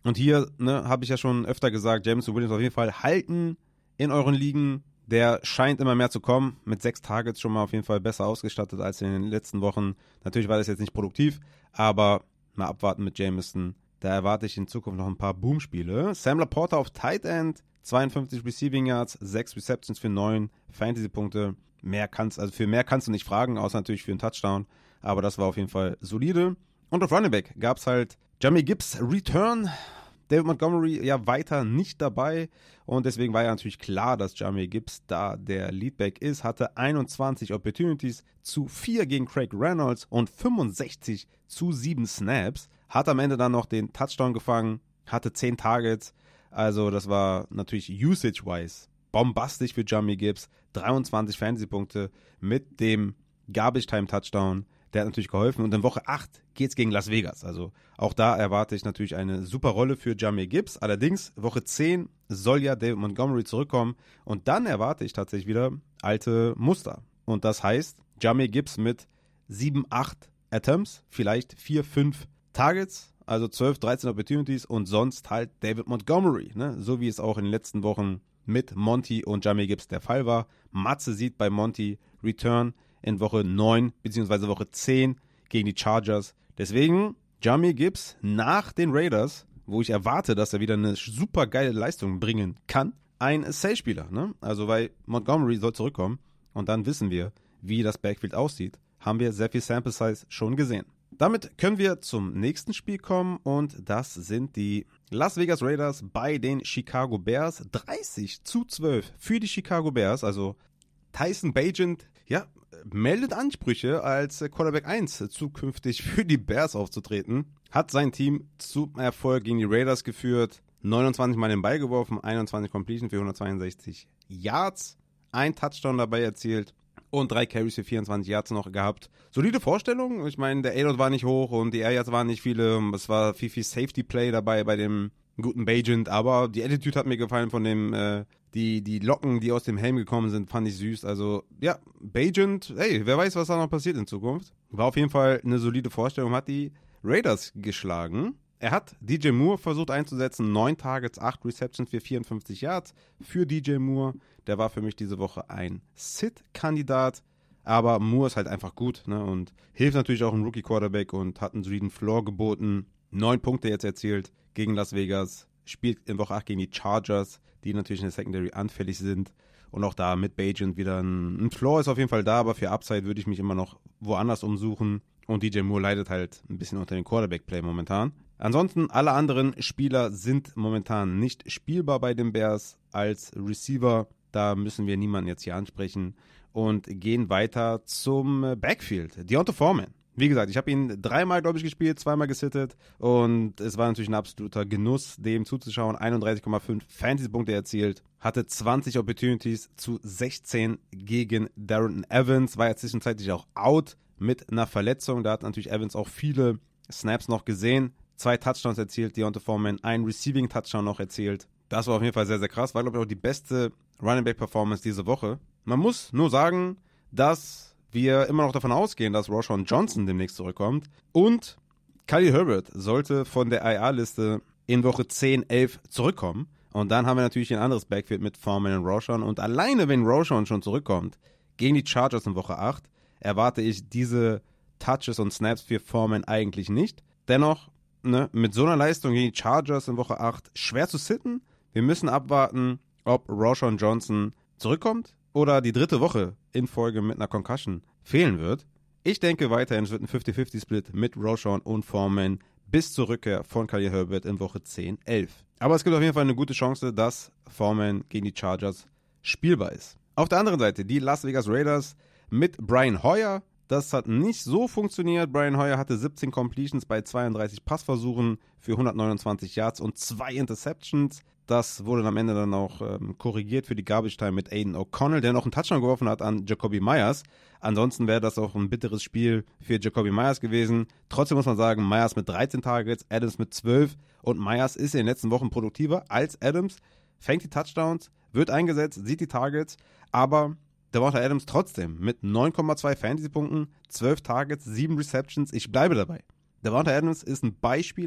Und hier, ne, habe ich ja schon öfter gesagt, Jameson Williams auf jeden Fall halten in euren Ligen. Der scheint immer mehr zu kommen. Mit sechs Targets schon mal auf jeden Fall besser ausgestattet als in den letzten Wochen. Natürlich war das jetzt nicht produktiv, aber mal abwarten mit Jameson. Da erwarte ich in Zukunft noch ein paar Boom-Spiele. Sam Laporta auf Tight End, zweiundfünfzig Receiving Yards, sechs Receptions für neun Fantasy-Punkte. Mehr kannst, also für mehr kannst du nicht fragen, außer natürlich für einen Touchdown. Aber das war auf jeden Fall solide. Und auf Running Back gab es halt Jahmyr Gibbs Return. David Montgomery ja weiter nicht dabei und deswegen war ja natürlich klar, dass Jahmyr Gibbs da der Leadback ist, hatte einundzwanzig Opportunities zu vier gegen Craig Reynolds und fünfundsechzig zu sieben Snaps, hat am Ende dann noch den Touchdown gefangen, hatte zehn Targets, also das war natürlich usage-wise bombastisch für Jahmyr Gibbs, dreiundzwanzig Fantasy-Punkte mit dem Garbage-Time-Touchdown. Der hat natürlich geholfen. Und in Woche acht geht es gegen Las Vegas. Also auch da erwarte ich natürlich eine super Rolle für Jahmyr Gibbs. Allerdings, Woche zehn soll ja David Montgomery zurückkommen. Und dann erwarte ich tatsächlich wieder alte Muster. Und das heißt, Jahmyr Gibbs mit sieben, acht Attempts, vielleicht vier, fünf Targets, also zwölf, dreizehn Opportunities und sonst halt David Montgomery. Ne? So wie es auch in den letzten Wochen mit Monty und Jahmyr Gibbs der Fall war. Matze sieht bei Monty Return in Woche neun bzw. Woche zehn gegen die Chargers. Deswegen Jahmyr Gibbs nach den Raiders, wo ich erwarte, dass er wieder eine super geile Leistung bringen kann, ein Safe-Spieler. Ne? Also weil Montgomery soll zurückkommen und dann wissen wir, wie das Backfield aussieht. Haben wir sehr viel Sample Size schon gesehen. Damit können wir zum nächsten Spiel kommen und das sind die Las Vegas Raiders bei den Chicago Bears. dreißig zu zwölf für die Chicago Bears, also Tyson Bagent, ja, meldet Ansprüche, als Quarterback eins zukünftig für die Bears aufzutreten. Hat sein Team zum Erfolg gegen die Raiders geführt. neunundzwanzig Mal den Ball geworfen, einundzwanzig Completion für hundertzweiundsechzig Yards. Ein Touchdown dabei erzielt und drei Carries für vierundzwanzig Yards noch gehabt. Solide Vorstellung. Ich meine, der A-Dot war nicht hoch und die Air Yards waren nicht viele. Es war viel, viel Safety Play dabei bei dem guten Bagent, aber die Attitude hat mir gefallen von dem, äh, die, die Locken, die aus dem Helm gekommen sind, fand ich süß. Also, ja, Bagent, hey, wer weiß, was da noch passiert in Zukunft. War auf jeden Fall eine solide Vorstellung, hat die Raiders geschlagen. Er hat D J Moore versucht einzusetzen, neun Targets, acht Receptions für vierundfünfzig Yards für D J Moore. Der war für mich diese Woche ein Sit-Kandidat, aber Moore ist halt einfach gut, ne, und hilft natürlich auch im Rookie-Quarterback und hat einen soliden Floor geboten. Neun Punkte jetzt erzielt gegen Las Vegas, spielt in Woche acht gegen die Chargers, die natürlich in der Secondary anfällig sind. Und auch da mit Bagent wieder ein, ein Floor ist auf jeden Fall da, aber für Upside würde ich mich immer noch woanders umsuchen. Und D J Moore leidet halt ein bisschen unter den Quarterback-Play momentan. Ansonsten, alle anderen Spieler sind momentan nicht spielbar bei den Bears als Receiver. Da müssen wir niemanden jetzt hier ansprechen. Und gehen weiter zum Backfield. D'Onta Foreman. Wie gesagt, ich habe ihn dreimal, glaube ich, gespielt, zweimal gesittet und es war natürlich ein absoluter Genuss, dem zuzuschauen. einunddreißig Komma fünf Fantasy-Punkte erzielt, hatte zwanzig Opportunities zu sechzehn gegen Darren Evans, war ja zwischenzeitlich auch out mit einer Verletzung. Da hat natürlich Evans auch viele Snaps noch gesehen, zwei Touchdowns erzielt, D'Onta Foreman, ein Receiving-Touchdown noch erzielt. Das war auf jeden Fall sehr, sehr krass, war, glaube ich, auch die beste Running-Back-Performance diese Woche. Man muss nur sagen, dass wir immer noch davon ausgehen, dass Roschon Johnson demnächst zurückkommt. Und Khalil Herbert sollte von der I R-Liste in Woche zehn, elf zurückkommen. Und dann haben wir natürlich ein anderes Backfield mit Foreman und Roschon. Und alleine, wenn Roschon schon zurückkommt, gegen die Chargers in Woche acht, erwarte ich diese Touches und Snaps für Foreman eigentlich nicht. Dennoch, ne, mit so einer Leistung gegen die Chargers in Woche acht schwer zu sitten. Wir müssen abwarten, ob Roschon Johnson zurückkommt oder die dritte Woche in Folge mit einer Concussion fehlen wird. Ich denke weiterhin, es wird ein fünfzig fünfzig Split mit Roschon und Foreman bis zur Rückkehr von Khalil Herbert in Woche zehn, elf. Aber es gibt auf jeden Fall eine gute Chance, dass Foreman gegen die Chargers spielbar ist. Auf der anderen Seite die Las Vegas Raiders mit Brian Hoyer. Das hat nicht so funktioniert. Brian Hoyer hatte siebzehn Completions bei zweiunddreißig Passversuchen für hundertneunundzwanzig Yards und zwei Interceptions. Das wurde am Ende dann auch ähm, korrigiert für die Garbage Time mit Aiden O'Connell, der noch einen Touchdown geworfen hat an Jacoby Myers. Ansonsten wäre das auch ein bitteres Spiel für Jacoby Myers gewesen. Trotzdem muss man sagen, Myers mit dreizehn Targets, Adams mit zwölf und Myers ist in den letzten Wochen produktiver als Adams. Fängt die Touchdowns, wird eingesetzt, sieht die Targets, aber Davante Adams trotzdem mit neun Komma zwei Fantasy-Punkten, zwölf Targets, sieben Receptions. Ich bleibe dabei. Davante Adams ist ein Beispieler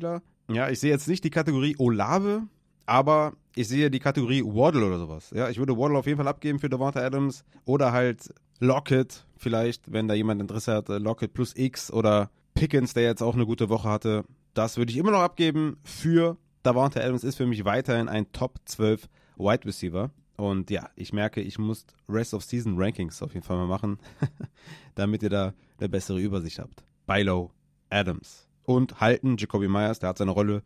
Ja, ich sehe jetzt nicht die Kategorie Olave, aber ich sehe die Kategorie Waddle oder sowas. Ja, ich würde Waddle auf jeden Fall abgeben für Davante Adams oder halt Lockett vielleicht, wenn da jemand Interesse hat, Lockett plus X oder Pickens, der jetzt auch eine gute Woche hatte. Das würde ich immer noch abgeben für Davante Adams, ist für mich weiterhin ein Top zwölf Wide Receiver. Und ja, ich merke, ich muss Rest of Season Rankings auf jeden Fall mal machen, damit ihr da eine bessere Übersicht habt. Bilo, Adams und halten Jacoby Myers, der hat seine Rolle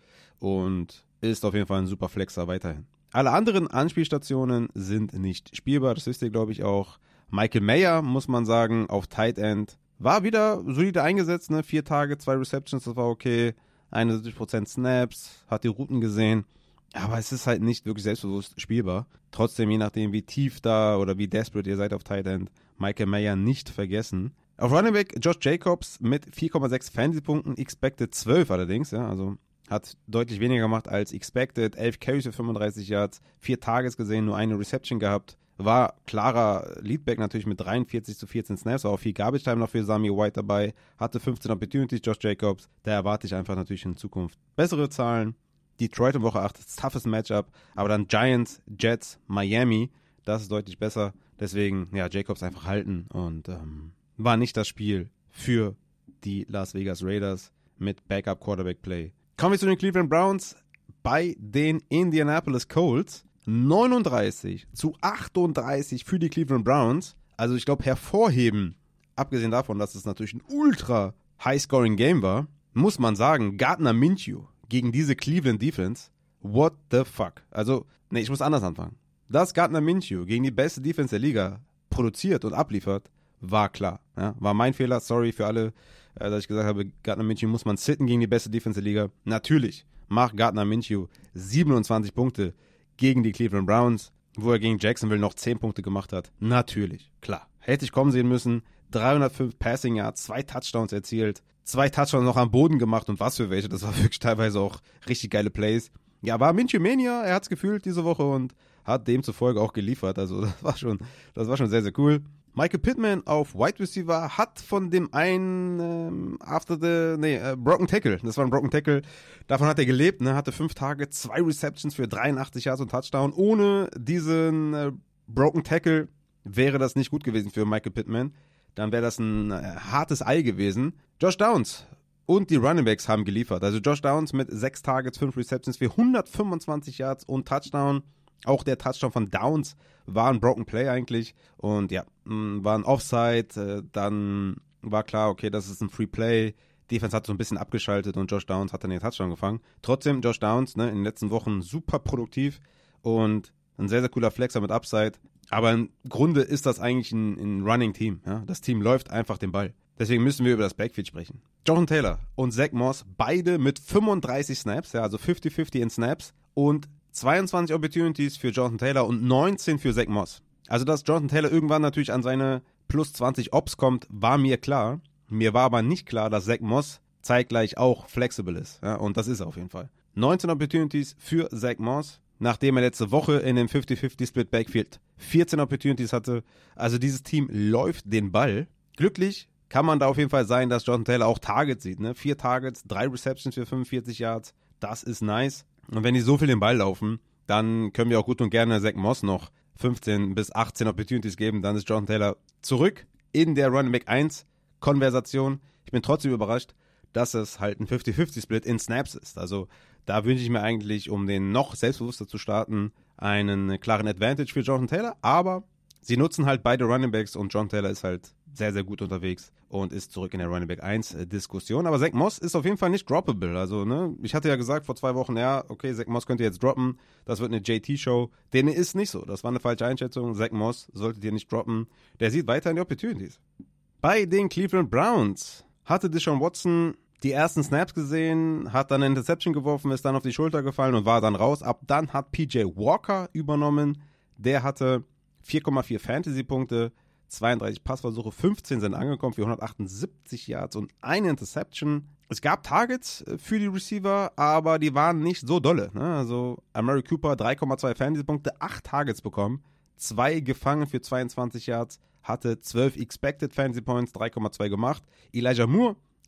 und ist auf jeden Fall ein super Flexer weiterhin. Alle anderen Anspielstationen sind nicht spielbar, das wisst ihr, glaube ich, auch. Michael Mayer, muss man sagen, auf Tight End, war wieder solide eingesetzt, ne? Vier Tage, zwei Receptions, das war okay. einundsiebzig Prozent Snaps, hat die Routen gesehen. Aber es ist halt nicht wirklich selbstbewusst spielbar. Trotzdem, je nachdem, wie tief da oder wie desperate ihr seid auf Tight End, Michael Mayer nicht vergessen. Auf Running Back Josh Jacobs mit vier Komma sechs Fantasy-Punkten, expected zwölf allerdings, ja, also hat deutlich weniger gemacht als expected. elf Carries für fünfunddreißig Yards, vier Tages gesehen, nur eine Reception gehabt. War klarer Leadback natürlich mit dreiundvierzig zu vierzehn Snaps, war auch viel Garbage Time noch für Sami White dabei, hatte fünfzehn Opportunities, Josh Jacobs. Da erwarte ich einfach natürlich in Zukunft bessere Zahlen. Detroit in Woche acht, das toughest Matchup, aber dann Giants, Jets, Miami, das ist deutlich besser. Deswegen, ja, Jacobs einfach halten und ähm, war nicht das Spiel für die Las Vegas Raiders mit Backup Quarterback Play. Kommen wir zu den Cleveland Browns bei den Indianapolis Colts. neununddreißig zu achtunddreißig für die Cleveland Browns. Also ich glaube hervorheben, abgesehen davon, dass es natürlich ein ultra High-Scoring-Game war, muss man sagen, Gardner Minshew gegen diese Cleveland Defense, what the fuck? Also, nee, ich muss anders anfangen. Dass Gardner Minshew gegen die beste Defense der Liga produziert und abliefert, war klar. Ja? War mein Fehler, sorry für alle, äh, dass ich gesagt habe, Gardner Minshew muss man sitten gegen die beste Defense der Liga. Natürlich macht Gardner Minshew siebenundzwanzig Punkte gegen die Cleveland Browns, wo er gegen Jacksonville noch zehn Punkte gemacht hat. Natürlich, klar. Hätte ich kommen sehen müssen. dreihundertfünf Passing Yards, zwei Touchdowns erzielt, zwei Touchdowns noch am Boden gemacht und was für welche. Das war wirklich teilweise auch richtig geile Plays. Ja, war Minshew Mania, er hat es gefühlt diese Woche und hat demzufolge auch geliefert. Also das war schon, das war schon sehr, sehr cool. Michael Pittman auf Wide Receiver hat von dem einen ähm, after the, nee, äh, Broken Tackle, das war ein Broken Tackle, davon hat er gelebt, ne, hatte fünf Tage, zwei Receptions für dreiundachtzig Yards und Touchdown. Ohne diesen äh, Broken Tackle wäre das nicht gut gewesen für Michael Pittman. Dann wäre das ein äh, hartes Ei gewesen. Josh Downs und die Running Backs haben geliefert. Also Josh Downs mit sechs Targets, fünf Receptions für hundertfünfundzwanzig Yards und Touchdown. Auch der Touchdown von Downs war ein Broken Play eigentlich. Und ja, war ein Offside. Dann war klar, okay, das ist ein Free Play. Defense hat so ein bisschen abgeschaltet und Josh Downs hat dann den Touchdown gefangen. Trotzdem, Josh Downs, ne, in den letzten Wochen super produktiv und ein sehr, sehr cooler Flexer mit Upside. Aber im Grunde ist das eigentlich ein, ein Running-Team. Ja? Das Team läuft einfach den Ball. Deswegen müssen wir über das Backfield sprechen. Jonathan Taylor und Zach Moss, beide mit fünfunddreißig Snaps, ja, also fünfzig fünfzig in Snaps und zweiundzwanzig Opportunities für Jonathan Taylor und neunzehn für Zach Moss. Also, dass Jonathan Taylor irgendwann natürlich an seine plus zwanzig Ops kommt, war mir klar. Mir war aber nicht klar, dass Zach Moss zeitgleich auch flexible ist. Ja, und das ist er auf jeden Fall. neunzehn Opportunities für Zach Moss, nachdem er letzte Woche in dem fünfzig fünfzig Split Backfield vierzehn Opportunities hatte. Also dieses Team läuft den Ball. Glücklich kann man da auf jeden Fall sein, dass Jonathan Taylor auch Targets sieht. Ne? Vier Targets, drei Receptions für fünfundvierzig Yards. Das ist nice. Und wenn die so viel den Ball laufen, dann können wir auch gut und gerne Zach Moss noch fünfzehn bis achtzehn Opportunities geben. Dann ist Jonathan Taylor zurück in der Running Back eins Konversation. Ich bin trotzdem überrascht, dass es halt ein fünfzig fünfzig Split in Snaps ist. Also da wünsche ich mir eigentlich, um den noch selbstbewusster zu starten, einen klaren Advantage für Jonathan Taylor. Aber sie nutzen halt beide Running Backs und Jonathan Taylor ist halt sehr, sehr gut unterwegs und ist zurück in der Running Back eins Diskussion. Aber Zach Moss ist auf jeden Fall nicht droppable. Also, ne, ich hatte ja gesagt vor zwei Wochen, ja, okay, Zach Moss könnt ihr jetzt droppen. Das wird eine J T-Show. Den ist nicht so. Das war eine falsche Einschätzung. Zach Moss solltet ihr nicht droppen. Der sieht weiterhin die Opportunities. Bei den Cleveland Browns hatte Deshaun Watson die ersten Snaps gesehen, hat dann eine Interception geworfen, ist dann auf die Schulter gefallen und war dann raus. Ab dann hat P J Walker übernommen. Der hatte vier Komma vier Fantasy-Punkte, zweiunddreißig Passversuche, fünfzehn sind angekommen für hundertachtundsiebzig Yards und eine Interception. Es gab Targets für die Receiver, aber die waren nicht so dolle. Ne? Also Amari Cooper drei Komma zwei Fantasy-Punkte, acht Targets bekommen, zwei gefangen für zweiundzwanzig Yards, hatte zwölf Expected Fantasy Points, drei Komma zwei gemacht. Elijah Moore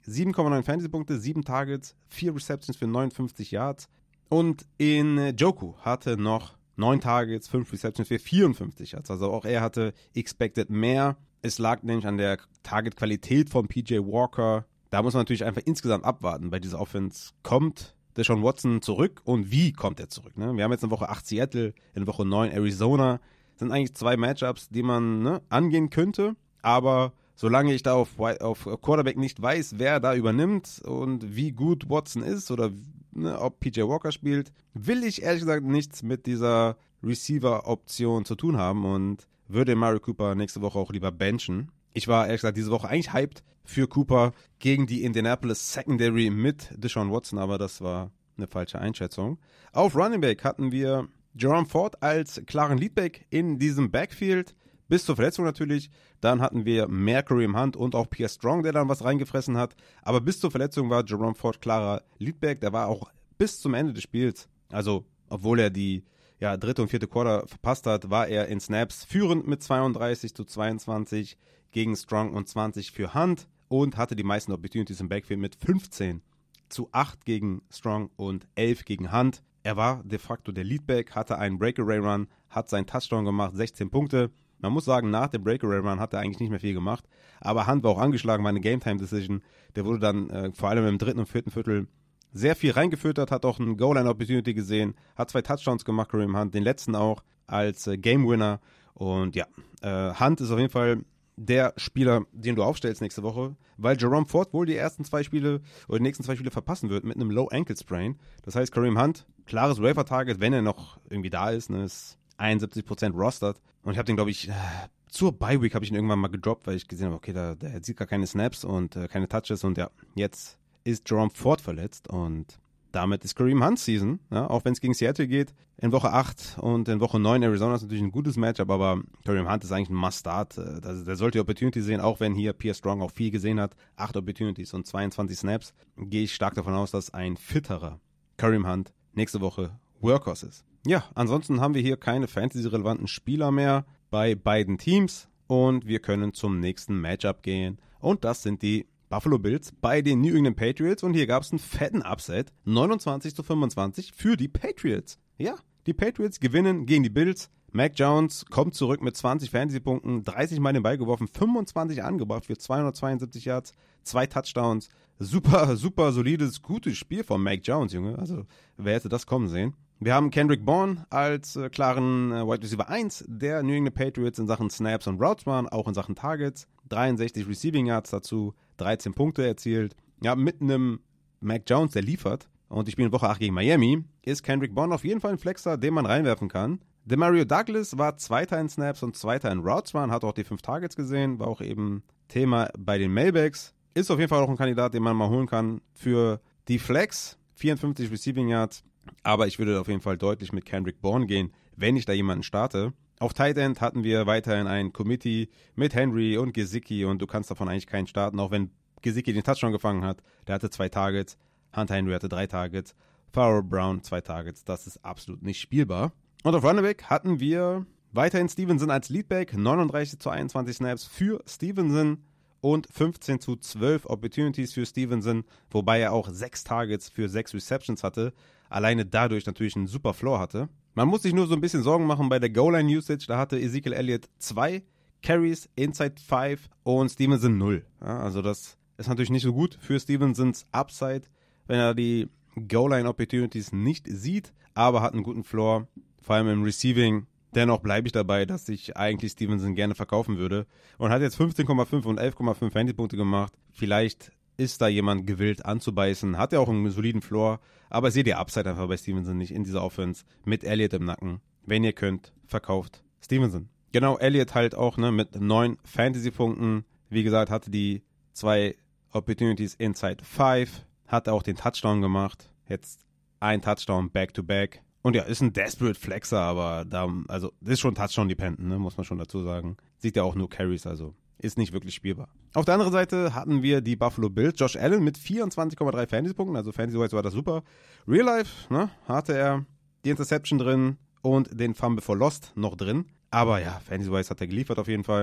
sieben Komma neun Fantasy-Punkte, sieben Targets, vier Receptions für neunundfünfzig Yards. Und in äh, Njoku hatte noch neun Targets, fünf Receptions für vierundfünfzig Yards. Also auch er hatte expected mehr. Es lag nämlich an der Target-Qualität von P J Walker. Da muss man natürlich einfach insgesamt abwarten. Bei dieser Offense kommt Deshaun Watson zurück und wie kommt er zurück? Ne? Wir haben jetzt in Woche acht Seattle, in Woche neun Arizona. Das sind eigentlich zwei Matchups, die man ne, angehen könnte. Aber solange ich da auf, auf Quarterback nicht weiß, wer da übernimmt und wie gut Watson ist oder ne, ob P J Walker spielt, will ich ehrlich gesagt nichts mit dieser Receiver-Option zu tun haben und würde Amari Cooper nächste Woche auch lieber benchen. Ich war ehrlich gesagt diese Woche eigentlich hyped für Cooper gegen die Indianapolis Secondary mit Deshaun Watson, aber das war eine falsche Einschätzung. Auf Running Back hatten wir Jerome Ford als klaren Leadback in diesem Backfield, bis zur Verletzung natürlich. Dann hatten wir mehr Kareem Hunt und auch Pierre Strong, der dann was reingefressen hat. Aber bis zur Verletzung war Jerome Ford klarer Leadback. Der war auch bis zum Ende des Spiels, also obwohl er die ja, dritte und vierte Quarter verpasst hat, war er in Snaps führend mit zweiunddreißig zu zweiundzwanzig gegen Strong und zwanzig für Hunt und hatte die meisten Opportunities im Backfield mit fünfzehn zu acht gegen Strong und elf gegen Hunt. Er war de facto der Leadback, hatte einen Breakaway-Run, hat seinen Touchdown gemacht, sechzehn Punkte. Man muss sagen, nach dem Breakaway-Run hat er eigentlich nicht mehr viel gemacht, aber Hunt war auch angeschlagen, war eine Game-Time-Decision. Der wurde dann äh, vor allem im dritten und vierten Viertel sehr viel reingefüttert, hat auch eine Goal-Line-Opportunity gesehen, hat zwei Touchdowns gemacht, Kareem Hunt, den letzten auch als äh, Game-Winner. Und ja, äh, Hunt ist auf jeden Fall der Spieler, den du aufstellst nächste Woche, weil Jerome Ford wohl die ersten zwei Spiele oder die nächsten zwei Spiele verpassen wird mit einem Low-Ankle-Sprain. Das heißt, Kareem Hunt, klares Waiver-Target, wenn er noch irgendwie da ist, ne, ist einundsiebzig Prozent rostered. Und ich habe den, glaube ich, zur Bye-Week habe ich ihn irgendwann mal gedroppt, weil ich gesehen habe, okay, da, der sieht gar keine Snaps und äh, keine Touches und ja, jetzt ist Jerome Ford verletzt und damit ist Kareem Hunt Season, ja, auch wenn es gegen Seattle geht. In Woche acht und in Woche neun Arizona ist natürlich ein gutes Matchup, aber Kareem Hunt ist eigentlich ein Must-Start. Der sollte die Opportunity sehen, auch wenn hier Pierre Strong auch viel gesehen hat. Acht Opportunities und zweiundzwanzig Snaps. Gehe ich stark davon aus, dass ein fitterer Kareem Hunt nächste Woche Workhorse ist. Ja, ansonsten haben wir hier keine Fantasy-relevanten Spieler mehr bei beiden Teams und wir können zum nächsten Matchup gehen und das sind die Buffalo Bills bei den New England Patriots und hier gab es einen fetten Upset, neunundzwanzig zu fünfundzwanzig für die Patriots. Ja, die Patriots gewinnen gegen die Bills. Mac Jones kommt zurück mit zwanzig Fantasy-Punkten, dreißig Mal den Ball geworfen, fünfundzwanzig angebracht für zweihundertzweiundsiebzig Yards, zwei Touchdowns. Super, super solides, gutes Spiel von Mac Jones, Junge. Also, wer hätte das kommen sehen? Wir haben Kendrick Bourne als äh, klaren äh, Wide Receiver eins der New England Patriots in Sachen Snaps und Routes Run, auch in Sachen Targets. dreiundsechzig Receiving Yards dazu, dreizehn Punkte erzielt. Ja, mit einem Mac Jones, der liefert. Und ich spiele in Woche acht gegen Miami. Ist Kendrick Bourne auf jeden Fall ein Flexer, den man reinwerfen kann. Demario Douglas war Zweiter in Snaps und Zweiter in Routes Run, hat auch die fünf Targets gesehen, war auch eben Thema bei den Mailbacks. Ist auf jeden Fall auch ein Kandidat, den man mal holen kann für die Flex. vierundfünfzig Receiving Yards. Aber ich würde auf jeden Fall deutlich mit Kendrick Bourne gehen, wenn ich da jemanden starte. Auf Tight End hatten wir weiterhin ein Committee mit Henry und Gesicki und du kannst davon eigentlich keinen starten, auch wenn Gesicki den Touchdown gefangen hat. Der hatte zwei Targets, Hunter Henry hatte drei Targets, Pharaoh Brown zwei Targets. Das ist absolut nicht spielbar. Und auf Running Back hatten wir weiterhin Stevenson als Leadback, neununddreißig zu einundzwanzig Snaps für Stevenson und fünfzehn zu zwölf Opportunities für Stevenson, wobei er auch sechs Targets für sechs Receptions hatte, alleine dadurch natürlich einen super Floor hatte. Man muss sich nur so ein bisschen Sorgen machen bei der Goal-Line-Usage, da hatte Ezekiel Elliott zwei Carries, Inside fünf und Stevenson null. Ja, also das ist natürlich nicht so gut für Stevensons Upside, wenn er die Goal-Line-Opportunities nicht sieht, aber hat einen guten Floor, vor allem im Receiving. Dennoch bleibe ich dabei, dass ich eigentlich Stevenson gerne verkaufen würde und hat jetzt fünfzehn Komma fünf und elf Komma fünf Fantasy-Punkte gemacht. Vielleicht ist da jemand gewillt anzubeißen, hat ja auch einen soliden Floor, aber seht ihr Upside einfach bei Stevenson nicht in dieser Offense mit Elliott im Nacken. Wenn ihr könnt, verkauft Stevenson. Genau, Elliott halt auch ne, mit neun Fantasy-Punkten. Wie gesagt, hatte die zwei Opportunities inside fünf, hat auch den Touchdown gemacht. Jetzt ein Touchdown back-to-back. Und ja, ist ein Desperate Flexer, aber da, also, das ist schon Touchdown-dependent, ne, muss man schon dazu sagen. Sieht ja auch nur Carries, also ist nicht wirklich spielbar. Auf der anderen Seite hatten wir die Buffalo Bills. Josh Allen mit vierundzwanzig Komma drei Fantasy-Punkten, also Fantasy-wise war das super. Real Life, ne, hatte er die Interception drin und den Fumble for Lost noch drin. Aber ja, Fantasy-wise hat er geliefert auf jeden Fall.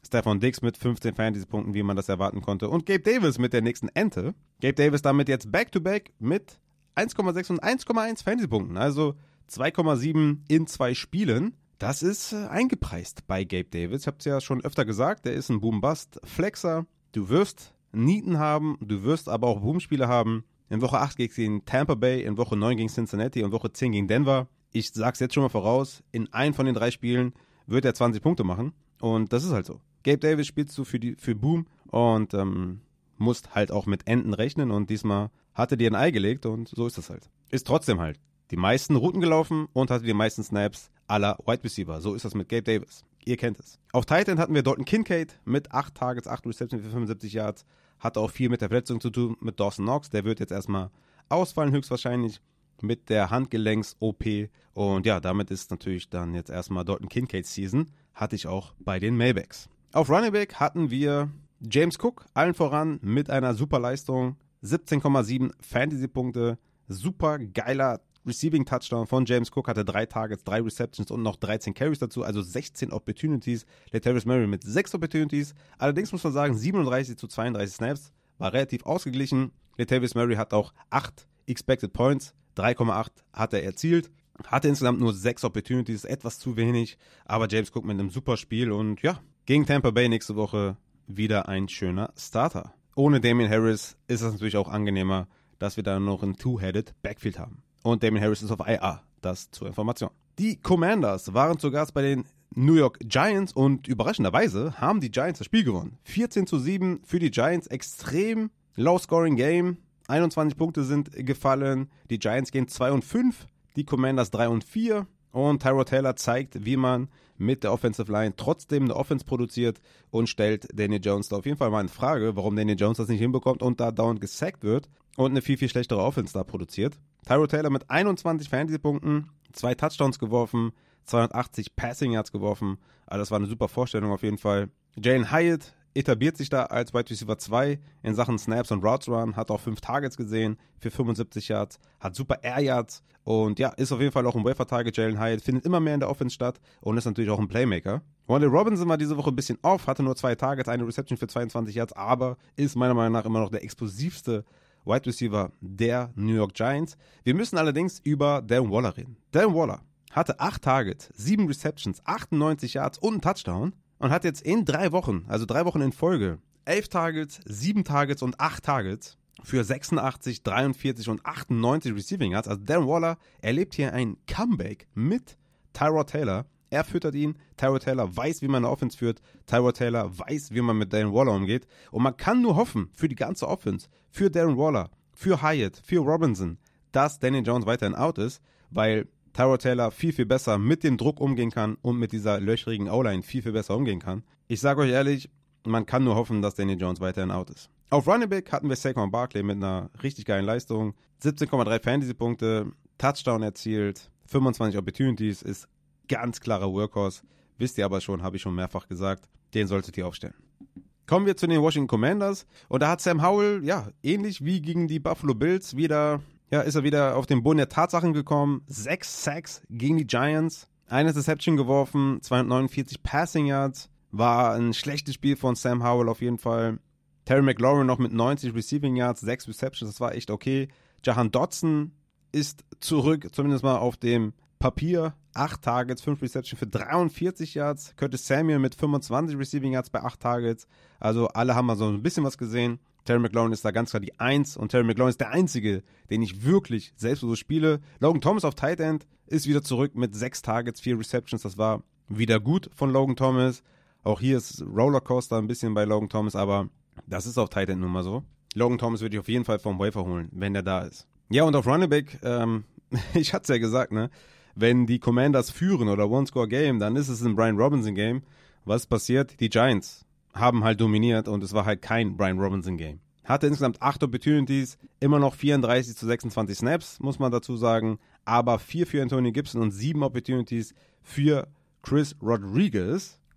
Stephon Diggs mit fünfzehn Fantasy-Punkten, wie man das erwarten konnte. Und Gabe Davis mit der nächsten Ente. Gabe Davis damit jetzt Back-to-Back mit eins Komma sechs und eins Komma eins Fantasy-Punkten. Also zwei Komma sieben in zwei Spielen. Das ist äh, eingepreist bei Gabe Davis. Ich habe es ja schon öfter gesagt, der ist ein Boom-Bust-Flexer. Du wirst Nieten haben, du wirst aber auch Boom-Spiele haben. In Woche acht gegen Tampa Bay, in Woche neun gegen Cincinnati und Woche zehn gegen Denver. Ich sag's jetzt schon mal voraus, in einem von den drei Spielen wird er zwanzig Punkte machen. Und das ist halt so. Gabe Davis spielst du für, die, für Boom und ähm, musst halt auch mit Enden rechnen. Und diesmal hatte dir ein Ei gelegt und so ist das halt. Ist trotzdem halt die meisten Routen gelaufen und hatte die meisten Snaps aller Wide Receiver. So ist das mit Gabe Davis. Ihr kennt es. Auf Tight End hatten wir Dalton Kincaid mit acht Targets, acht Receptions für fünfundsiebzig Yards. Hatte auch viel mit der Verletzung zu tun mit Dawson Knox. Der wird jetzt erstmal ausfallen, höchstwahrscheinlich mit der Handgelenks-O P. Und ja, damit ist natürlich dann jetzt erstmal Dalton Kincaid's Season. Hatte ich auch bei den Maybachs. Auf Running Back hatten wir James Cook, allen voran mit einer super Leistung. siebzehn Komma sieben Fantasy-Punkte. Super geiler Receiving Touchdown von James Cook, hatte drei Targets, drei Receptions und noch dreizehn Carries dazu, also sechzehn Opportunities. Latavius Murray mit sechs Opportunities. Allerdings muss man sagen, siebenunddreißig zu zweiunddreißig Snaps, war relativ ausgeglichen. Latavius Murray hat auch acht Expected Points, drei Komma acht hat er erzielt. Hatte insgesamt nur sechs Opportunities, etwas zu wenig, aber James Cook mit einem super Spiel und ja, gegen Tampa Bay nächste Woche wieder ein schöner Starter. Ohne Damien Harris ist es natürlich auch angenehmer, dass wir da noch ein Two-Headed Backfield haben. Und Damien Harris ist auf I R, das zur Information. Die Commanders waren zu Gast bei den New York Giants und überraschenderweise haben die Giants das Spiel gewonnen. vierzehn zu sieben für die Giants, extrem Low-Scoring-Game. einundzwanzig Punkte sind gefallen, die Giants gehen zwei und fünf, die Commanders drei und vier. Und Tyrod Taylor zeigt, wie man mit der Offensive Line trotzdem eine Offense produziert und stellt Daniel Jones da auf jeden Fall mal in Frage, warum Daniel Jones das nicht hinbekommt und da dauernd gesackt wird und eine viel, viel schlechtere Offense da produziert. Tyrod Taylor mit einundzwanzig Fantasy-Punkten, zwei Touchdowns geworfen, zweihundertachtzig Passing Yards geworfen. Also das war eine super Vorstellung auf jeden Fall. Jalen Hyatt etabliert sich da als Wide Receiver zwei in Sachen Snaps und Routes Run, hat auch fünf Targets gesehen für fünfundsiebzig Yards, hat super Air Yards und ja, ist auf jeden Fall auch ein Waiver-Target. Jalen Hyatt findet immer mehr in der Offense statt und ist natürlich auch ein Playmaker. Wandale Robinson war diese Woche ein bisschen off, hatte nur zwei Targets, eine Reception für zweiundzwanzig Yards, aber ist meiner Meinung nach immer noch der explosivste Wide Receiver der New York Giants. Wir müssen allerdings über Darren Waller reden. Darren Waller hatte acht Targets, sieben Receptions, achtundneunzig Yards und einen Touchdown. Und hat jetzt in drei Wochen, also drei Wochen in Folge, elf Targets, sieben Targets und acht Targets für sechsundachtzig, dreiundvierzig und achtundneunzig Receiving Yards. Also Darren Waller erlebt hier ein Comeback mit Tyrod Taylor. Er füttert ihn, Tyrod Taylor weiß, wie man eine Offense führt, Tyrod Taylor weiß, wie man mit Darren Waller umgeht. Und man kann nur hoffen, für die ganze Offense, für Darren Waller, für Hyatt, für Robinson, dass Daniel Jones weiterhin out ist, weil Tyrod Taylor viel, viel besser mit dem Druck umgehen kann und mit dieser löchrigen O-Line viel, viel besser umgehen kann. Ich sage euch ehrlich, man kann nur hoffen, dass Daniel Jones weiterhin out ist. Auf Running Back hatten wir Saquon Barkley mit einer richtig geilen Leistung. siebzehn Komma drei Fantasy-Punkte, Touchdown erzielt, fünfundzwanzig Opportunities, ist ganz klarer Workhorse. Wisst ihr aber schon, habe ich schon mehrfach gesagt, den solltet ihr aufstellen. Kommen wir zu den Washington Commanders und da hat Sam Howell, ja, ähnlich wie gegen die Buffalo Bills wieder... Ja, ist er wieder auf den Boden der Tatsachen gekommen. Sechs Sacks gegen die Giants. Eine Interception geworfen, zweihundertneunundvierzig Passing Yards. War ein schlechtes Spiel von Sam Howell auf jeden Fall. Terry McLaurin noch mit neunzig Receiving Yards, sechs Receptions, das war echt okay. Jahan Dotson ist zurück, zumindest mal auf dem Papier. acht Targets, fünf Receptions für dreiundvierzig Yards. Curtis Samuel mit fünfundzwanzig Receiving Yards bei acht Targets. Also alle haben mal so ein bisschen was gesehen. Terry McLaurin ist da ganz klar die Eins und Terry McLaurin ist der Einzige, den ich wirklich selbstbewusst spiele. Logan Thomas auf Tight End ist wieder zurück mit sechs Targets, vier Receptions. Das war wieder gut von Logan Thomas. Auch hier ist Rollercoaster ein bisschen bei Logan Thomas, aber das ist auf Tight End nun mal so. Logan Thomas würde ich auf jeden Fall vom Waiver holen, wenn der da ist. Ja, und auf Running Back, ähm, ich hatte es ja gesagt, ne, wenn die Commanders führen oder One-Score-Game, dann ist es ein Brian Robinson-Game. Was passiert? Die Giants haben halt dominiert und es war halt kein Brian Robinson-Game. Hatte insgesamt acht Opportunities, immer noch vierunddreißig zu sechsundzwanzig Snaps, muss man dazu sagen, aber vier für Antonio Gibson und sieben Opportunities für Chris Rodriguez.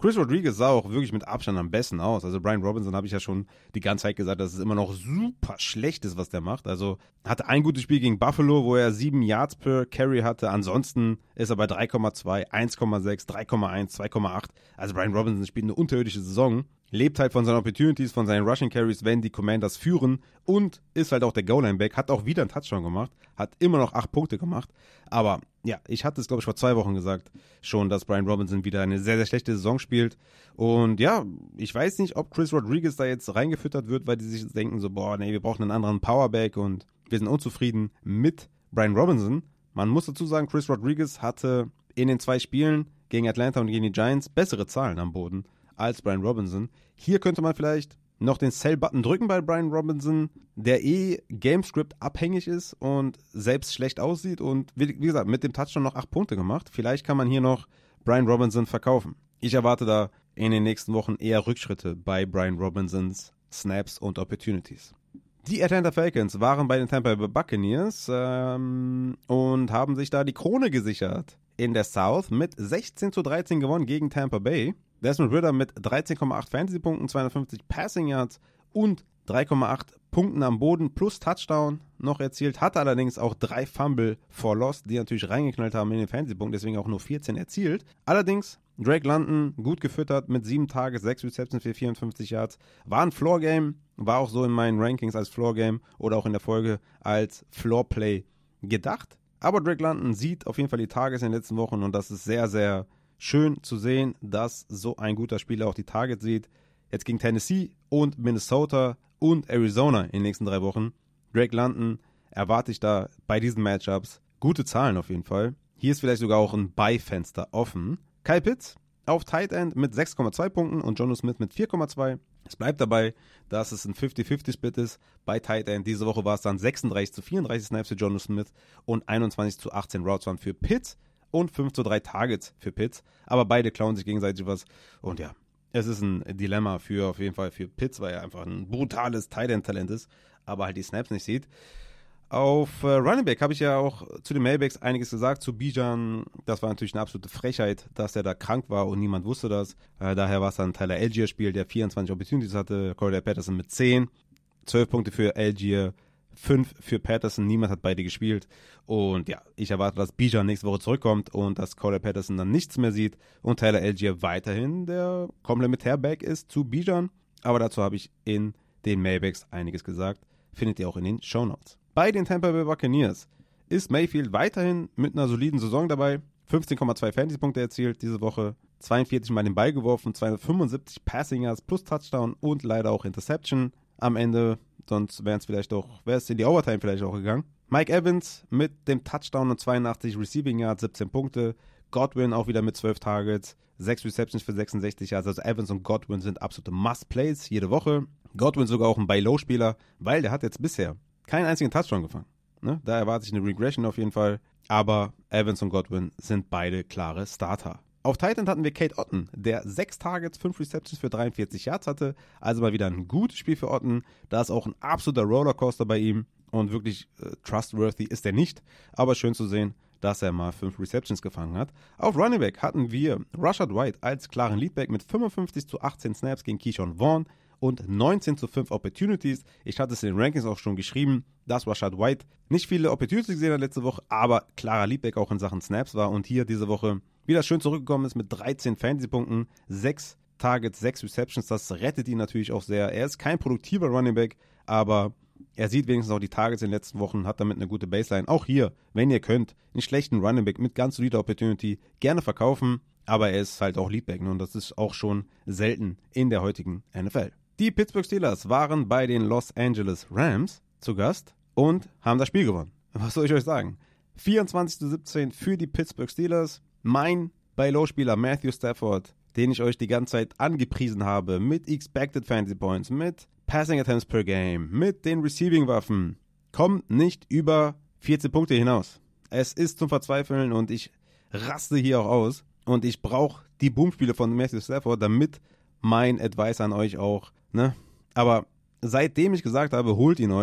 Chris Rodriguez sah auch wirklich mit Abstand am besten aus. Also Brian Robinson habe ich ja schon die ganze Zeit gesagt, dass es immer noch super schlecht ist, was der macht. Also hatte ein gutes Spiel gegen Buffalo, wo er sieben Yards per Carry hatte. Ansonsten ist er bei drei Komma zwei, eins Komma sechs, drei Komma eins, zwei Komma acht. Also Brian Robinson spielt eine unterirdische Saison. Lebt halt von seinen Opportunities, von seinen Rushing Carries, wenn die Commanders führen und ist halt auch der Goal-Line-Back, hat auch wieder einen Touchdown gemacht, hat immer noch acht Punkte gemacht, aber ja, ich hatte es glaube ich vor zwei Wochen gesagt schon, dass Brian Robinson wieder eine sehr, sehr schlechte Saison spielt und ja, ich weiß nicht, ob Chris Rodriguez da jetzt reingefüttert wird, weil die sich denken so, boah, nee, wir brauchen einen anderen Powerback und wir sind unzufrieden mit Brian Robinson. Man muss dazu sagen, Chris Rodriguez hatte in den zwei Spielen gegen Atlanta und gegen die Giants bessere Zahlen am Boden als Brian Robinson. Hier könnte man vielleicht noch den Sell-Button drücken bei Brian Robinson, der eh Gamescript abhängig ist und selbst schlecht aussieht und wie, wie gesagt, mit dem Touchdown noch acht Punkte gemacht. Vielleicht kann man hier noch Brian Robinson verkaufen. Ich erwarte da in den nächsten Wochen eher Rückschritte bei Brian Robinsons Snaps und Opportunities. Die Atlanta Falcons waren bei den Tampa Bay Buccaneers ähm, und haben sich da die Krone gesichert in der South mit sechzehn zu dreizehn gewonnen gegen Tampa Bay. Desmond Ridder mit dreizehn Komma acht Fantasy-Punkten, zweihundertfünfzig Passing Yards und drei Komma acht Punkten am Boden plus Touchdown noch erzielt, hatte allerdings auch drei Fumble for Loss, die natürlich reingeknallt haben in den Fantasy-Punkten, deswegen auch nur vierzehn erzielt. Allerdings Drake London gut gefüttert mit sieben Targets, sechs Receptions für vierundfünfzig Yards. War ein Floor-Game, war auch so in meinen Rankings als Floor-Game oder auch in der Folge als Floor-Play gedacht. Aber Drake London sieht auf jeden Fall die Targets in den letzten Wochen und das ist sehr, sehr schön zu sehen, dass so ein guter Spieler auch die Targets sieht. Jetzt gegen Tennessee und Minnesota und Arizona in den nächsten drei Wochen. Drake London erwarte ich da bei diesen Matchups gute Zahlen auf jeden Fall. Hier ist vielleicht sogar auch ein Buy-Fenster offen. Kyle Pitts auf Tight End mit sechs Komma zwei Punkten und Jonnu Smith mit vier Komma zwei. Es bleibt dabei, dass es ein fünfzig fünfzig Split ist bei Tight End. Diese Woche war es dann sechsunddreißig zu vierunddreißig Snaps für Jonnu Smith und einundzwanzig zu achtzehn Routes waren für Pitts und fünf zu drei Targets für Pitts. Aber beide klauen sich gegenseitig was. Und ja, es ist ein Dilemma für auf jeden Fall für Pitts, weil er einfach ein brutales Tight End Talent ist, aber halt die Snaps nicht sieht. Auf äh, Running Back habe ich ja auch zu den Mailbacks einiges gesagt. Zu Bijan, das war natürlich eine absolute Frechheit, dass er da krank war und niemand wusste das. Äh, daher war es dann Tyler Algier-Spiel, der vierundzwanzig Opportunities hatte. Corey Patterson mit zehn. zwölf Punkte für Algier, fünf für Patterson. Niemand hat beide gespielt. Und ja, ich erwarte, dass Bijan nächste Woche zurückkommt und dass Corey Patterson dann nichts mehr sieht und Tyler Algier weiterhin der Komplementärback ist zu Bijan. Aber dazu habe ich in den Mailbacks einiges gesagt. Findet ihr auch in den Shownotes. Bei den Tampa Bay Buccaneers ist Mayfield weiterhin mit einer soliden Saison dabei. fünfzehn Komma zwei Fantasy-Punkte erzielt diese Woche, zweiundvierzig Mal den Ball geworfen, zweihundertfünfundsiebzig Passing Yards plus Touchdown und leider auch Interception am Ende. Sonst wären es vielleicht auch, wäre es in die Overtime vielleicht auch gegangen. Mike Evans mit dem Touchdown und zweiundachtzig Receiving Yards, siebzehn Punkte. Godwin auch wieder mit zwölf Targets, sechs Receptions für sechsundsechzig Yards. Also Evans und Godwin sind absolute Must-Plays jede Woche. Godwin sogar auch ein Buy-Low-Spieler, weil der hat jetzt bisher keinen einzigen Touchdown gefangen. Ne? Da erwarte ich eine Regression auf jeden Fall. Aber Evans und Godwin sind beide klare Starter. Auf Tight End hatten wir Cade Otton, der sechs Targets, fünf Receptions für dreiundvierzig Yards hatte. Also mal wieder ein gutes Spiel für Otton. Da ist auch ein absoluter Rollercoaster bei ihm. Und wirklich äh, trustworthy ist er nicht. Aber schön zu sehen, dass er mal fünf Receptions gefangen hat. Auf Running Back hatten wir Rashad White als klaren Leadback mit fünfundfünfzig zu achtzehn Snaps gegen Keyshawn Vaughn und neunzehn zu fünf Opportunities. Ich hatte es in den Rankings auch schon geschrieben, dass Rashad White nicht viele Opportunities gesehen hat letzte Woche, aber klarer Leadback auch in Sachen Snaps war und hier diese Woche wieder schön zurückgekommen ist mit dreizehn Fantasy-Punkten, sechs Targets, sechs Receptions. Das rettet ihn natürlich auch sehr. Er ist kein produktiver Running Back, aber er sieht wenigstens auch die Targets in den letzten Wochen, hat damit eine gute Baseline. Auch hier, wenn ihr könnt, einen schlechten Running Back mit ganz solider Opportunity gerne verkaufen, aber er ist halt auch Leadback, ne? Und das ist auch schon selten in der heutigen N F L. Die Pittsburgh Steelers waren bei den Los Angeles Rams zu Gast und haben das Spiel gewonnen. Was soll ich euch sagen? vierundzwanzig zu siebzehn für die Pittsburgh Steelers. Mein Buy-Low-Spieler Matthew Stafford, den ich euch die ganze Zeit angepriesen habe, mit Expected Fantasy Points, mit Passing Attempts per Game, mit den Receiving-Waffen, kommt nicht über vierzehn Punkte hinaus. Es ist zum Verzweifeln und ich raste hier auch aus. Und ich brauche die Boom-Spiele von Matthew Stafford, damit mein Advice an euch auch, ne? Aber seitdem ich gesagt habe, holt ihn euch,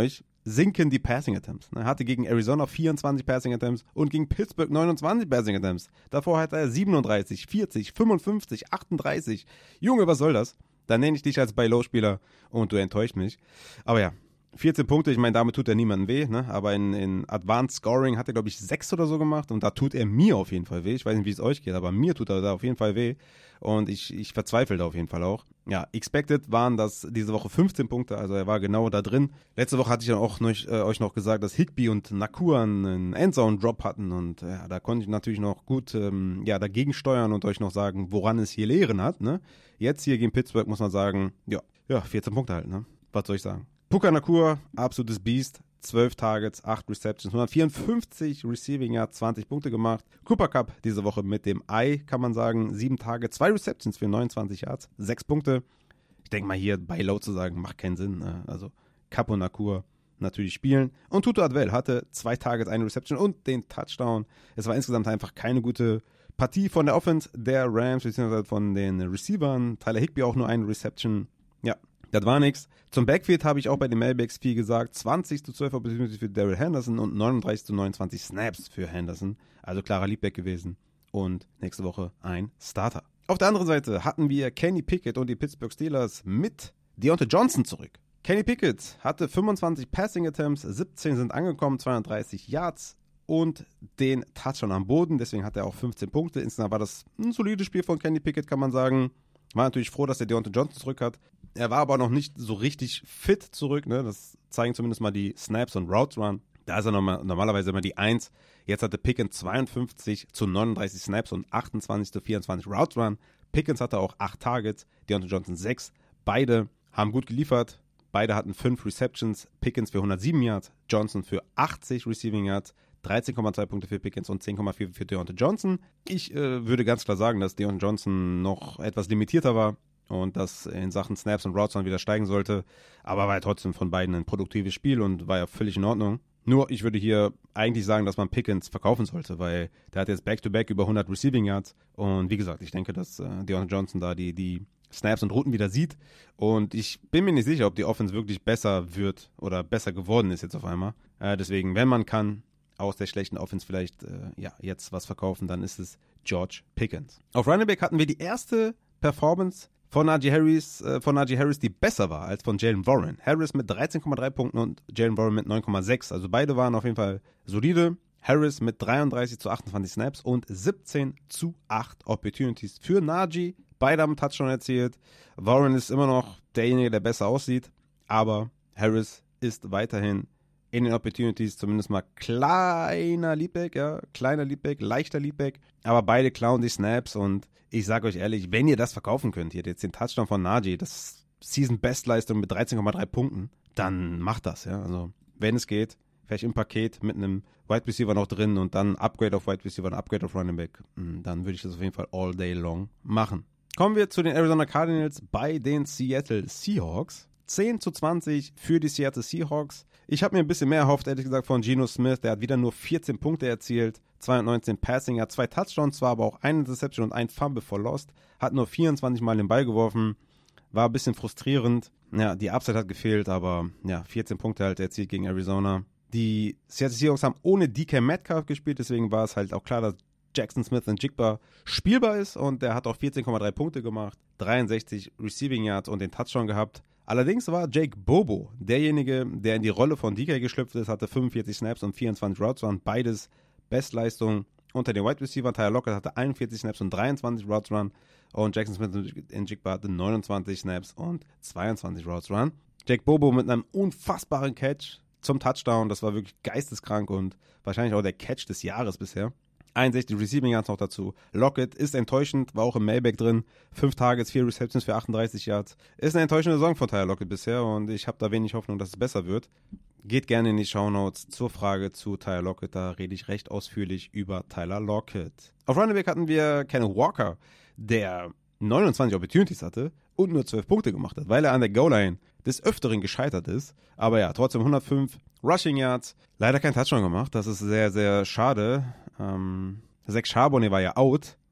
sinken die Passing Attempts. Er hatte gegen Arizona vierundzwanzig Passing Attempts und gegen Pittsburgh neunundzwanzig Passing Attempts. Davor hatte er siebenunddreißig, vierzig, fünfundfünfzig, achtunddreißig. Junge, was soll das? Dann nenne ich dich als Buy-Low-Spieler und du enttäuscht mich. Aber ja, vierzehn Punkte, ich meine, damit tut er niemandem weh, ne? Aber in, in Advanced Scoring hat er, glaube ich, sechs oder so gemacht und da tut er mir auf jeden Fall weh. Ich weiß nicht, wie es euch geht, aber mir tut er da auf jeden Fall weh und ich, ich verzweifle da auf jeden Fall auch. Ja, expected waren das diese Woche fünfzehn Punkte, also er war genau da drin. Letzte Woche hatte ich dann auch noch, äh, euch noch gesagt, dass Higbee und Nakua einen Endzone-Drop hatten und ja, da konnte ich natürlich noch gut ähm, ja, dagegen steuern und euch noch sagen, woran es hier Lehren hat, ne? Jetzt hier gegen Pittsburgh muss man sagen, ja, ja, vierzehn Punkte halt, ne? Was soll ich sagen? Puka Nakua, absolutes Biest, zwölf Targets, acht Receptions, hundertvierundfünfzig Receiving Yards, zwanzig Punkte gemacht. Cooper Kupp diese Woche mit dem Ei, kann man sagen, sieben Targets, zwei Receptions für neunundzwanzig Yards, sechs Punkte. Ich denke mal hier bei Low zu sagen, macht keinen Sinn. Also Kupp und Nakua natürlich spielen. Und Tutu Atwell hatte zwei Targets, eine Reception und den Touchdown. Es war insgesamt einfach keine gute Partie von der Offense der Rams, beziehungsweise von den Receivern. Tyler Higbee auch nur eine Reception. Ja, das war nichts. Zum Backfield habe ich auch bei den Mailbags viel gesagt. zwanzig zu zwölf Opportunities für Daryl Henderson und neununddreißig zu neunundzwanzig Snaps für Henderson. Also klarer Leadback gewesen. Und nächste Woche ein Starter. Auf der anderen Seite hatten wir Kenny Pickett und die Pittsburgh Steelers mit Deontay Johnson zurück. Kenny Pickett hatte fünfundzwanzig Passing Attempts, siebzehn sind angekommen, zweihundertdreißig Yards und den Touchdown am Boden. Deswegen hat er auch fünfzehn Punkte. Insgesamt war das ein solides Spiel von Kenny Pickett, kann man sagen. War natürlich froh, dass er Deontay Johnson zurück hat. Er war aber noch nicht so richtig fit zurück, ne? Das zeigen zumindest mal die Snaps und Routes Run. Da ist er normal, normalerweise immer die eins. Jetzt hatte Pickens zweiundfünfzig zu neununddreißig Snaps und achtundzwanzig zu vierundzwanzig Routes Run. Pickens hatte auch acht Targets, Deontay Johnson sechs. Beide haben gut geliefert. Beide hatten fünf Receptions. Pickens für hundertsieben Yards, Johnson für achtzig Receiving Yards. dreizehn Komma zwei Punkte für Pickens und zehn Komma vier für Deontay Johnson. Ich äh, würde ganz klar sagen, dass Deontay Johnson noch etwas limitierter war und das in Sachen Snaps und Routes dann wieder steigen sollte. Aber war ja trotzdem von beiden ein produktives Spiel und war ja völlig in Ordnung. Nur, ich würde hier eigentlich sagen, dass man Pickens verkaufen sollte, weil der hat jetzt Back-to-Back über hundert Receiving Yards. Und wie gesagt, ich denke, dass äh, Deontay Johnson da die, die Snaps und Routen wieder sieht. Und ich bin mir nicht sicher, ob die Offense wirklich besser wird oder besser geworden ist jetzt auf einmal. Äh, deswegen, wenn man kann, aus der schlechten Offense vielleicht äh, ja, jetzt was verkaufen, dann ist es George Pickens. Auf Running Back hatten wir die erste Performance von Najee Harris, äh, von Najee Harris, die besser war als von Jalen Warren. Harris mit dreizehn Komma drei Punkten und Jalen Warren mit neun Komma sechs. Also beide waren auf jeden Fall solide. Harris mit dreiunddreißig zu achtundzwanzig Snaps und siebzehn zu acht Opportunities für Najee. Beide haben einen Touchdown erzielt. Warren ist immer noch derjenige, der besser aussieht, aber Harris ist weiterhin in den Opportunities zumindest mal kleiner Leadback, ja, kleiner Leadback, leichter Leadback, aber beide klauen die Snaps und ich sage euch ehrlich, wenn ihr das verkaufen könnt, ihr habt jetzt den Touchdown von Najee, das Season-Bestleistung mit dreizehn Komma drei Punkten, dann macht das, ja, also wenn es geht, vielleicht im Paket mit einem Wide Receiver noch drin und dann Upgrade auf Wide Receiver und Upgrade auf Running Back, dann würde ich das auf jeden Fall all day long machen. Kommen wir zu den Arizona Cardinals bei den Seattle Seahawks. zehn zu zwanzig für die Seattle Seahawks. Ich habe mir ein bisschen mehr erhofft, ehrlich gesagt, von Geno Smith. Der hat wieder nur vierzehn Punkte erzielt, zweihundertneunzehn Passing, hat zwei Touchdowns, zwar aber auch eine Interception und ein Fumble for Lost. Hat nur vierundzwanzig Mal den Ball geworfen. War ein bisschen frustrierend. Ja, die Upside hat gefehlt, aber ja, vierzehn Punkte halt erzielt gegen Arizona. Die Seattle Seahawks haben ohne D K Metcalf gespielt, deswegen war es halt auch klar, dass Jackson Smith-Njigba spielbar ist und der hat auch vierzehn Komma drei Punkte gemacht, dreiundsechzig Receiving Yards und den Touchdown gehabt. Allerdings war Jake Bobo derjenige, der in die Rolle von D K geschlüpft ist, hatte fünfundvierzig Snaps und vierundzwanzig Routes, waren beides Bestleistungen unter den Wide Receiver. Tyler Lockett hatte einundvierzig Snaps und dreiundzwanzig Routes Run und Jackson Smith-Njigba hatte neunundzwanzig Snaps und zweiundzwanzig Routes Run. Jake Bobo mit einem unfassbaren Catch zum Touchdown, das war wirklich geisteskrank und wahrscheinlich auch der Catch des Jahres bisher. einundsechzig Receiving Yards noch dazu. Lockett ist enttäuschend, war auch im Mailback drin. fünf Targets, vier Receptions für achtunddreißig Yards. Ist eine enttäuschende Saison von Tyler Lockett bisher und ich habe da wenig Hoffnung, dass es besser wird. Geht gerne in die Shownotes zur Frage zu Tyler Lockett, da rede ich recht ausführlich über Tyler Lockett. Auf Running Back hatten wir Kenneth Walker, der neunundzwanzig Opportunities hatte und nur zwölf Punkte gemacht hat, weil er an der Goal-Line des Öfteren gescheitert ist. Aber ja, trotzdem hundertfünf Rushing Yards. Leider kein Touchdown gemacht, das ist sehr, sehr schade. Ähm, Zach Charbonnet war ja out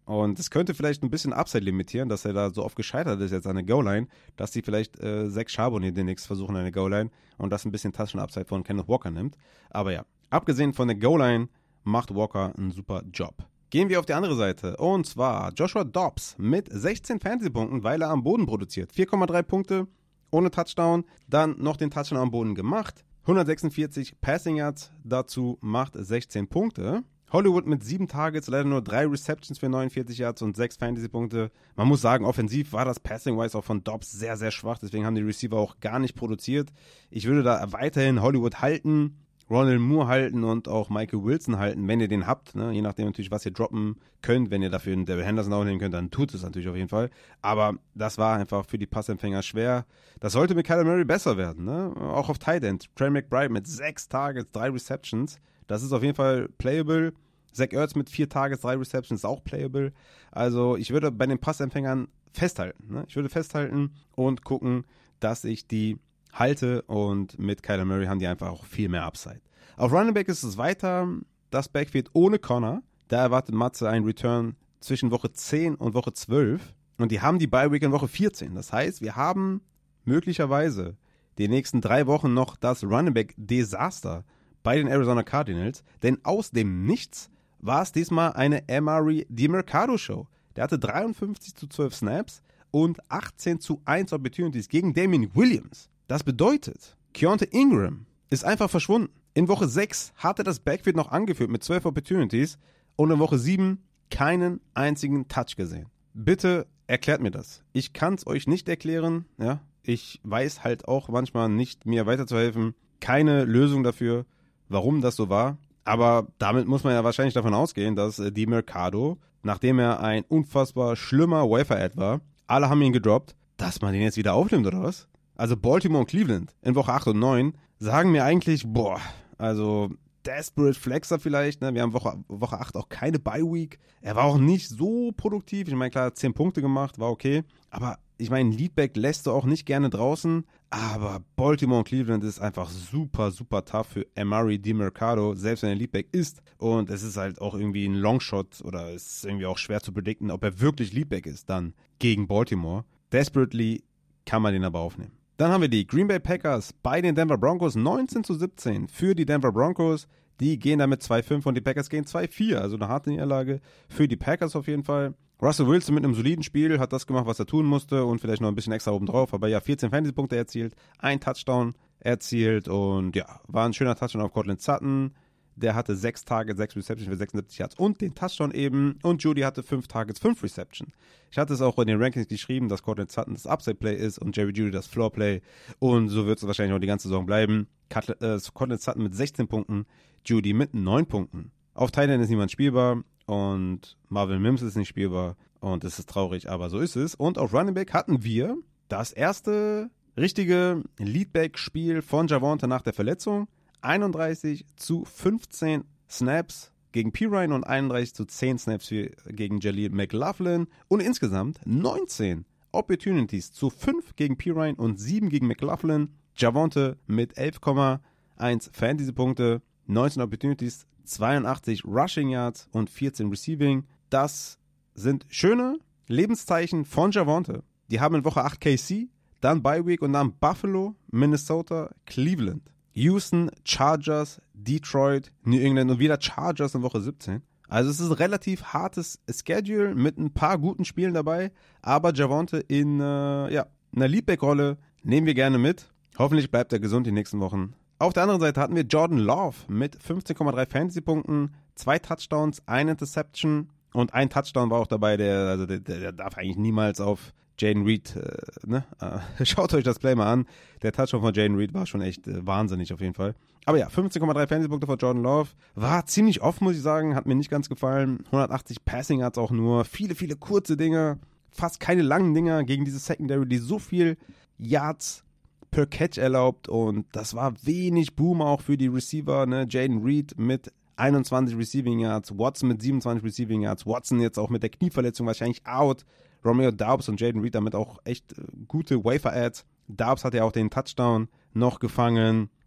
Und es könnte vielleicht ein bisschen Upside limitieren, dass er da so oft gescheitert ist jetzt an der Goal-Line, dass die vielleicht äh, Zach Charbonnet demnächst versuchen an der Goal-Line und das ein bisschen Touchdown-Upside von Kenneth Walker nimmt. Aber ja, abgesehen von der Goal-Line macht Walker einen super Job. Gehen wir auf die andere Seite und zwar Joshua Dobbs mit sechzehn Fantasy-Punkten, weil er am Boden produziert. vier Komma drei Punkte ohne Touchdown, dann noch den Touchdown am Boden gemacht. hundertsechsundvierzig Passing Yards dazu, macht sechzehn Punkte. Hollywood mit sieben Targets, leider nur drei Receptions für neunundvierzig Yards und sechs Fantasy-Punkte. Man muss sagen, offensiv war das Passing-wise auch von Dobbs sehr, sehr schwach, deswegen haben die Receiver auch gar nicht produziert. Ich würde da weiterhin Hollywood halten, Ronald Moore halten und auch Michael Wilson halten, wenn ihr den habt, ne? Je nachdem natürlich, was ihr droppen könnt. Wenn ihr dafür einen Daryl Henderson auch nehmen könnt, dann tut es natürlich auf jeden Fall. Aber das war einfach für die Passempfänger schwer. Das sollte mit Kyler Murray besser werden, ne? Auch auf Tight End. Trey McBride mit sechs Targets, drei Receptions. Das ist auf jeden Fall playable. Zach Ertz mit vier Targets, drei Receptions, auch playable. Also ich würde bei den Passempfängern festhalten. Ne? Ich würde festhalten und gucken, dass ich die halte. Und mit Kyler Murray haben die einfach auch viel mehr Upside. Auf Running Back ist es weiter. Das Backfield ohne Connor. Da erwartet Matze einen Return zwischen Woche zehn und Woche zwölf. Und die haben die Bye Week in Woche vierzehn. Das heißt, wir haben möglicherweise die nächsten drei Wochen noch das Running Back Desaster bei den Arizona Cardinals, denn aus dem Nichts war es diesmal eine Emari DiMercado Show. Der hatte dreiundfünfzig zu zwölf Snaps und achtzehn zu eins Opportunities gegen Damien Williams. Das bedeutet, Keontae Ingram ist einfach verschwunden. In Woche sechs hat er das Backfield noch angeführt mit zwölf Opportunities und in Woche sieben keinen einzigen Touch gesehen. Bitte erklärt mir das. Ich kann es euch nicht erklären. Ja? Ich weiß halt auch manchmal nicht, mir weiterzuhelfen. Keine Lösung dafür, warum das so war, aber damit muss man ja wahrscheinlich davon ausgehen, dass äh, DiMercado, nachdem er ein unfassbar schlimmer Waiver-Ad war, alle haben ihn gedroppt, dass man den jetzt wieder aufnimmt, oder was? Also Baltimore und Cleveland in Woche acht und neun sagen mir eigentlich, boah, also Desperate Flexer vielleicht, ne? Wir haben Woche, Woche acht auch keine Bye-Week. Er war auch nicht so produktiv, ich meine, klar, zehn Punkte gemacht, war okay, aber ich meine, Leadback lässt du auch nicht gerne draußen, aber Baltimore und Cleveland ist einfach super, super tough für Emari DiMercado, selbst wenn er Leadback ist. Und es ist halt auch irgendwie ein Longshot oder es ist irgendwie auch schwer zu predikten, ob er wirklich Leadback ist dann gegen Baltimore. Desperately kann man den aber aufnehmen. Dann haben wir die Green Bay Packers bei den Denver Broncos, neunzehn zu siebzehn für die Denver Broncos. Die gehen damit zwei fünf und die Packers gehen zwei vier, also eine harte Niederlage für die Packers auf jeden Fall. Russell Wilson mit einem soliden Spiel, hat das gemacht, was er tun musste und vielleicht noch ein bisschen extra oben drauf, aber ja, vierzehn Fantasy-Punkte erzielt, ein Touchdown erzielt und ja, war ein schöner Touchdown auf Cortland Sutton. Der hatte sechs Targets, sechs Receptions für sechsundsiebzig Yards und den Touchdown eben. Und Judy hatte fünf Targets, fünf Receptions. Ich hatte es auch in den Rankings geschrieben, dass Cortland Sutton das Upside-Play ist und Jerry Judy das Floor-Play. Und so wird es wahrscheinlich auch die ganze Saison bleiben. Cortland Sutton mit sechzehn Punkten, Judy mit neun Punkten. Auf Tight End ist niemand spielbar und Marvin Mims ist nicht spielbar. Und es ist traurig, aber so ist es. Und auf Running Back hatten wir das erste richtige Leadback-Spiel von Javonte nach der Verletzung. einunddreißig zu fünfzehn Snaps gegen Pirine und einunddreißig zu zehn Snaps für, gegen Jaleel McLaughlin und insgesamt neunzehn Opportunities zu fünf gegen Pirine und sieben gegen McLaughlin. Javonte mit elf Komma eins Fantasy-Punkte, neunzehn Opportunities, zweiundachtzig Rushing Yards und vierzehn Receiving. Das sind schöne Lebenszeichen von Javonte. Die haben in Woche acht K C, dann Bye Week und dann Buffalo, Minnesota, Cleveland, Houston, Chargers, Detroit, New England und wieder Chargers in Woche siebzehn. Also es ist ein relativ hartes Schedule mit ein paar guten Spielen dabei, aber Javonte in äh, ja, einer Leadback-Rolle nehmen wir gerne mit. Hoffentlich bleibt er gesund die nächsten Wochen. Auf der anderen Seite hatten wir Jordan Love mit fünfzehn Komma drei Fantasy-Punkten, zwei Touchdowns, ein Interception und ein Touchdown war auch dabei, der, also der, der darf eigentlich niemals auf Jaden Reed, äh, ne? Äh, schaut euch das Play mal an. Der Touchdown von Jaden Reed war schon echt äh, wahnsinnig auf jeden Fall. Aber ja, fünfzehn Komma drei Fantasy-Punkte von Jordan Love. War ziemlich oft, muss ich sagen. Hat mir nicht ganz gefallen. hundertachtzig Passing hat's auch nur. Viele, viele kurze Dinger. Fast keine langen Dinger gegen diese Secondary, die so viel Yards per Catch erlaubt. Und das war wenig Boom auch für die Receiver. Ne? Jaden Reed mit einundzwanzig Receiving Yards. Watson mit siebenundzwanzig Receiving Yards. Watson jetzt auch mit der Knieverletzung wahrscheinlich out. Romeo Doubs und Jaden Reed damit auch echt äh, gute Waiver-Ads. Doubs hat ja auch den Touchdown noch gefangen.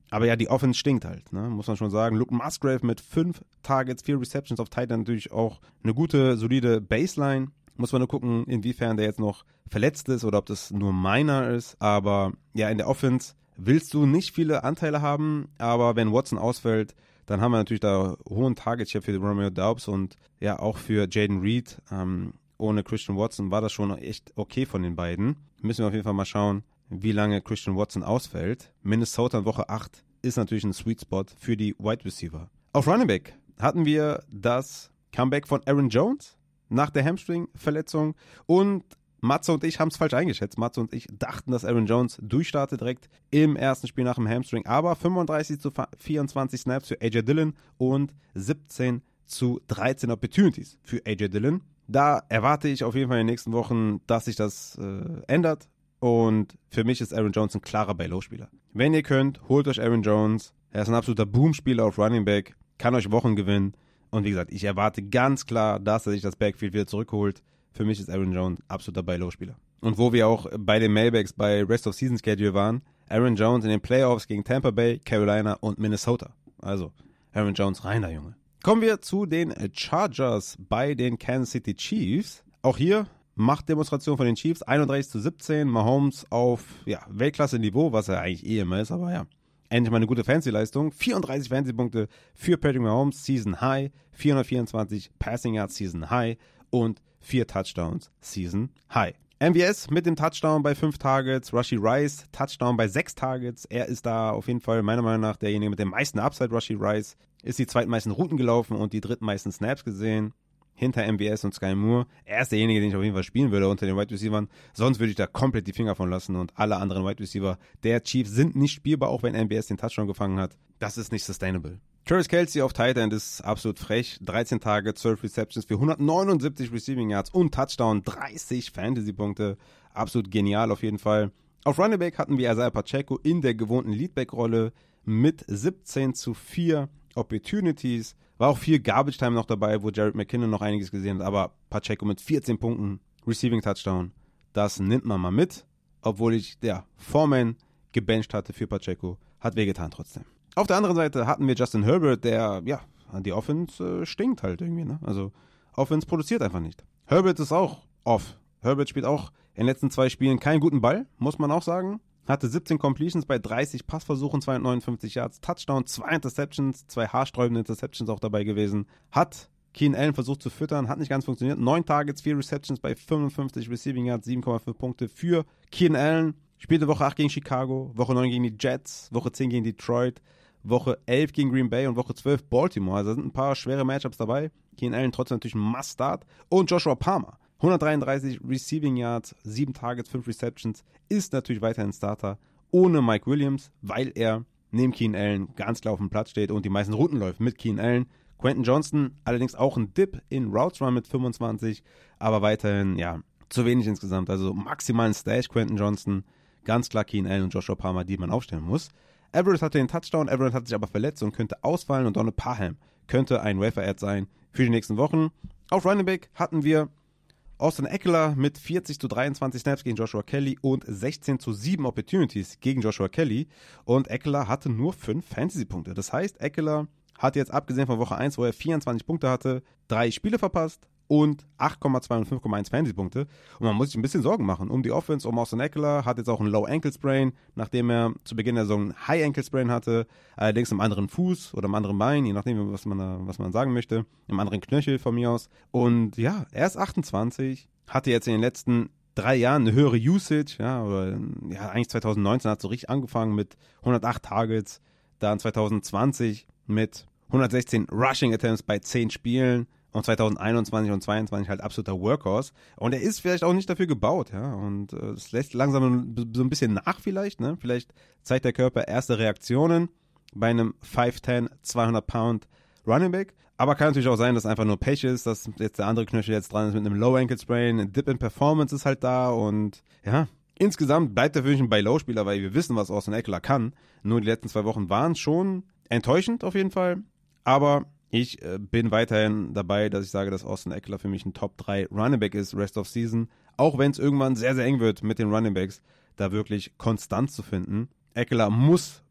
Aber ja, die Offense stinkt halt, ne? Muss man schon sagen. Luke Musgrave mit fünf Targets, vier Receptions auf Tight End natürlich auch eine gute, solide Baseline. Muss man nur gucken, inwiefern der jetzt noch verletzt ist oder ob das nur minor ist. Aber ja, in der Offense willst du nicht viele Anteile haben, aber wenn Watson ausfällt, dann haben wir natürlich da hohen Target-Share für Romeo Doubs und ja auch für Jaden Reed. Ähm, ohne Christian Watson war das schon echt okay von den beiden. Müssen wir auf jeden Fall mal schauen, wie lange Christian Watson ausfällt. Minnesota in Woche acht ist natürlich ein Sweet Spot für die Wide Receiver. Auf Running Back hatten wir das Comeback von Aaron Jones nach der Hamstring-Verletzung und Matze und ich haben es falsch eingeschätzt. Matze und ich dachten, dass Aaron Jones durchstartet direkt im ersten Spiel nach dem Hamstring, aber fünfunddreißig zu vierundzwanzig Snaps für A J Dillon und siebzehn zu dreizehn Opportunities für A J Dillon. Da erwarte ich auf jeden Fall in den nächsten Wochen, dass sich das äh, ändert und für mich ist Aaron Jones ein klarer Buy-Low-Spieler. Wenn ihr könnt, holt euch Aaron Jones. Er ist ein absoluter Boom-Spieler auf Running Back, kann euch Wochen gewinnen. Und wie gesagt, ich erwarte ganz klar, dass er sich das Backfield wieder zurückholt. Für mich ist Aaron Jones absoluter Buy-Low-Spieler. Und wo wir auch bei den Mailbacks bei Rest-of-Season-Schedule waren, Aaron Jones in den Playoffs gegen Tampa Bay, Carolina und Minnesota. Also, Aaron Jones rein da, Junge. Kommen wir zu den Chargers bei den Kansas City Chiefs. Auch hier Machtdemonstration von den Chiefs, einunddreißig zu siebzehn. Mahomes auf ja, Weltklasse-Niveau, was er eigentlich eh immer ist, aber ja. Endlich mal eine gute Fantasy-Leistung. vierunddreißig Fantasy-Punkte für Patrick Mahomes, Season High. vierhundertvierundzwanzig Passing Yards, Season High. Und vier Touchdowns, Season High. M V S mit dem Touchdown bei fünf Targets. Rashee Rice, Touchdown bei sechs Targets. Er ist da auf jeden Fall meiner Meinung nach derjenige mit dem meisten Upside. Rashee Rice ist die zweitmeisten Routen gelaufen und die drittmeisten Snaps gesehen. Hinter M V S und Sky Moore. Er ist derjenige, den ich auf jeden Fall spielen würde unter den Wide Receivers. Sonst würde ich da komplett die Finger von lassen und alle anderen Wide Receiver der Chiefs sind nicht spielbar, auch wenn M V S den Touchdown gefangen hat. Das ist nicht sustainable. Travis Kelce auf Tight End ist absolut frech. dreizehn Targets, zwölf Receptions für hundertneunundsiebzig Receiving Yards und Touchdown, dreißig Fantasy-Punkte. Absolut genial auf jeden Fall. Auf Running Back hatten wir Isaiah Pacheco in der gewohnten Leadback-Rolle mit siebzehn zu vier Opportunities. War auch viel Garbage-Time noch dabei, wo Jared McKinnon noch einiges gesehen hat, aber Pacheco mit vierzehn Punkten, Receiving Touchdown, das nimmt man mal mit, obwohl ich, ja, Foreman gebencht hatte für Pacheco, hat wehgetan trotzdem. Auf der anderen Seite hatten wir Justin Herbert, der, ja, die Offense äh, stinkt halt irgendwie, ne? Also, Offense produziert einfach nicht. Herbert ist auch off. Herbert spielt auch in den letzten zwei Spielen keinen guten Ball, muss man auch sagen. Hatte siebzehn Completions bei dreißig Passversuchen, zweihundertneunundfünfzig Yards, Touchdown, zwei Interceptions, zwei haarsträubende Interceptions auch dabei gewesen. Hat Keenan Allen versucht zu füttern, hat nicht ganz funktioniert. neun Targets, vier Receptions bei fünfundfünfzig Receiving Yards, sieben Komma fünf Punkte für Keenan Allen. Spielte Woche acht gegen Chicago, Woche neun gegen die Jets, Woche zehn gegen Detroit, Woche elf gegen Green Bay und Woche zwölf Baltimore. Also da sind ein paar schwere Matchups dabei. Keenan Allen trotzdem natürlich ein Must-Start. Und Joshua Palmer. hundertdreiunddreißig Receiving Yards, sieben Targets, fünf Receptions, ist natürlich weiterhin Starter ohne Mike Williams, weil er neben Keenan Allen ganz klar auf dem Platz steht und die meisten Routen läuft mit Keenan Allen. Quentin Johnston allerdings auch ein Dip in Routes Run mit fünfundzwanzig, aber weiterhin, ja, zu wenig insgesamt. Also maximalen Stash Quentin Johnston, ganz klar Keenan Allen und Joshua Palmer, die man aufstellen muss. Everett hatte den Touchdown, Everett hat sich aber verletzt und könnte ausfallen und Donald Parham könnte ein Waiver-Ad sein für die nächsten Wochen. Auf Running Back hatten wir Austin Ekeler mit vierzig zu dreiundzwanzig Snaps gegen Joshua Kelly und sechzehn zu sieben Opportunities gegen Joshua Kelly. Und Ekeler hatte nur fünf Fantasy-Punkte. Das heißt, Ekeler hat jetzt abgesehen von Woche eins, wo er vierundzwanzig Punkte hatte, drei Spiele verpasst und acht Komma zwei und fünf Komma eins Fantasy-Punkte. Und man muss sich ein bisschen Sorgen machen um die Offense, um Austin Ekeler. Hat jetzt auch einen Low-Ankle-Sprain, nachdem er zu Beginn der Saison einen High-Ankle-Sprain hatte. Allerdings im anderen Fuß oder im anderen Bein, je nachdem, was man, da, was man sagen möchte. Im anderen Knöchel von mir aus. Und ja, er ist achtundzwanzig, hatte jetzt in den letzten drei Jahren eine höhere Usage. Ja, oder, ja eigentlich zwanzig neunzehn hat es so richtig angefangen mit hundertacht Targets. Dann zwanzig zwanzig mit hundertsechzehn Rushing Attempts bei zehn Spielen. Und zwanzig einundzwanzig und zweiundzwanzig halt absoluter Workhorse. Und er ist vielleicht auch nicht dafür gebaut, ja. Und es äh, lässt langsam so ein bisschen nach vielleicht, ne. Vielleicht zeigt der Körper erste Reaktionen bei einem fünf zehn, zweihundert Pound Running Back. Aber kann natürlich auch sein, dass einfach nur Pech ist, dass jetzt der andere Knöchel jetzt dran ist mit einem Low Ankle Sprain. Ein Dip in Performance ist halt da und ja. Insgesamt bleibt er für mich ein Buy-Low-Spieler, weil wir wissen, was Austin Ekeler kann. Nur die letzten zwei Wochen waren schon enttäuschend auf jeden Fall. Aber ich äh, bin weiterhin dabei, dass ich sage, dass Austin Ekeler für mich ein Top drei Running Back ist, Rest of Season. Auch wenn es irgendwann sehr, sehr eng wird mit den Running Backs, da wirklich konstant zu finden. Ekeler muss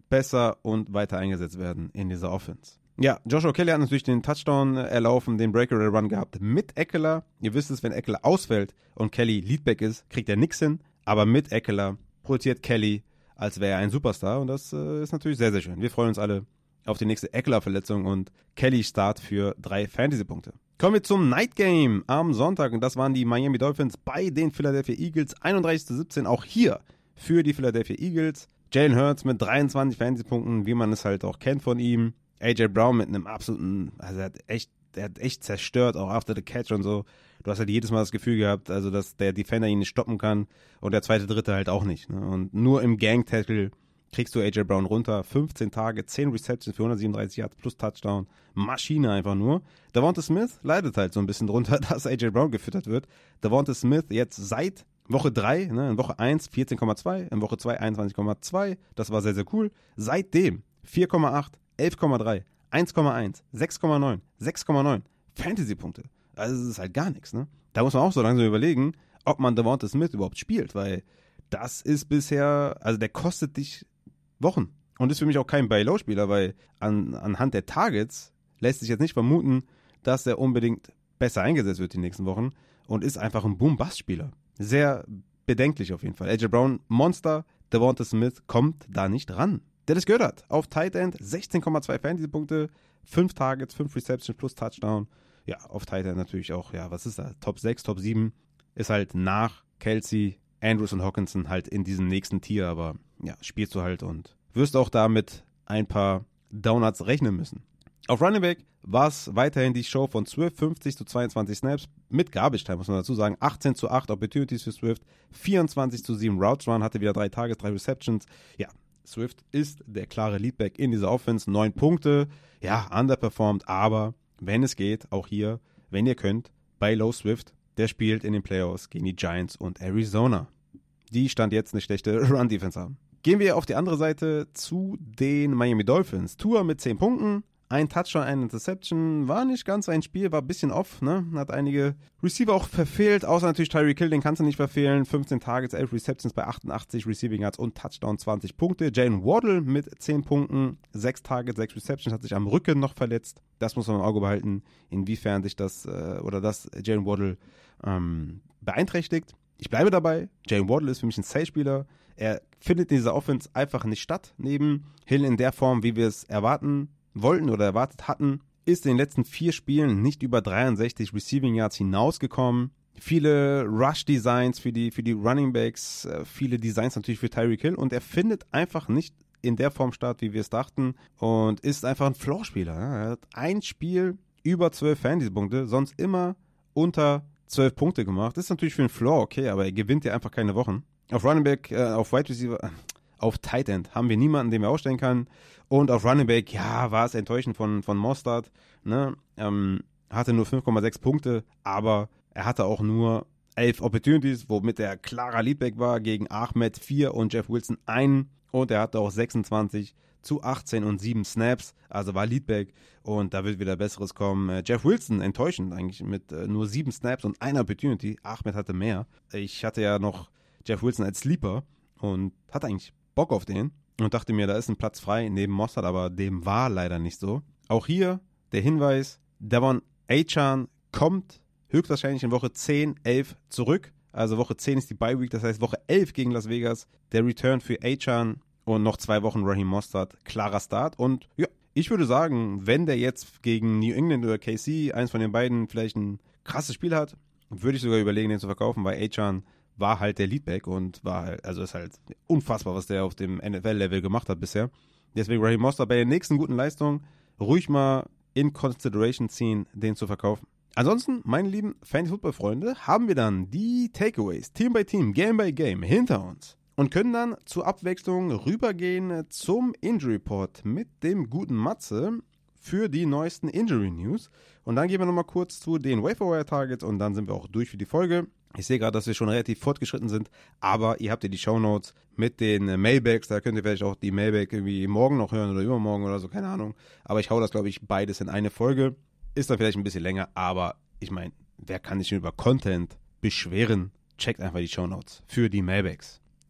besser und weiter eingesetzt werden in dieser Offense. Ja, Joshua Kelly hat natürlich den Touchdown erlaufen, den Breakaway Run gehabt mit Ekeler. Ihr wisst es, wenn Ekeler ausfällt und Kelly Leadback ist, kriegt er nichts hin. Aber mit Ekeler produziert Kelly, als wäre er ein Superstar. Und das äh, ist natürlich sehr, sehr schön. Wir freuen uns alle auf die nächste Ekeler-Verletzung und Kelly Start für drei Fantasy-Punkte. Kommen wir zum Night Game am Sonntag. Und das waren die Miami Dolphins bei den Philadelphia Eagles. einunddreißig zu siebzehn auch hier für die Philadelphia Eagles. Jalen Hurts mit dreiundzwanzig Fantasy-Punkten, wie man es halt auch kennt von ihm. A J Brown mit einem absoluten, also er hat echt, er hat echt zerstört, auch after the catch und so. Du hast halt jedes Mal das Gefühl gehabt, also dass der Defender ihn nicht stoppen kann und der zweite, dritte halt auch nicht. Ne? Und nur im Gang-Tackle kriegst du A J Brown runter. fünfzehn Tage, zehn Receptions für hundertsiebenunddreißig Yards plus Touchdown. Maschine einfach nur. Devonta Smith leidet halt so ein bisschen drunter, dass A J Brown gefüttert wird. Devonta Smith jetzt seit Woche drei, ne, in Woche eins vierzehn Komma zwei, in Woche zwei einundzwanzig Komma zwei. Das war sehr, sehr cool. Seitdem vier Komma acht, elf Komma drei, eins Komma eins, sechs Komma neun, sechs Komma neun Fantasy-Punkte. Also das ist halt gar nichts, ne? Da muss man auch so langsam überlegen, ob man Devonta Smith überhaupt spielt, weil das ist bisher, also der kostet dich Wochen und ist für mich auch kein Buy-Low-Spieler, weil an, anhand der Targets lässt sich jetzt nicht vermuten, dass er unbedingt besser eingesetzt wird die nächsten Wochen und ist einfach ein Boom-Bust-Spieler. Sehr bedenklich auf jeden Fall. A J Brown, Monster, Devonta Smith kommt da nicht ran. Dallas Goedert auf Tight End, sechzehn Komma zwei Fantasy-Punkte, fünf Targets, fünf Receptions plus Touchdown. Ja, auf Tight End natürlich auch, ja, was ist da? Top sechs, Top sieben. Ist halt nach Kelsey, Andrews und Hockenson halt in diesem nächsten Tier, aber ja, spielst du halt und wirst auch damit ein paar Donuts rechnen müssen. Auf Running Back war es weiterhin die Show von Swift, fünfzig zu zweiundzwanzig Snaps mit Garbage Time, muss man dazu sagen. achtzehn zu acht Opportunities für Swift, vierundzwanzig zu sieben Routes Run, hatte wieder drei Targets, drei Receptions. Ja, Swift ist der klare Leadback in dieser Offense, neun Punkte, ja, underperformed, aber wenn es geht, auch hier, wenn ihr könnt, bei Low Swift, der spielt in den Playoffs gegen die Giants und Arizona. Die stand jetzt eine schlechte Run-Defense haben. Gehen wir auf die andere Seite zu den Miami Dolphins. Tua mit zehn Punkten, ein Touchdown, eine Interception, war nicht ganz ein Spiel, war ein bisschen off, ne? Hat einige Receiver auch verfehlt, außer natürlich Tyreek Hill, den kannst du nicht verfehlen. fünfzehn Targets, elf Receptions bei achtundachtzig Receiving Yards und Touchdown, zwanzig Punkte. Jalen Waddle mit zehn Punkten, sechs Targets, sechs Receptions, hat sich am Rücken noch verletzt. Das muss man im Auge behalten, inwiefern sich das, äh, oder das Jalen Waddle ähm, beeinträchtigt. Ich bleibe dabei, Jalen Waddle ist für mich ein Safe-Spieler. Er findet in dieser Offense einfach nicht statt, neben Hill in der Form, wie wir es erwarten wollten oder erwartet hatten, ist in den letzten vier Spielen nicht über dreiundsechzig Receiving Yards hinausgekommen. Viele Rush-Designs für die, für die Running Backs, viele Designs natürlich für Tyreek Hill und er findet einfach nicht in der Form statt, wie wir es dachten und ist einfach ein Floor-Spieler. Er hat ein Spiel über zwölf Fantasy-Punkte, sonst immer unter zwölf Punkte gemacht. Das ist natürlich für einen Floor okay, aber er gewinnt ja einfach keine Wochen. Auf Running Back, äh, auf Wide Receiver, äh, auf Tight End haben wir niemanden, den wir aufstellen können. Und auf Running Back, ja, war es enttäuschend von, von Mostert. Ne? Ähm, hatte nur fünf Komma sechs Punkte, aber er hatte auch nur elf Opportunities, womit er klarer Leadback war gegen Ahmed vier und Jeff Wilson einen. Und er hatte auch sechsundzwanzig zu achtzehn und sieben Snaps, also war Leadback und da wird wieder Besseres kommen. Äh, Jeff Wilson enttäuschend eigentlich mit äh, nur sieben Snaps und einer Opportunity. Ahmed hatte mehr. Ich hatte ja noch Jeff Wilson als Sleeper und hatte eigentlich Bock auf den und dachte mir, da ist ein Platz frei neben Mostert, aber dem war leider nicht so. Auch hier der Hinweis, Devon Achane kommt höchstwahrscheinlich in Woche zehn, elf zurück. Also Woche zehn ist die Bye Week, das heißt Woche elf gegen Las Vegas. Der Return für Achane und noch zwei Wochen Raheem Mostert, klarer Start. Und ja, ich würde sagen, wenn der jetzt gegen New England oder K C, eins von den beiden, vielleicht ein krasses Spiel hat, würde ich sogar überlegen, den zu verkaufen, weil Achane war halt der Leadback und war halt, also ist halt unfassbar, was der auf dem N F L-Level gemacht hat bisher. Deswegen Raheem Mostert bei der nächsten guten Leistung ruhig mal in Consideration ziehen, den zu verkaufen. Ansonsten, meine lieben Fantasy-Football-Freunde, haben wir dann die Takeaways, Team by Team, Game by Game hinter uns und können dann zur Abwechslung rübergehen zum Injury Report mit dem guten Matze für die neuesten Injury News. Und dann gehen wir nochmal kurz zu den Waiver Targets und dann sind wir auch durch für die Folge. Ich sehe gerade, dass wir schon relativ fortgeschritten sind, aber ihr habt ja die Shownotes mit den Mailbags, da könnt ihr vielleicht auch die Mailbag irgendwie morgen noch hören oder übermorgen oder so, keine Ahnung. Aber ich hau das, glaube ich, beides in eine Folge. Ist dann vielleicht ein bisschen länger, aber ich meine, wer kann sich schon über Content beschweren? Checkt einfach die Shownotes für die Mailbags.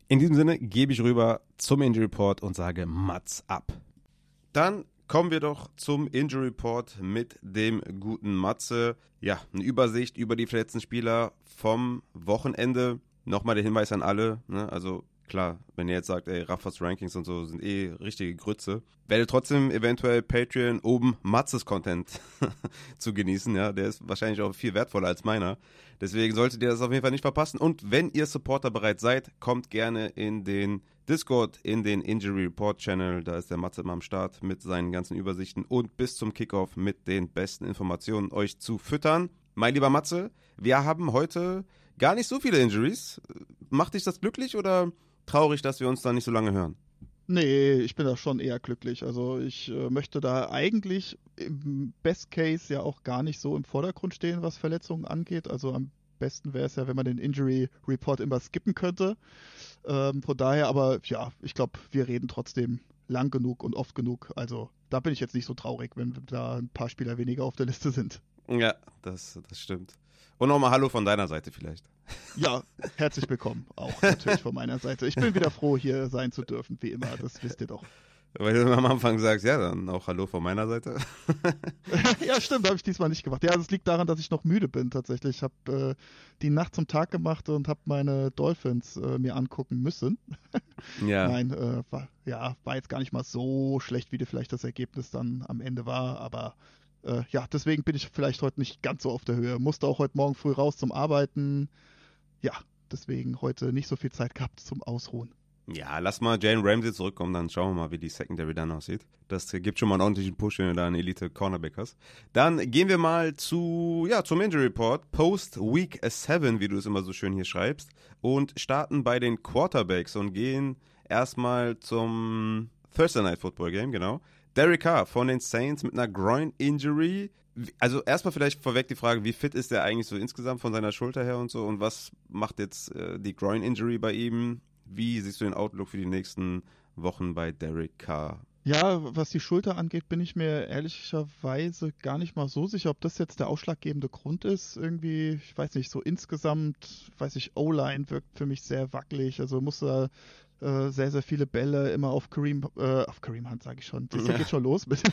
In diesem Sinne gebe ich rüber zum Injury Report und sage Mats ab. Dann kommen wir doch zum Injury Report mit dem guten Matze. Ja, eine Übersicht über die verletzten Spieler vom Wochenende. Nochmal der Hinweis an alle, ne? Also klar, wenn ihr jetzt sagt, ey, Raffas Rankings und so sind eh richtige Grütze, werdet trotzdem eventuell Patreon oben Matzes Content zu genießen, ja, der ist wahrscheinlich auch viel wertvoller als meiner. Deswegen solltet ihr das auf jeden Fall nicht verpassen. Und wenn ihr Supporter bereit seid, kommt gerne in den Discord, in den Injury Report Channel, da ist der Matze immer am Start mit seinen ganzen Übersichten und bis zum Kickoff mit den besten Informationen euch zu füttern. Mein lieber Matze, wir haben heute gar nicht so viele Injuries. Macht dich das glücklich oder traurig, dass wir uns da nicht so lange hören? Nee, ich bin da schon eher glücklich. Also ich äh, möchte da eigentlich im Best Case ja auch gar nicht so im Vordergrund stehen, was Verletzungen angeht. Also am besten wäre es ja, wenn man den Injury Report immer skippen könnte. Ähm, von daher, aber ja, ich glaube, wir reden trotzdem lang genug und oft genug. Also da bin ich jetzt nicht so traurig, wenn da ein paar Spieler weniger auf der Liste sind. Ja, das, das stimmt. Und nochmal Hallo von deiner Seite vielleicht. Ja, herzlich willkommen auch natürlich von meiner Seite. Ich bin wieder froh, hier sein zu dürfen, wie immer, das wisst ihr doch. Weil du am Anfang sagst, ja, dann auch Hallo von meiner Seite. Ja, stimmt, habe ich diesmal nicht gemacht. Ja, das liegt daran, dass ich noch müde bin tatsächlich. Ich habe äh, die Nacht zum Tag gemacht und habe meine Dolphins äh, mir angucken müssen. Ja. Nein, äh, war, ja, war jetzt gar nicht mal so schlecht, wie vielleicht das Ergebnis dann am Ende war, aber äh, ja, deswegen bin ich vielleicht heute nicht ganz so auf der Höhe. Musste auch heute Morgen früh raus zum Arbeiten. Ja, deswegen heute nicht so viel Zeit gehabt zum Ausruhen. Ja, lass mal Jalen Ramsey zurückkommen, dann schauen wir mal, wie die Secondary dann aussieht. Das gibt schon mal einen ordentlichen Push, wenn du da einen Elite-Cornerback hast. Dann gehen wir mal zu, ja, zum Injury Report, Post-Week sieben, wie du es immer so schön hier schreibst, und starten bei den Quarterbacks und gehen erstmal zum Thursday Night Football Game, genau. Derek Carr von den Saints mit einer Groin-Injury. Also erstmal vielleicht vorweg die Frage, wie fit ist er eigentlich so insgesamt von seiner Schulter her und so und was macht jetzt äh, die Groin-Injury bei ihm? Wie siehst du den Outlook für die nächsten Wochen bei Derek Carr? Ja, was die Schulter angeht, bin ich mir ehrlicherweise gar nicht mal so sicher, ob das jetzt der ausschlaggebende Grund ist. Irgendwie, ich weiß nicht, so insgesamt, weiß ich, O-Line wirkt für mich sehr wackelig. Also muss da äh, sehr, sehr viele Bälle immer auf Kareem, äh, auf Kareem Hunt sage ich schon, das Ja. geht schon los, mit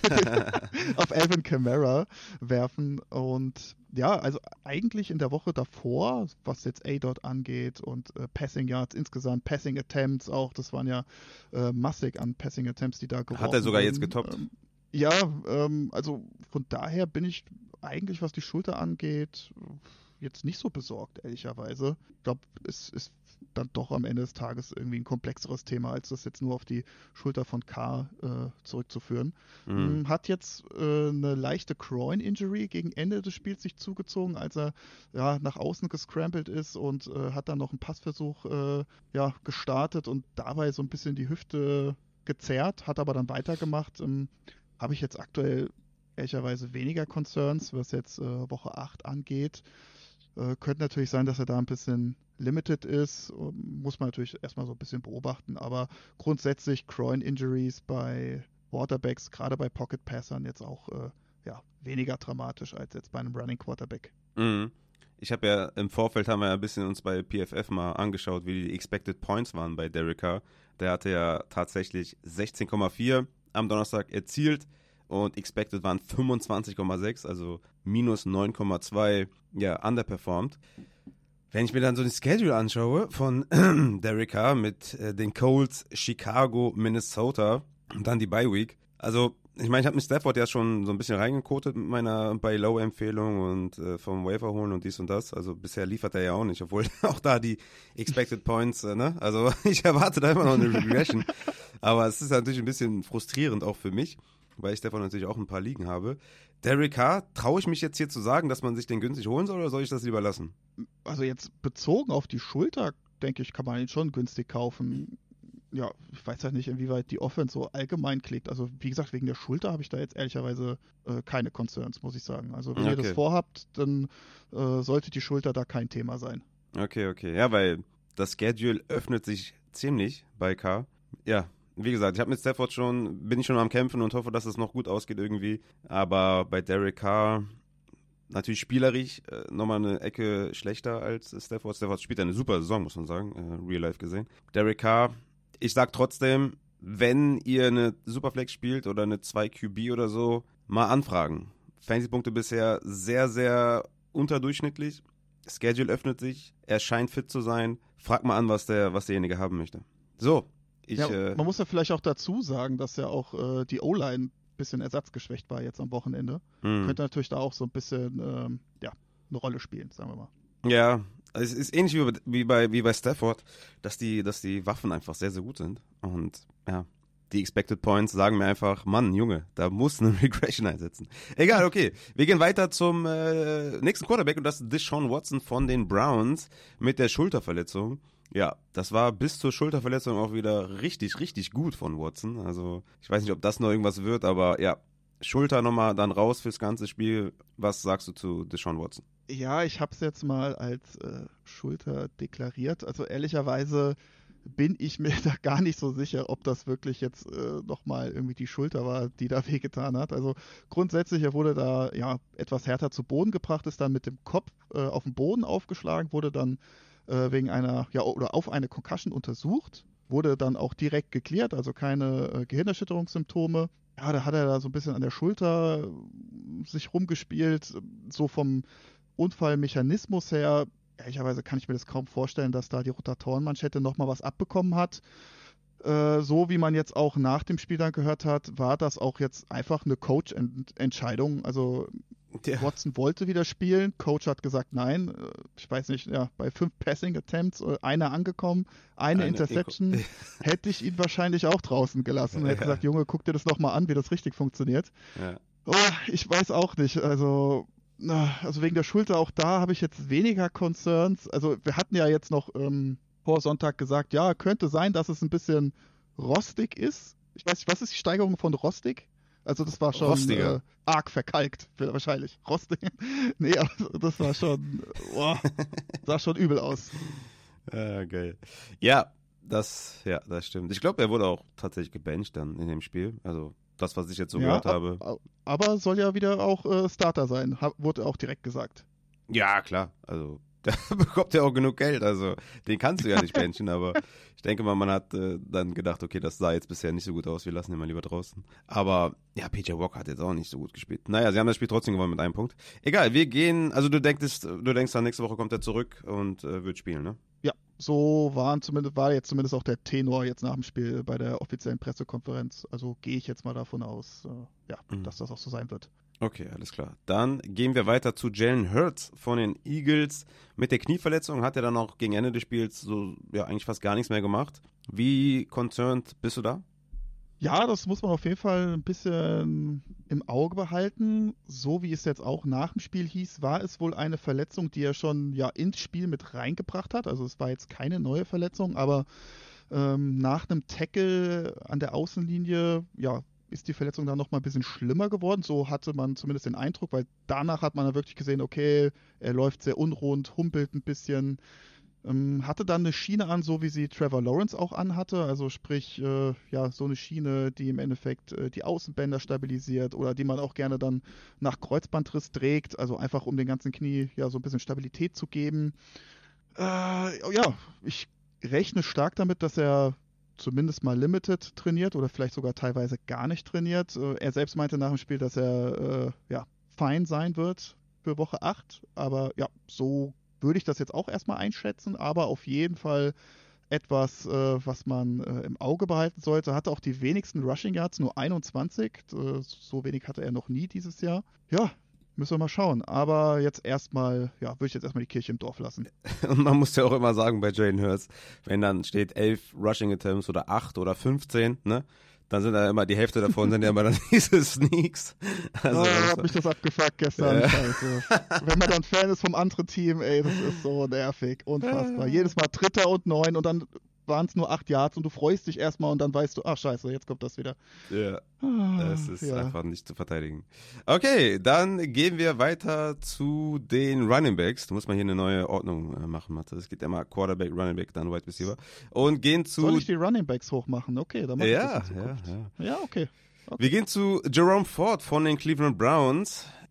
auf Alvin Kamara werfen. Und ja, also eigentlich in der Woche davor, was jetzt A-Dot angeht und äh, Passing Yards insgesamt, Passing Attempts auch, das waren ja äh, massig an Passing Attempts, die da geworfen Hat er sogar wurden. jetzt getoppt? Ähm, ja, ähm, also von daher bin ich eigentlich, was die Schulter angeht, jetzt nicht so besorgt, ehrlicherweise. Ich glaube, es ist dann doch am Ende des Tages irgendwie ein komplexeres Thema, als das jetzt nur auf die Schulter von Carr äh, zurückzuführen. Mhm. Hat jetzt äh, eine leichte Groin-Injury gegen Ende des Spiels sich zugezogen, als er ja, nach außen gescrambled ist und äh, hat dann noch einen Passversuch äh, ja, gestartet und dabei so ein bisschen die Hüfte gezerrt, hat aber dann weitergemacht. Ähm, Habe ich jetzt aktuell ehrlicherweise weniger Concerns, was jetzt äh, Woche acht angeht. Äh, könnte natürlich sein, dass er da ein bisschen limited ist. Muss man natürlich erstmal so ein bisschen beobachten. Aber grundsätzlich Groin-Injuries bei Quarterbacks, gerade bei Pocket-Passern, jetzt auch äh, ja, weniger dramatisch als jetzt bei einem Running Quarterback. Mhm. Ich habe ja im Vorfeld haben wir ja ein bisschen uns bei P F F mal angeschaut, wie die Expected Points waren bei Derek Carr. Der hatte ja tatsächlich sechzehn Komma vier am Donnerstag erzielt. Und Expected waren fünfundzwanzig Komma sechs, also minus neun Komma zwei, ja, underperformed. Wenn ich mir dann so den Schedule anschaue von Derek Carr mit äh, den Colts, Chicago, Minnesota und dann die Bye Week. Also, ich meine, ich habe mit Stafford ja schon so ein bisschen reingekotet mit meiner Buy-Low-Empfehlung und äh, vom Waiver holen und dies und das. Also bisher liefert er ja auch nicht, obwohl auch da die Expected Points, äh, ne? Also ich erwarte da immer noch eine Regression. Aber es ist natürlich ein bisschen frustrierend auch für mich, weil ich davon natürlich auch ein paar Ligen habe. Derek Carr, traue ich mich jetzt hier zu sagen, dass man sich den günstig holen soll oder soll ich das lieber lassen? Also jetzt bezogen auf die Schulter, denke ich, kann man ihn schon günstig kaufen. Ja, ich weiß halt nicht, inwieweit die Offense so allgemein klickt. Also wie gesagt, wegen der Schulter habe ich da jetzt ehrlicherweise äh, keine Concerns, muss ich sagen. Also wenn Okay. ihr das vorhabt, dann äh, sollte die Schulter da kein Thema sein. Okay, okay. Ja, weil das Schedule öffnet sich ziemlich bei Carr. Ja, wie gesagt, ich habe mit Stafford schon, bin ich schon am Kämpfen und hoffe, dass es noch gut ausgeht irgendwie. Aber bei Derek Carr, natürlich spielerisch äh, nochmal eine Ecke schlechter als Stafford. Stafford spielt eine super Saison, muss man sagen, äh, real life gesehen. Derek Carr, ich sag trotzdem, wenn ihr eine Superflex spielt oder eine zwei Q B oder so, mal anfragen. Fantasy-Punkte bisher sehr, sehr unterdurchschnittlich. Schedule öffnet sich, er scheint fit zu sein. Frag mal an, was der, was derjenige haben möchte. So, ich... Ja, äh, man muss ja vielleicht auch dazu sagen, dass ja auch äh, die O-Line ein bisschen ersatzgeschwächt war jetzt am Wochenende. mh. Könnte natürlich da auch so ein bisschen ähm, ja, eine Rolle spielen, sagen wir mal. Ja, es ist ähnlich wie bei, wie bei, wie bei Stafford, dass die, dass die Waffen einfach sehr, sehr gut sind. Und ja, die Expected Points sagen mir einfach, Mann, Junge, da muss eine Regression einsetzen. Egal, okay. Wir gehen weiter zum äh, nächsten Quarterback und das ist Deshaun Watson von den Browns mit der Schulterverletzung. Ja, das war bis zur Schulterverletzung auch wieder richtig, richtig gut von Watson. Also ich weiß nicht, ob das noch irgendwas wird, aber ja, Schulter nochmal dann raus fürs ganze Spiel. Was sagst du zu Deshaun Watson? Ja, ich habe es jetzt mal als äh, Schulter deklariert. Also ehrlicherweise bin ich mir da gar nicht so sicher, ob das wirklich jetzt äh, nochmal irgendwie die Schulter war, die da wehgetan hat. Also grundsätzlich, er wurde da ja etwas härter zu Boden gebracht, ist dann mit dem Kopf äh, auf den Boden aufgeschlagen, wurde dann äh, wegen einer, ja, oder auf eine Concussion untersucht, wurde dann auch direkt geklärt, also keine äh, Gehirnerschütterungssymptome. Ja, da hat er da so ein bisschen an der Schulter äh, sich rumgespielt, so vom Unfallmechanismus her. Ehrlicherweise kann ich mir das kaum vorstellen, dass da die Rotatorenmanschette nochmal was abbekommen hat. Äh, so wie man jetzt auch nach dem Spiel dann gehört hat, war das auch jetzt einfach eine Coach-Entscheidung. Also ja. Watson wollte wieder spielen, Coach hat gesagt nein. Ich weiß nicht, ja, bei fünf Passing-Attempts, einer angekommen, eine, eine Interception, Eko. Hätte ich ihn wahrscheinlich auch draußen gelassen. Er hat ja. gesagt, Junge, guck dir das nochmal an, wie das richtig funktioniert. Ja. Oh, ich weiß auch nicht, also... Also wegen der Schulter, auch da habe ich jetzt weniger Concerns. Also wir hatten ja jetzt noch ähm, vor Sonntag gesagt, ja, könnte sein, dass es ein bisschen rostig ist. Ich weiß nicht, was ist die Steigerung von rostig? Also das war schon äh, arg verkalkt, wahrscheinlich. Rostig. Nee, also das war schon, boah, sah schon übel aus. Ja, geil. Ja, das, ja, das stimmt. Ich glaube, er wurde auch tatsächlich gebencht dann in dem Spiel. Also das, was ich jetzt so ja, gehört habe. Ab, aber soll ja wieder auch äh, Starter sein, hab, wurde auch direkt gesagt. Ja, klar. Also, da bekommt er auch genug Geld. Also, den kannst du ja nicht benchen, aber ich denke mal, man hat äh, dann gedacht, okay, das sah jetzt bisher nicht so gut aus, wir lassen ihn mal lieber draußen. Aber, ja, P J Walker hat jetzt auch nicht so gut gespielt. Naja, sie haben das Spiel trotzdem gewonnen mit einem Punkt. Egal, wir gehen, also du denkst, du denkst dann, nächste Woche kommt er zurück und äh, wird spielen, ne? Ja, so waren zumindest, war jetzt zumindest auch der Tenor jetzt nach dem Spiel bei der offiziellen Pressekonferenz. Also gehe ich jetzt mal davon aus, äh, ja, mhm. dass das auch so sein wird. Okay, alles klar. Dann gehen wir weiter zu Jalen Hurts von den Eagles. Mit der Knieverletzung hat er dann auch gegen Ende des Spiels so ja eigentlich fast gar nichts mehr gemacht. Wie concerned bist du da? Ja, das muss man auf jeden Fall ein bisschen im Auge behalten. So wie es jetzt auch nach dem Spiel hieß, war es wohl eine Verletzung, die er schon ja ins Spiel mit reingebracht hat. Also es war jetzt keine neue Verletzung, aber ähm, nach einem Tackle an der Außenlinie, ja, ist die Verletzung dann nochmal ein bisschen schlimmer geworden. So hatte man zumindest den Eindruck, weil danach hat man dann wirklich gesehen, okay, er läuft sehr unrund, humpelt ein bisschen. Ähm, hatte dann eine Schiene an, so wie sie Trevor Lawrence auch anhatte, also sprich, äh, ja, so eine Schiene, die im Endeffekt äh, die Außenbänder stabilisiert oder die man auch gerne dann nach Kreuzbandriss trägt, also einfach um den ganzen Knie ja so ein bisschen Stabilität zu geben. Äh, ja, ich rechne stark damit, dass er zumindest mal limited trainiert oder vielleicht sogar teilweise gar nicht trainiert. Äh, er selbst meinte nach dem Spiel, dass er äh, ja, fein sein wird für Woche acht, aber ja, so würde ich das jetzt auch erstmal einschätzen, aber auf jeden Fall etwas, äh, was man äh, im Auge behalten sollte. Hatte auch die wenigsten Rushing Yards, nur einundzwanzig. Äh, so wenig hatte er noch nie dieses Jahr. Ja, müssen wir mal schauen. Aber jetzt erstmal, ja, würde ich jetzt erstmal die Kirche im Dorf lassen. Und man muss ja auch immer sagen bei Jalen Hurts, wenn dann steht elf Rushing Attempts oder acht oder fünfzehn, ne? Dann sind da immer, die Hälfte davon sind ja immer dann diese Sneaks. Also, oh, hat mich das abgefuckt gestern. Ja. Also, wenn man dann Fan ist vom anderen Team, ey, das ist so nervig. Unfassbar. Jedes Mal Dritter und Neun und dann waren es nur acht Yards und du freust dich erstmal und dann weißt du, ach scheiße, jetzt kommt das wieder. Ja, das ist ja. einfach nicht zu verteidigen. Okay, dann gehen wir weiter zu den Running Backs. Du musst mal hier eine neue Ordnung machen, Mathe. Es geht immer Quarterback, Running Back, dann Wide Receiver. Und gehen zu... Soll ich die Running Backs hochmachen? Okay, dann mach ja, ich das in ja, ja. Ja, okay. okay. Wir gehen zu Jerome Ford von den Cleveland Browns.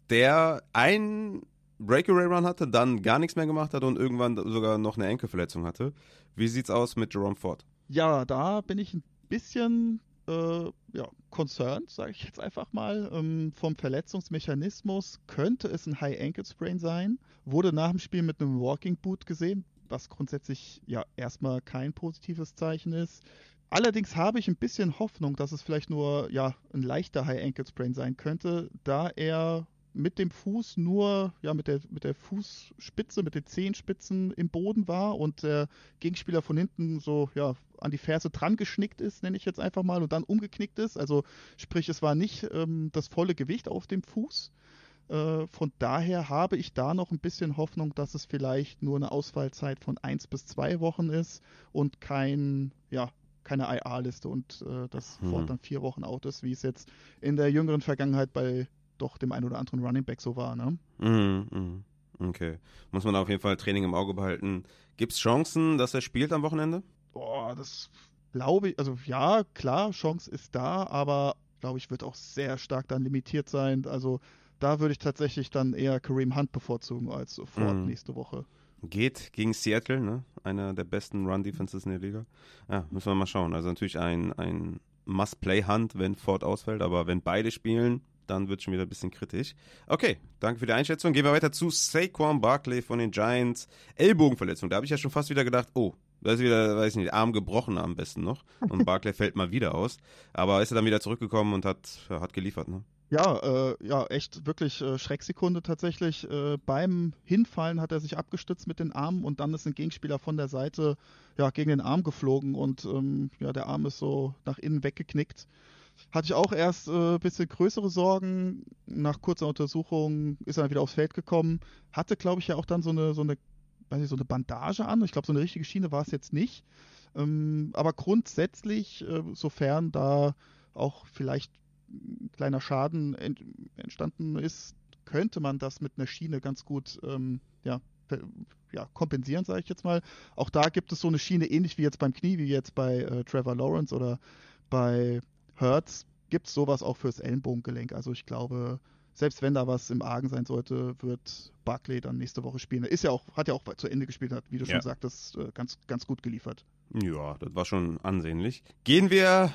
der einen Breakaway-Run hatte, dann gar nichts mehr gemacht hat und irgendwann sogar noch eine Enkelverletzung hatte. Wie sieht's aus mit Jerome Ford? Ja, da bin ich ein bisschen äh, ja, concerned, sage ich jetzt einfach mal. Ähm, vom Verletzungsmechanismus könnte es ein High Ankle Sprain sein. Wurde nach dem Spiel mit einem Walking Boot gesehen, was grundsätzlich ja erstmal kein positives Zeichen ist. Allerdings habe ich ein bisschen Hoffnung, dass es vielleicht nur ja, ein leichter High Ankle Sprain sein könnte, da er mit dem Fuß nur, ja, mit der, mit der Fußspitze, mit den Zehenspitzen im Boden war und der Gegenspieler von hinten so, ja, an die Ferse dran geschnickt ist, nenne ich jetzt einfach mal, und dann umgeknickt ist. Also sprich, es war nicht ähm, das volle Gewicht auf dem Fuß. Äh, von daher habe ich da noch ein bisschen Hoffnung, dass es vielleicht nur eine Ausfallzeit von eins bis zwei Wochen ist und kein, ja, keine I R-Liste und äh, das Mhm. Ford dann vier Wochen out ist, wie es jetzt in der jüngeren Vergangenheit bei doch dem einen oder anderen Running Back so war, ne? Mhm, mhm. Okay. Muss man auf jeden Fall Training im Auge behalten. Gibt's Chancen, dass er spielt am Wochenende? Boah, das glaube ich, also ja, klar, Chance ist da, aber glaube ich, wird auch sehr stark dann limitiert sein. Also da würde ich tatsächlich dann eher Kareem Hunt bevorzugen als Ford Mhm. nächste Woche. Geht gegen Seattle, ne? Einer der besten Run-Defenses in der Liga. Ja, müssen wir mal schauen. Also natürlich ein, ein Must-Play-Hunt, wenn Ford ausfällt, aber wenn beide spielen, dann wird es schon wieder ein bisschen kritisch. Okay, danke für die Einschätzung. Gehen wir weiter zu Saquon Barkley von den Giants. Ellbogenverletzung. Da habe ich ja schon fast wieder gedacht, oh, da ist wieder, weiß ich nicht, Arm gebrochen am besten noch. Und Barkley fällt mal wieder aus. Aber ist er dann wieder zurückgekommen und hat, ja, hat geliefert, ne? Ja, äh, ja, echt wirklich äh, Schrecksekunde tatsächlich. Äh, beim Hinfallen hat er sich abgestützt mit den Armen und dann ist ein Gegenspieler von der Seite ja, gegen den Arm geflogen und ähm, ja, der Arm ist so nach innen weggeknickt. Hatte ich auch erst ein äh, bisschen größere Sorgen. Nach kurzer Untersuchung ist er wieder aufs Feld gekommen. Hatte, glaube ich, ja auch dann so eine, so eine, weiß nicht, so eine Bandage an. Ich glaube, so eine richtige Schiene war es jetzt nicht. Ähm, aber grundsätzlich, äh, sofern da auch vielleicht ein kleiner Schaden ent entstanden ist, könnte man das mit einer Schiene ganz gut ähm, ja, ja, kompensieren, sage ich jetzt mal. Auch da gibt es so eine Schiene, ähnlich wie jetzt beim Knie, wie jetzt bei äh, Trevor Lawrence oder bei Hurts, gibt es sowas auch fürs Ellenbogengelenk. Also ich glaube, selbst wenn da was im Argen sein sollte, wird Barkley dann nächste Woche spielen. Er ist ja auch, hat ja auch zu Ende gespielt, hat, wie du Ja. schon sagtest, ganz, ganz gut geliefert. Ja, das war schon ansehnlich. Gehen wir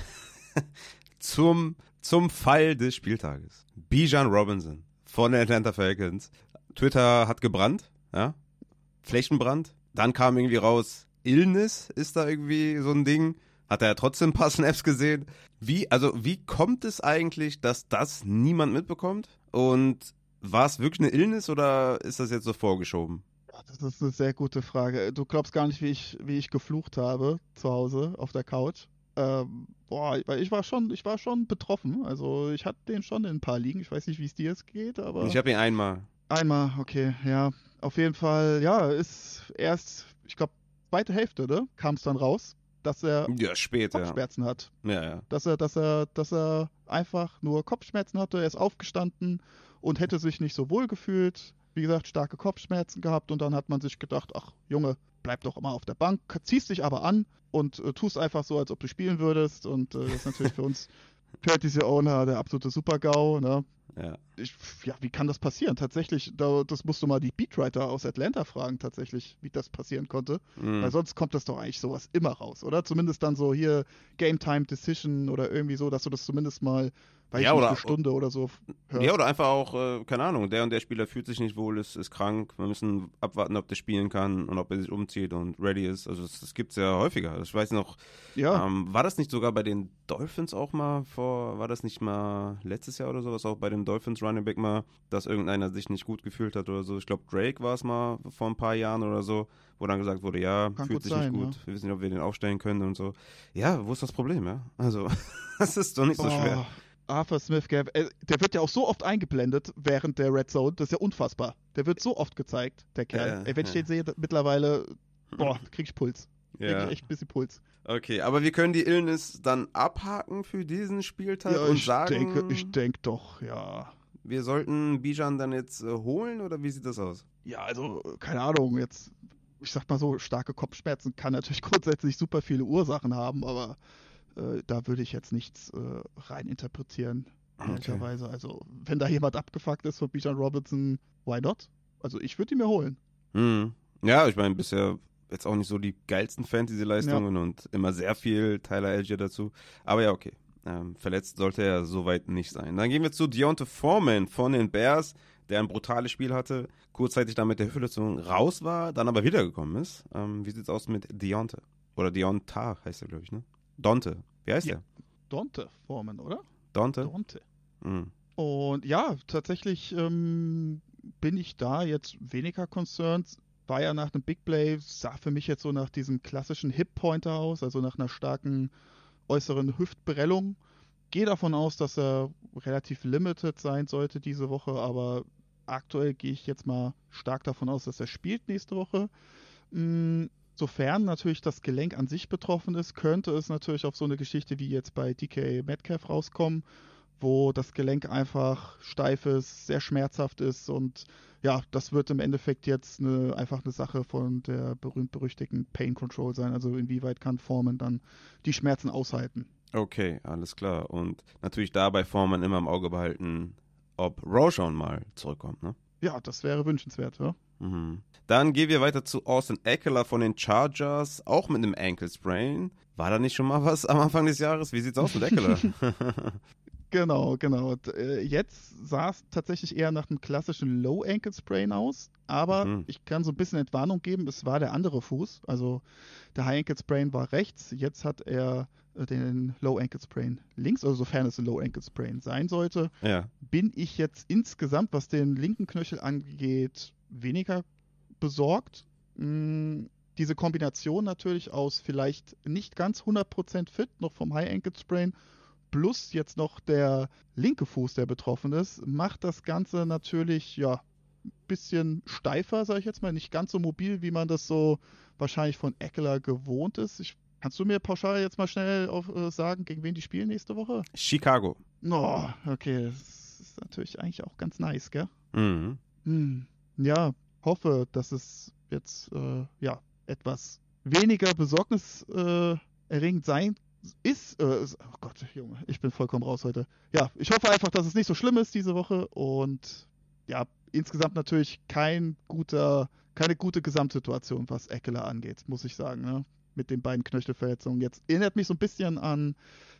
zum, zum Fall des Spieltages. Bijan Robinson von den Atlanta Falcons. Twitter hat gebrannt, ja, Flächenbrand. Dann kam irgendwie raus, Illness ist da irgendwie so ein Ding. Hat er trotzdem ein paar Snaps gesehen. Wie, also wie kommt es eigentlich, dass das niemand mitbekommt? Und war es wirklich eine Illness oder ist das jetzt so vorgeschoben? Ja, das ist eine sehr gute Frage. Du glaubst gar nicht, wie ich, wie ich geflucht habe zu Hause auf der Couch. Ähm, boah, weil ich war schon, ich war schon betroffen. Also ich hatte den schon in ein paar Ligen. Ich weiß nicht, wie es dir jetzt geht, aber. Ich habe ihn einmal. Einmal, okay, ja. Auf jeden Fall, ja, ist erst, ich glaube, zweite Hälfte, ne? Kam es dann raus, dass er Ja, später. Kopfschmerzen hat. Ja, ja. Dass er, dass er, dass er einfach nur Kopfschmerzen hatte. Er ist aufgestanden und hätte sich nicht so wohl gefühlt. Wie gesagt, starke Kopfschmerzen gehabt und dann hat man sich gedacht, ach Junge, bleib doch immer auf der Bank, ziehst dich aber an und äh, tust einfach so, als ob du spielen würdest. Und äh, das ist natürlich für uns Fantasy Owner der absolute Super-GAU, ne? Ja. Ich, ja, wie kann das passieren? Tatsächlich, da, das musst du mal die Beatwriter aus Atlanta fragen, tatsächlich, wie das passieren konnte. Mhm. Weil sonst kommt das doch eigentlich sowas immer raus, oder? Zumindest dann so hier Game Time Decision oder irgendwie so, dass du das zumindest mal, weiß Ja, ich nicht, oder- eine Stunde oder so hörst. Ja, oder einfach auch, äh, keine Ahnung, der und der Spieler fühlt sich nicht wohl, ist, ist krank. Wir müssen abwarten, ob der spielen kann und ob er sich umzieht und ready ist. Also das, das gibt es ja häufiger. Ich weiß noch, Ja, ähm, war das nicht sogar bei den Dolphins auch mal vor, war das nicht mal letztes Jahr oder sowas, auch bei dem Dolphins Running Back mal, dass irgendeiner sich nicht gut gefühlt hat oder so. Ich glaube, Drake war es mal vor ein paar Jahren oder so, wo dann gesagt wurde, ja, Kann fühlt gut sich sein, nicht gut, ja. wir wissen nicht, ob wir den aufstellen können und so. Ja, wo ist das Problem, ja? Also, das ist doch nicht so schwer. Oh, Arthur Smith, gell, äh, der wird ja auch so oft eingeblendet während der Red Zone, das ist ja unfassbar. Der wird so oft gezeigt, der Kerl. Ja, Ey, wenn ich ja. den sehe, mittlerweile, boah, krieg ich Puls. Krieg Ja. ich echt ein bisschen Puls. Okay, aber wir können die Illness dann abhaken für diesen Spieltag Ja, und ich sagen, denke, ich denke doch, ja. wir sollten Bijan dann jetzt äh, holen oder wie sieht das aus? Ja, also, keine Ahnung, jetzt, ich sag mal so, starke Kopfschmerzen kann natürlich grundsätzlich super viele Ursachen haben, aber äh, da würde ich jetzt nichts äh, rein interpretieren. ehrlicherweise. Okay. Also, wenn da jemand abgefuckt ist von Bijan Robinson, why not? Also, ich würde ihn mir holen. Mhm. Ja, ich meine, bisher jetzt auch nicht so die geilsten Fantasy-Leistungen ja. und immer sehr viel Tyler Algier dazu. Aber ja, okay. Ähm, verletzt sollte er soweit nicht sein. Dann gehen wir zu D'Onta Foreman von den Bears, der ein brutales Spiel hatte, kurzzeitig dann mit der Verletzung raus war, dann aber wiedergekommen ist. Ähm, wie sieht's aus mit D'Onta? Oder D'Onta heißt er, glaube ich, ne? Donte. Wie heißt ja. der? Donte Foreman, oder? Donte? Donte. Mhm. Und ja, tatsächlich ähm, bin ich da jetzt weniger concerned. War ja nach einem Big Play, sah für mich jetzt so nach diesem klassischen Hip-Pointer aus, also nach einer starken äußeren Hüftprellung. Gehe davon aus, dass er relativ limited sein sollte diese Woche, aber aktuell gehe ich jetzt mal stark davon aus, dass er spielt nächste Woche. Hm, sofern natürlich das Gelenk an sich betroffen ist, könnte es natürlich auf so eine Geschichte wie jetzt bei D K Metcalf rauskommen, wo das Gelenk einfach steif ist, sehr schmerzhaft ist und ja, das wird im Endeffekt jetzt eine, einfach eine Sache von der berühmt-berüchtigten Pain Control sein. Also inwieweit kann Foreman dann die Schmerzen aushalten. Okay, alles klar. Und natürlich dabei Foreman immer im Auge behalten, ob Roschon mal zurückkommt, ne? Ja, das wäre wünschenswert, ja. Mhm. Dann gehen wir weiter zu Austin Ekeler von den Chargers, auch mit einem Ankle Sprain. War da nicht schon mal was am Anfang des Jahres? Wie sieht's aus mit Ekeler? Genau, genau. Und, äh, jetzt sah es tatsächlich eher nach einem klassischen Low Ankle Sprain aus, aber mhm. ich kann so ein bisschen Entwarnung geben, es war der andere Fuß, also der High Ankle Sprain war rechts, jetzt hat er äh, den Low Ankle Sprain links, also sofern es ein Low Ankle Sprain sein sollte, ja. bin ich jetzt insgesamt, was den linken Knöchel angeht, weniger besorgt. Hm, diese Kombination natürlich aus vielleicht nicht ganz hundert Prozent fit, noch vom High Ankle Sprain, plus jetzt noch der linke Fuß, der betroffen ist, macht das Ganze natürlich, ja, ein bisschen steifer, sage ich jetzt mal, nicht ganz so mobil, wie man das so wahrscheinlich von Ekeler gewohnt ist. Ich, kannst du mir pauschal jetzt mal schnell auf, äh, sagen, gegen wen die spielen nächste Woche? Chicago. Oh, okay, das ist natürlich eigentlich auch ganz nice, gell? Mhm. Hm. Ja, hoffe, dass es jetzt, äh, ja, etwas weniger besorgniserregend äh, sein ist, äh, oh Gott, Junge, ich bin vollkommen raus heute. Ja, ich hoffe einfach, dass es nicht so schlimm ist diese Woche und ja, insgesamt natürlich kein guter, keine gute Gesamtsituation, was Ekeler angeht, muss ich sagen, ne? Mit den beiden Knöchelverletzungen. Jetzt erinnert mich so ein bisschen an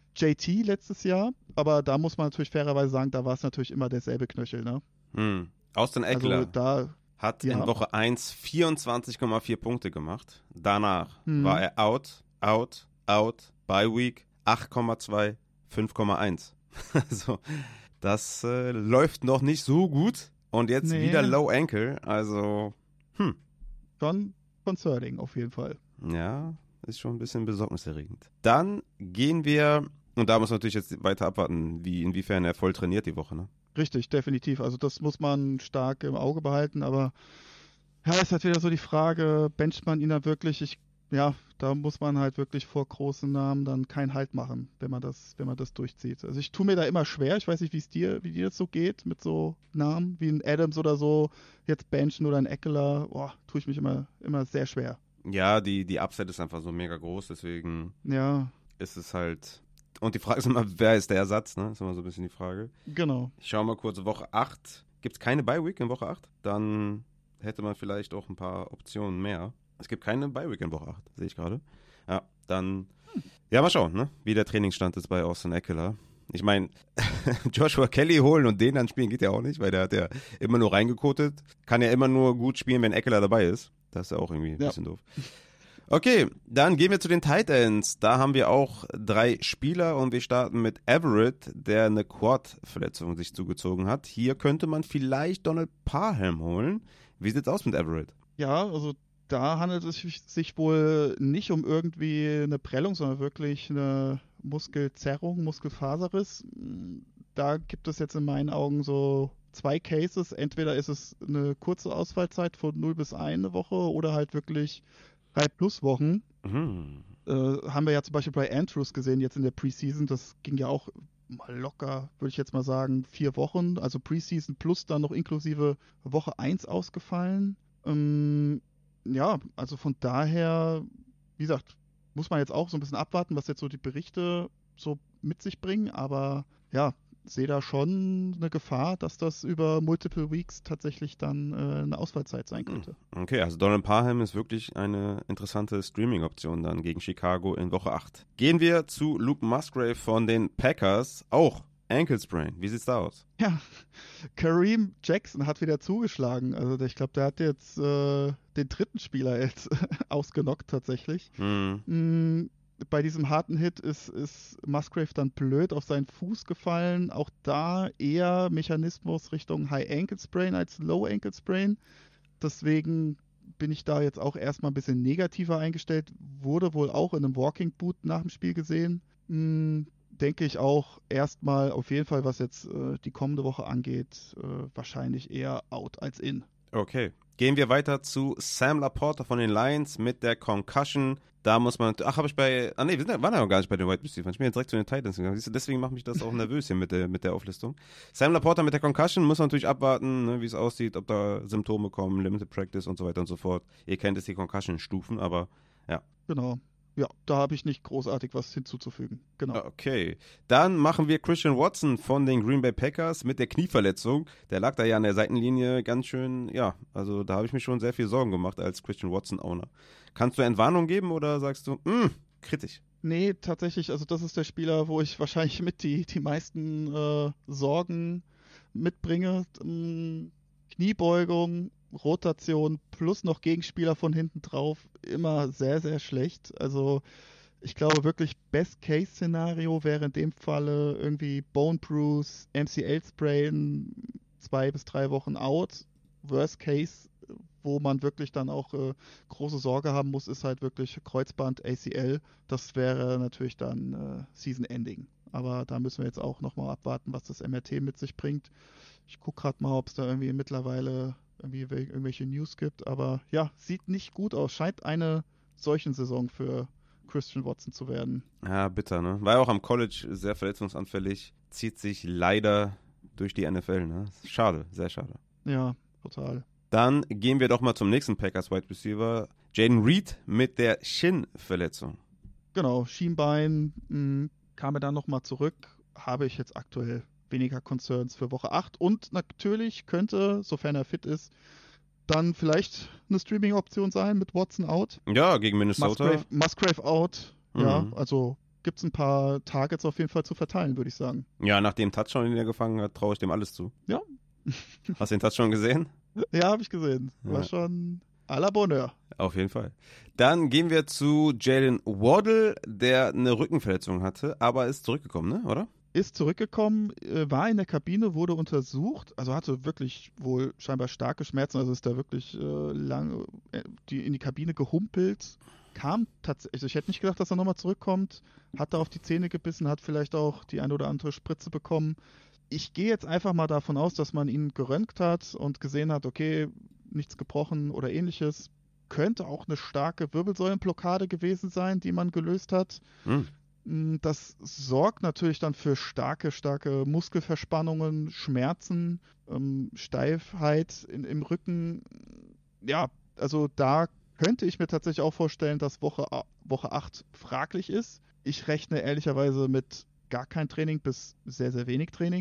J T letztes Jahr, aber da muss man natürlich fairerweise sagen, da war es natürlich immer derselbe Knöchel, ne? Hm. Austin Ekeler also da, hat ja. in Woche eins vierundzwanzig Komma vier Punkte gemacht. Danach hm. war er out, out, out, Bye Week acht Komma zwei, fünf Komma eins. Also, das äh, läuft noch nicht so gut. Und jetzt Nee. wieder Low Ankle. Also, hm. Schon concerning auf jeden Fall. Ja, ist schon ein bisschen besorgniserregend. Dann gehen wir, und da muss man natürlich jetzt weiter abwarten, wie, inwiefern er voll trainiert die Woche, ne? Richtig, definitiv. Also das muss man stark im Auge behalten, aber ja, ist halt wieder so die Frage, bencht man ihn dann wirklich? Ich, ja, da muss man halt wirklich vor großen Namen dann keinen Halt machen, wenn man das, wenn man das durchzieht. Also ich tue mir da immer schwer, ich weiß nicht, wie es dir, wie dir das so geht, mit so Namen wie ein Adams oder so, jetzt benchen oder ein Ekeler, boah, tue ich mich immer, immer sehr schwer. Ja, die, die Upside ist einfach so mega groß, deswegen Ja. ist es halt. Und die Frage ist immer, wer ist der Ersatz, ne? Ist immer so ein bisschen die Frage. Genau. Ich schaue mal kurz, Woche acht. Gibt es keine Bye-Week in Woche acht? Dann hätte man vielleicht auch ein paar Optionen mehr. Es gibt keine Bye-Week in Woche acht, sehe ich gerade. Ja, dann, hm. ja, mal schauen, ne? Wie der Trainingsstand ist bei Austin Ekeler. Ich meine, Joshua Kelly holen und den dann spielen geht ja auch nicht, weil der hat ja immer nur reingekotet. Kann ja immer nur gut spielen, wenn Ekeler dabei ist. Das ist ja auch irgendwie ein ja. bisschen doof. Okay, dann gehen wir zu den Tight Ends. Da haben wir auch drei Spieler und wir starten mit Everett, der eine Quad-Verletzung sich zugezogen hat. Hier könnte man vielleicht Donald Parham holen. Wie sieht's aus mit Everett? Ja, also da handelt es sich wohl nicht um irgendwie eine Prellung, sondern wirklich eine Muskelzerrung, Muskelfaserriss. Da gibt es jetzt in meinen Augen so zwei Cases. Entweder ist es eine kurze Ausfallzeit von null bis eine Woche oder halt wirklich drei plus Wochen. Mhm. Äh, haben wir ja zum Beispiel bei Andrews gesehen, jetzt in der Preseason. Das ging ja auch mal locker, würde ich jetzt mal sagen, vier Wochen. Also Preseason plus dann noch inklusive Woche eins ausgefallen. Ähm, ja, also von daher, wie gesagt, muss man jetzt auch so ein bisschen abwarten, was jetzt so die Berichte so mit sich bringen. Aber ja, sehe da schon eine Gefahr, dass das über multiple Weeks tatsächlich dann äh, eine Ausfallzeit sein könnte. Okay, also Donald Parham ist wirklich eine interessante Streaming-Option dann gegen Chicago in Woche acht. Gehen wir zu Luke Musgrave von den Packers, auch Ankle Sprain. Wie sieht's da aus? Ja, Kareem Jackson hat wieder zugeschlagen. Also ich glaube, der hat jetzt äh, den dritten Spieler jetzt ausgenockt tatsächlich. Hm. Mm, bei diesem harten Hit ist, ist Musgrave dann blöd auf seinen Fuß gefallen. Auch da eher Mechanismus Richtung High Ankle Sprain als Low Ankle Sprain. Deswegen bin ich da jetzt auch erstmal ein bisschen negativer eingestellt. Wurde wohl auch in einem Walking Boot nach dem Spiel gesehen. Mm, denke ich auch erstmal auf jeden Fall, was jetzt äh, die kommende Woche angeht, äh, wahrscheinlich eher out als in. Okay. Gehen wir weiter zu Sam Laporta von den Lions mit der Concussion. Da muss man, ach, habe ich bei, ah nee, wir sind, waren ja noch gar nicht bei den Wide Receivers. Ich bin jetzt direkt zu den Titans gegangen. Deswegen macht mich das auch nervös hier mit der, mit der Auflistung. Sam Laporta mit der Concussion muss man natürlich abwarten, ne, wie es aussieht, ob da Symptome kommen, Limited Practice und so weiter und so fort. Ihr kennt es, die Concussion-Stufen, aber ja. Genau. Ja, da habe ich nicht großartig was hinzuzufügen. Genau. Okay, dann machen wir Christian Watson von den Green Bay Packers mit der Knieverletzung. Der lag da ja an der Seitenlinie ganz schön, ja, also da habe ich mir schon sehr viel Sorgen gemacht als Christian Watson-Owner. Kannst du Entwarnung geben oder sagst du, mh, kritisch? Nee, tatsächlich, also das ist der Spieler, wo ich wahrscheinlich mit die, die meisten äh, Sorgen mitbringe. Ähm, Kniebeugung, Rotation plus noch Gegenspieler von hinten drauf, immer sehr, sehr schlecht. Also ich glaube wirklich, Best-Case-Szenario wäre in dem Falle irgendwie Bone Bruise, M C L-Sprain, zwei bis drei Wochen out. Worst Case, wo man wirklich dann auch äh, große Sorge haben muss, ist halt wirklich Kreuzband, A C L. Das wäre natürlich dann äh, Season-Ending. Aber da müssen wir jetzt auch nochmal abwarten, was das M R T mit sich bringt. Ich gucke gerade mal, ob es da irgendwie mittlerweile irgendwie irgendwelche News gibt. Aber ja, sieht nicht gut aus. Scheint eine solchen Saison für Christian Watson zu werden. Ja, bitter, ne? War ja auch am College sehr verletzungsanfällig. Zieht sich leider durch die N F L, ne? Schade, sehr schade. Ja, total. Dann gehen wir doch mal zum nächsten Packers Wide Receiver. Jaden Reed mit der Shin-Verletzung. Genau, Schienbein mh, kam er dann nochmal zurück. Habe ich jetzt aktuell weniger Concerns für Woche acht. Und natürlich könnte, sofern er fit ist, dann vielleicht eine Streaming-Option sein mit Watson out. Ja, gegen Minnesota. Musgrave, Musgrave out. Mhm. Ja, also gibt es ein paar Targets auf jeden Fall zu verteilen, würde ich sagen. Ja, nach dem Touchdown, den er gefangen hat, traue ich dem alles zu. Ja. Hast du den Touchdown gesehen? Ja, habe ich gesehen. War ja schon à la Bonheur. Auf jeden Fall. Dann gehen wir zu Jalen Waddle, der eine Rückenverletzung hatte, aber ist zurückgekommen, ne? Oder? Ist zurückgekommen, war in der Kabine, wurde untersucht, also hatte wirklich wohl scheinbar starke Schmerzen, also ist da wirklich äh, lang äh, die, in die Kabine gehumpelt, kam tatsächlich, also ich hätte nicht gedacht, dass er nochmal zurückkommt, hat da auf die Zähne gebissen, hat vielleicht auch die eine oder andere Spritze bekommen. Ich gehe jetzt einfach mal davon aus, dass man ihn geröntgt hat und gesehen hat, okay, nichts gebrochen oder ähnliches. Könnte auch eine starke Wirbelsäulenblockade gewesen sein, die man gelöst hat. Hm. Das sorgt natürlich dann für starke, starke Muskelverspannungen, Schmerzen, ähm, Steifheit in, im Rücken. Ja, also da könnte ich mir tatsächlich auch vorstellen, dass Woche, Woche acht fraglich ist. Ich rechne ehrlicherweise mit gar kein Training bis sehr, sehr wenig Training.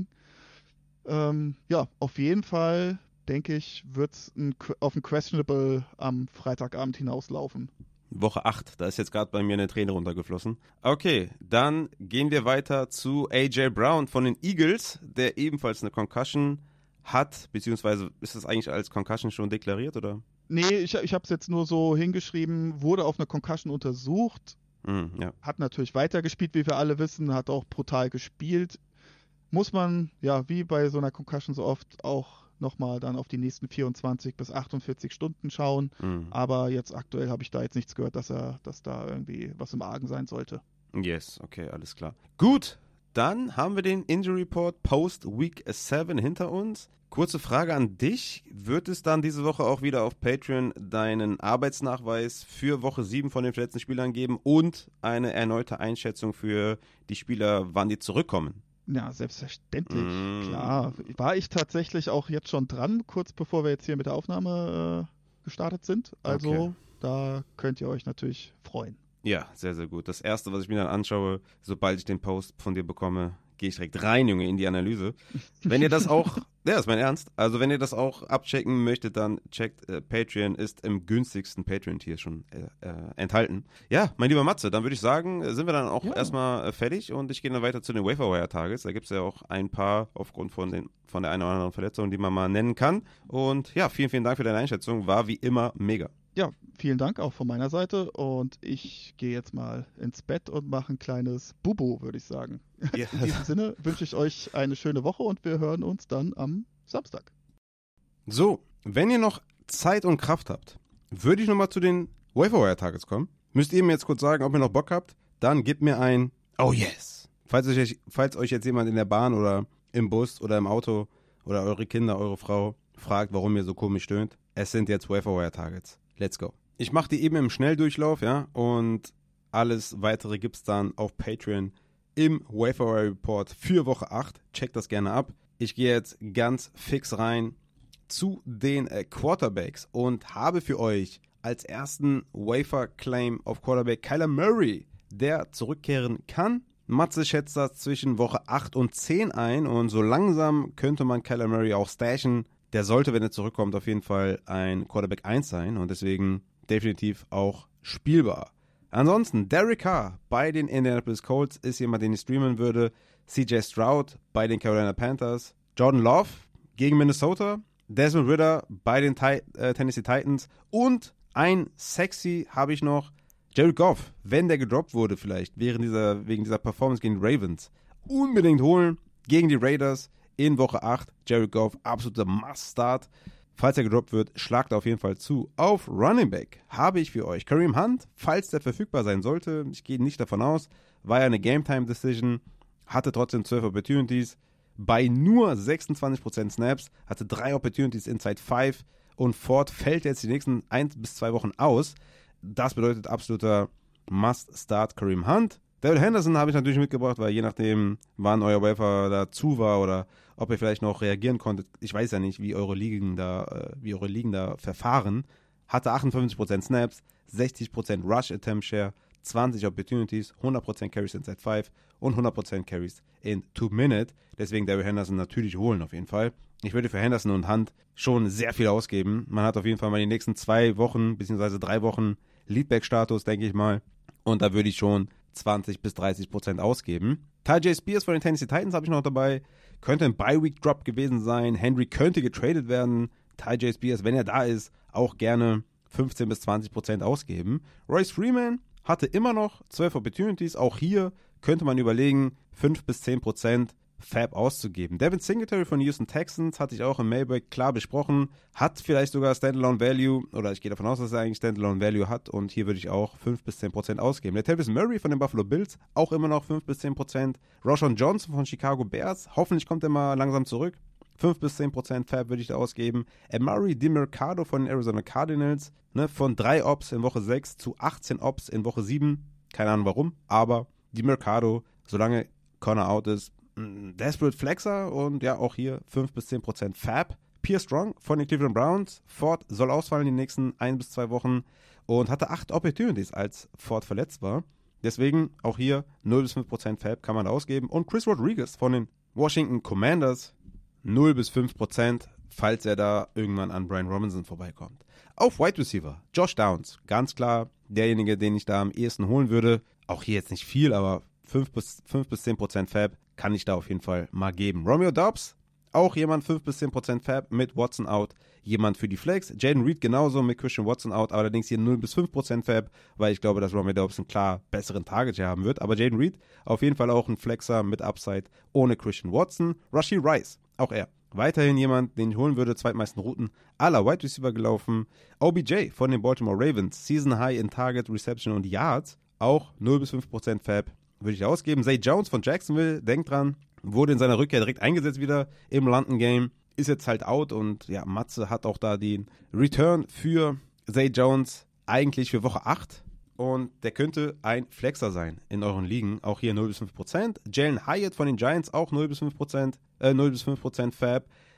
Ähm, ja, auf jeden Fall, denke ich, wird es auf ein Questionable am Freitagabend hinauslaufen. Woche acht, da ist jetzt gerade bei mir eine Träne runtergeflossen. Okay, dann gehen wir weiter zu A J Brown von den Eagles, der ebenfalls eine Concussion hat, beziehungsweise ist das eigentlich als Concussion schon deklariert, oder? Nee, ich, ich habe es jetzt nur so hingeschrieben, wurde auf eine Concussion untersucht, mm, ja. hat natürlich weitergespielt, wie wir alle wissen, hat auch brutal gespielt. Muss man, ja, wie bei so einer Concussion so oft auch nochmal dann auf die nächsten vierundzwanzig bis achtundvierzig Stunden schauen. Mhm. Aber jetzt aktuell habe ich da jetzt nichts gehört, dass er, dass da irgendwie was im Argen sein sollte. Yes, okay, alles klar. Gut, dann haben wir den Injury Report Post Week sieben hinter uns. Kurze Frage an dich. Wird es dann diese Woche auch wieder auf Patreon deinen Arbeitsnachweis für Woche sieben von den verletzten Spielern geben und eine erneute Einschätzung für die Spieler, wann die zurückkommen? Ja, selbstverständlich, mm. klar. War ich tatsächlich auch jetzt schon dran, kurz bevor wir jetzt hier mit der Aufnahme äh, gestartet sind. Also okay. Da könnt ihr euch natürlich freuen. Ja, sehr, sehr gut. Das Erste, was ich mir dann anschaue, sobald ich den Post von dir bekomme, gehe ich direkt rein, Junge, in die Analyse. Wenn ihr das auch, ja, ist mein Ernst, also wenn ihr das auch abchecken möchtet, dann checkt, äh, Patreon ist im günstigsten Patreon-Tier schon äh, äh, enthalten. Ja, mein lieber Matze, dann würde ich sagen, sind wir dann auch ja. erstmal äh, fertig und ich gehe dann weiter zu den Waiver-Wire-Tages. Da gibt es ja auch ein paar aufgrund von, den, von der einen oder anderen Verletzung, die man mal nennen kann. Und ja, vielen, vielen Dank für deine Einschätzung, war wie immer mega. Ja, vielen Dank auch von meiner Seite und ich gehe jetzt mal ins Bett und mache ein kleines Bubo, würde ich sagen. Yeah. In diesem Sinne wünsche ich euch eine schöne Woche und wir hören uns dann am Samstag. So, wenn ihr noch Zeit und Kraft habt, würde ich nochmal zu den Waiver-Wire-Targets kommen. Müsst ihr mir jetzt kurz sagen, ob ihr noch Bock habt, dann gebt mir ein Oh yes. Falls euch, falls euch jetzt jemand in der Bahn oder im Bus oder im Auto oder eure Kinder, eure Frau fragt, warum ihr so komisch stöhnt, es sind jetzt Waiver-Wire-Targets. Let's go. Ich mache die eben im Schnelldurchlauf, ja, und alles weitere gibt's dann auf Patreon im Waiver-Wire Report für Woche acht. Checkt das gerne ab. Ich gehe jetzt ganz fix rein zu den äh, Quarterbacks und habe für euch als ersten Waiver-Claim auf Quarterback Kyler Murray, der zurückkehren kann. Matze schätzt das zwischen Woche acht und zehn ein und so langsam könnte man Kyler Murray auch stashen. Der sollte, wenn er zurückkommt, auf jeden Fall ein Quarterback eins sein und deswegen definitiv auch spielbar. Ansonsten, Derek Carr bei den Indianapolis Colts ist jemand, den ich streamen würde. C J Stroud bei den Carolina Panthers. Jordan Love gegen Minnesota. Desmond Ridder bei den Ti- äh, Tennessee Titans. Und ein Sexy habe ich noch. Jared Goff, wenn der gedroppt wurde vielleicht, während dieser, wegen dieser Performance gegen die Ravens. Unbedingt holen gegen die Raiders. In Woche acht, Jared Goff, absoluter Must-Start. Falls er gedroppt wird, schlagt auf jeden Fall zu. Auf Running Back habe ich für euch Kareem Hunt, falls der verfügbar sein sollte. Ich gehe nicht davon aus. War ja eine Game-Time-Decision, hatte trotzdem zwölf Opportunities. Bei nur sechsundzwanzig Prozent Snaps, hatte drei Opportunities inside fünf und Ford fällt jetzt die nächsten ein bis zwei Wochen aus. Das bedeutet absoluter Must-Start Kareem Hunt. David Henderson habe ich natürlich mitgebracht, weil je nachdem, wann euer Waiver dazu war oder ob ihr vielleicht noch reagieren konntet, ich weiß ja nicht, wie eure Ligen da, wie eure Ligen da verfahren, hatte achtundfünfzig Prozent Snaps, sechzig Prozent Rush Attempt Share, zwanzig Opportunities, hundert Prozent Carries inside fünf und hundert Prozent Carries in two minute. Deswegen David Henderson natürlich holen auf jeden Fall. Ich würde für Henderson und Hunt schon sehr viel ausgeben. Man hat auf jeden Fall mal die nächsten zwei Wochen, beziehungsweise drei Wochen Leadback-Status, denke ich mal. Und da würde ich schon zwanzig bis dreißig Prozent ausgeben. Tyjae Spears von den Tennessee Titans habe ich noch dabei. Könnte ein Bye-Week-Drop gewesen sein. Henry könnte getradet werden. Tyjae Spears, wenn er da ist, auch gerne fünfzehn bis zwanzig Prozent ausgeben. Royce Freeman hatte immer noch zwölf Opportunities. Auch hier könnte man überlegen, fünf bis zehn Prozent Fab auszugeben. Devin Singletary von Houston Texans hatte ich auch im Mailback klar besprochen. Hat vielleicht sogar Standalone Value, oder ich gehe davon aus, dass er eigentlich Standalone Value hat. Und hier würde ich auch fünf bis zehn Prozent ausgeben. Der Latavius Murray von den Buffalo Bills, auch immer noch fünf bis zehn Prozent. Roshan Johnson von Chicago Bears, hoffentlich kommt er mal langsam zurück. fünf bis zehn Prozent Fab würde ich da ausgeben. Amari DiMercado von den Arizona Cardinals, ne, von drei Ops in Woche sechs zu achtzehn Ops in Woche sieben. Keine Ahnung warum, aber DiMercado, solange Connor out ist, Desperate Flexer und ja, auch hier fünf bis zehn Prozent Fab. Pierre Strong von den Cleveland Browns. Ford soll ausfallen in den nächsten ein bis zwei Wochen und hatte acht Opportunities, als Ford verletzt war. Deswegen auch hier null bis fünf Prozent Fab kann man da ausgeben. Und Chris Rodriguez von den Washington Commanders null bis fünf Prozent, falls er da irgendwann an Brian Robinson vorbeikommt. Auf Wide Receiver, Josh Downs, ganz klar derjenige, den ich da am ehesten holen würde. Auch hier jetzt nicht viel, aber fünf bis zehn Prozent Fab kann ich da auf jeden Fall mal geben. Romeo Doubs, auch jemand fünf bis zehn Prozent Fab mit Watson out, jemand für die Flex. Jaden Reed genauso mit Christian Watson out, allerdings hier null bis fünf Prozent Fab, weil ich glaube, dass Romeo Doubs einen klar besseren Target hier haben wird. Aber Jaden Reed auf jeden Fall auch ein Flexer mit Upside ohne Christian Watson. Rashee Rice, auch er. Weiterhin jemand, den ich holen würde, zweitmeisten Routen aller Wide Receiver gelaufen. O B J von den Baltimore Ravens, Season High in Target, Reception und Yards, auch null bis fünf Prozent Fab. Würde ich ausgeben. Zay Jones von Jacksonville, denkt dran, wurde in seiner Rückkehr direkt eingesetzt wieder im London Game, ist jetzt halt out und ja, Matze hat auch da den Return für Zay Jones eigentlich für Woche acht und der könnte ein Flexer sein in euren Ligen, auch hier null bis fünf Prozent. Jalen Hyatt von den Giants auch null bis fünf Prozent, äh, null bis fünf Prozent Fab.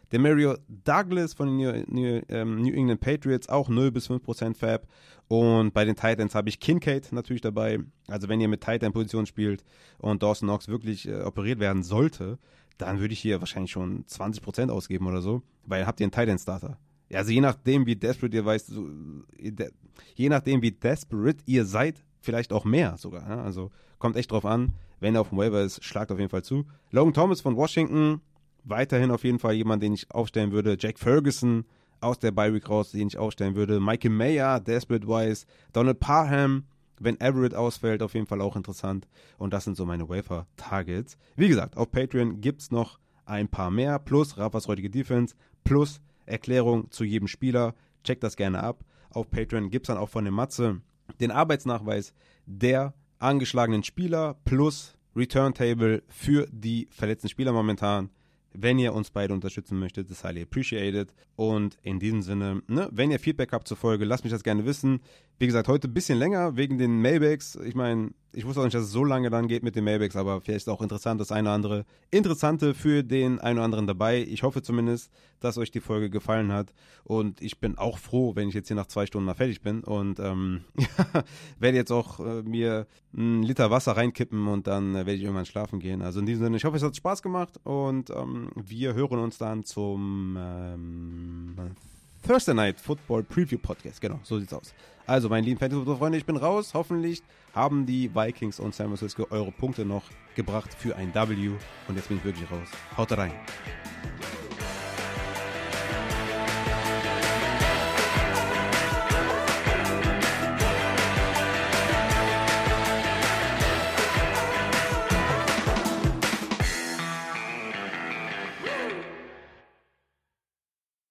Der Mario Douglas von den New, New, ähm, New England Patriots, auch null bis fünf Prozent Fab. Und bei den Titans habe ich Kincaid natürlich dabei. Also wenn ihr mit Titan-Position spielt und Dawson Knox wirklich äh, operiert werden sollte, dann würde ich hier wahrscheinlich schon zwanzig Prozent ausgeben oder so, weil habt ihr einen Titan-Starter. Ja, also je nachdem, wie desperate ihr weißt, so, je nachdem, wie desperate ihr seid, vielleicht auch mehr sogar. Ja? Also kommt echt drauf an. Wenn er auf dem Waiver ist, schlagt auf jeden Fall zu. Logan Thomas von Washington, weiterhin auf jeden Fall jemand, den ich aufstellen würde. Jack Ferguson aus der Bye Week raus, den ich aufstellen würde. Michael Mayer, desperate-wise. Donald Parham, wenn Everett ausfällt, auf jeden Fall auch interessant. Und das sind so meine Waiver-Targets. Wie gesagt, auf Patreon gibt es noch ein paar mehr. Plus Rafas heutige Defense. Plus Erklärung zu jedem Spieler. Checkt das gerne ab. Auf Patreon gibt es dann auch von dem Matze den Arbeitsnachweis der angeschlagenen Spieler plus Return Table für die verletzten Spieler momentan. Wenn ihr uns beide unterstützen möchtet, das highly appreciated. Und in diesem Sinne, ne, wenn ihr Feedback habt zur Folge, lasst mich das gerne wissen. Wie gesagt, heute ein bisschen länger wegen den Mailbags. Ich meine, ich wusste auch nicht, dass es so lange dann geht mit den Mailbags, aber vielleicht ist auch interessant, das eine oder andere Interessante für den einen oder anderen dabei. Ich hoffe zumindest, dass euch die Folge gefallen hat. Und ich bin auch froh, wenn ich jetzt hier nach zwei Stunden mal fertig bin. Und ähm, werde jetzt auch äh, mir einen Liter Wasser reinkippen und dann äh, werde ich irgendwann schlafen gehen. Also in diesem Sinne, ich hoffe, es hat Spaß gemacht und ähm, wir hören uns dann zum ähm, Thursday Night Football Preview Podcast. Genau, so sieht's aus. Also, meine lieben Fantasy-Football-Freunde, ich bin raus. Hoffentlich haben die Vikings und San Francisco eure Punkte noch gebracht für ein W. Und jetzt bin ich wirklich raus. Haut rein.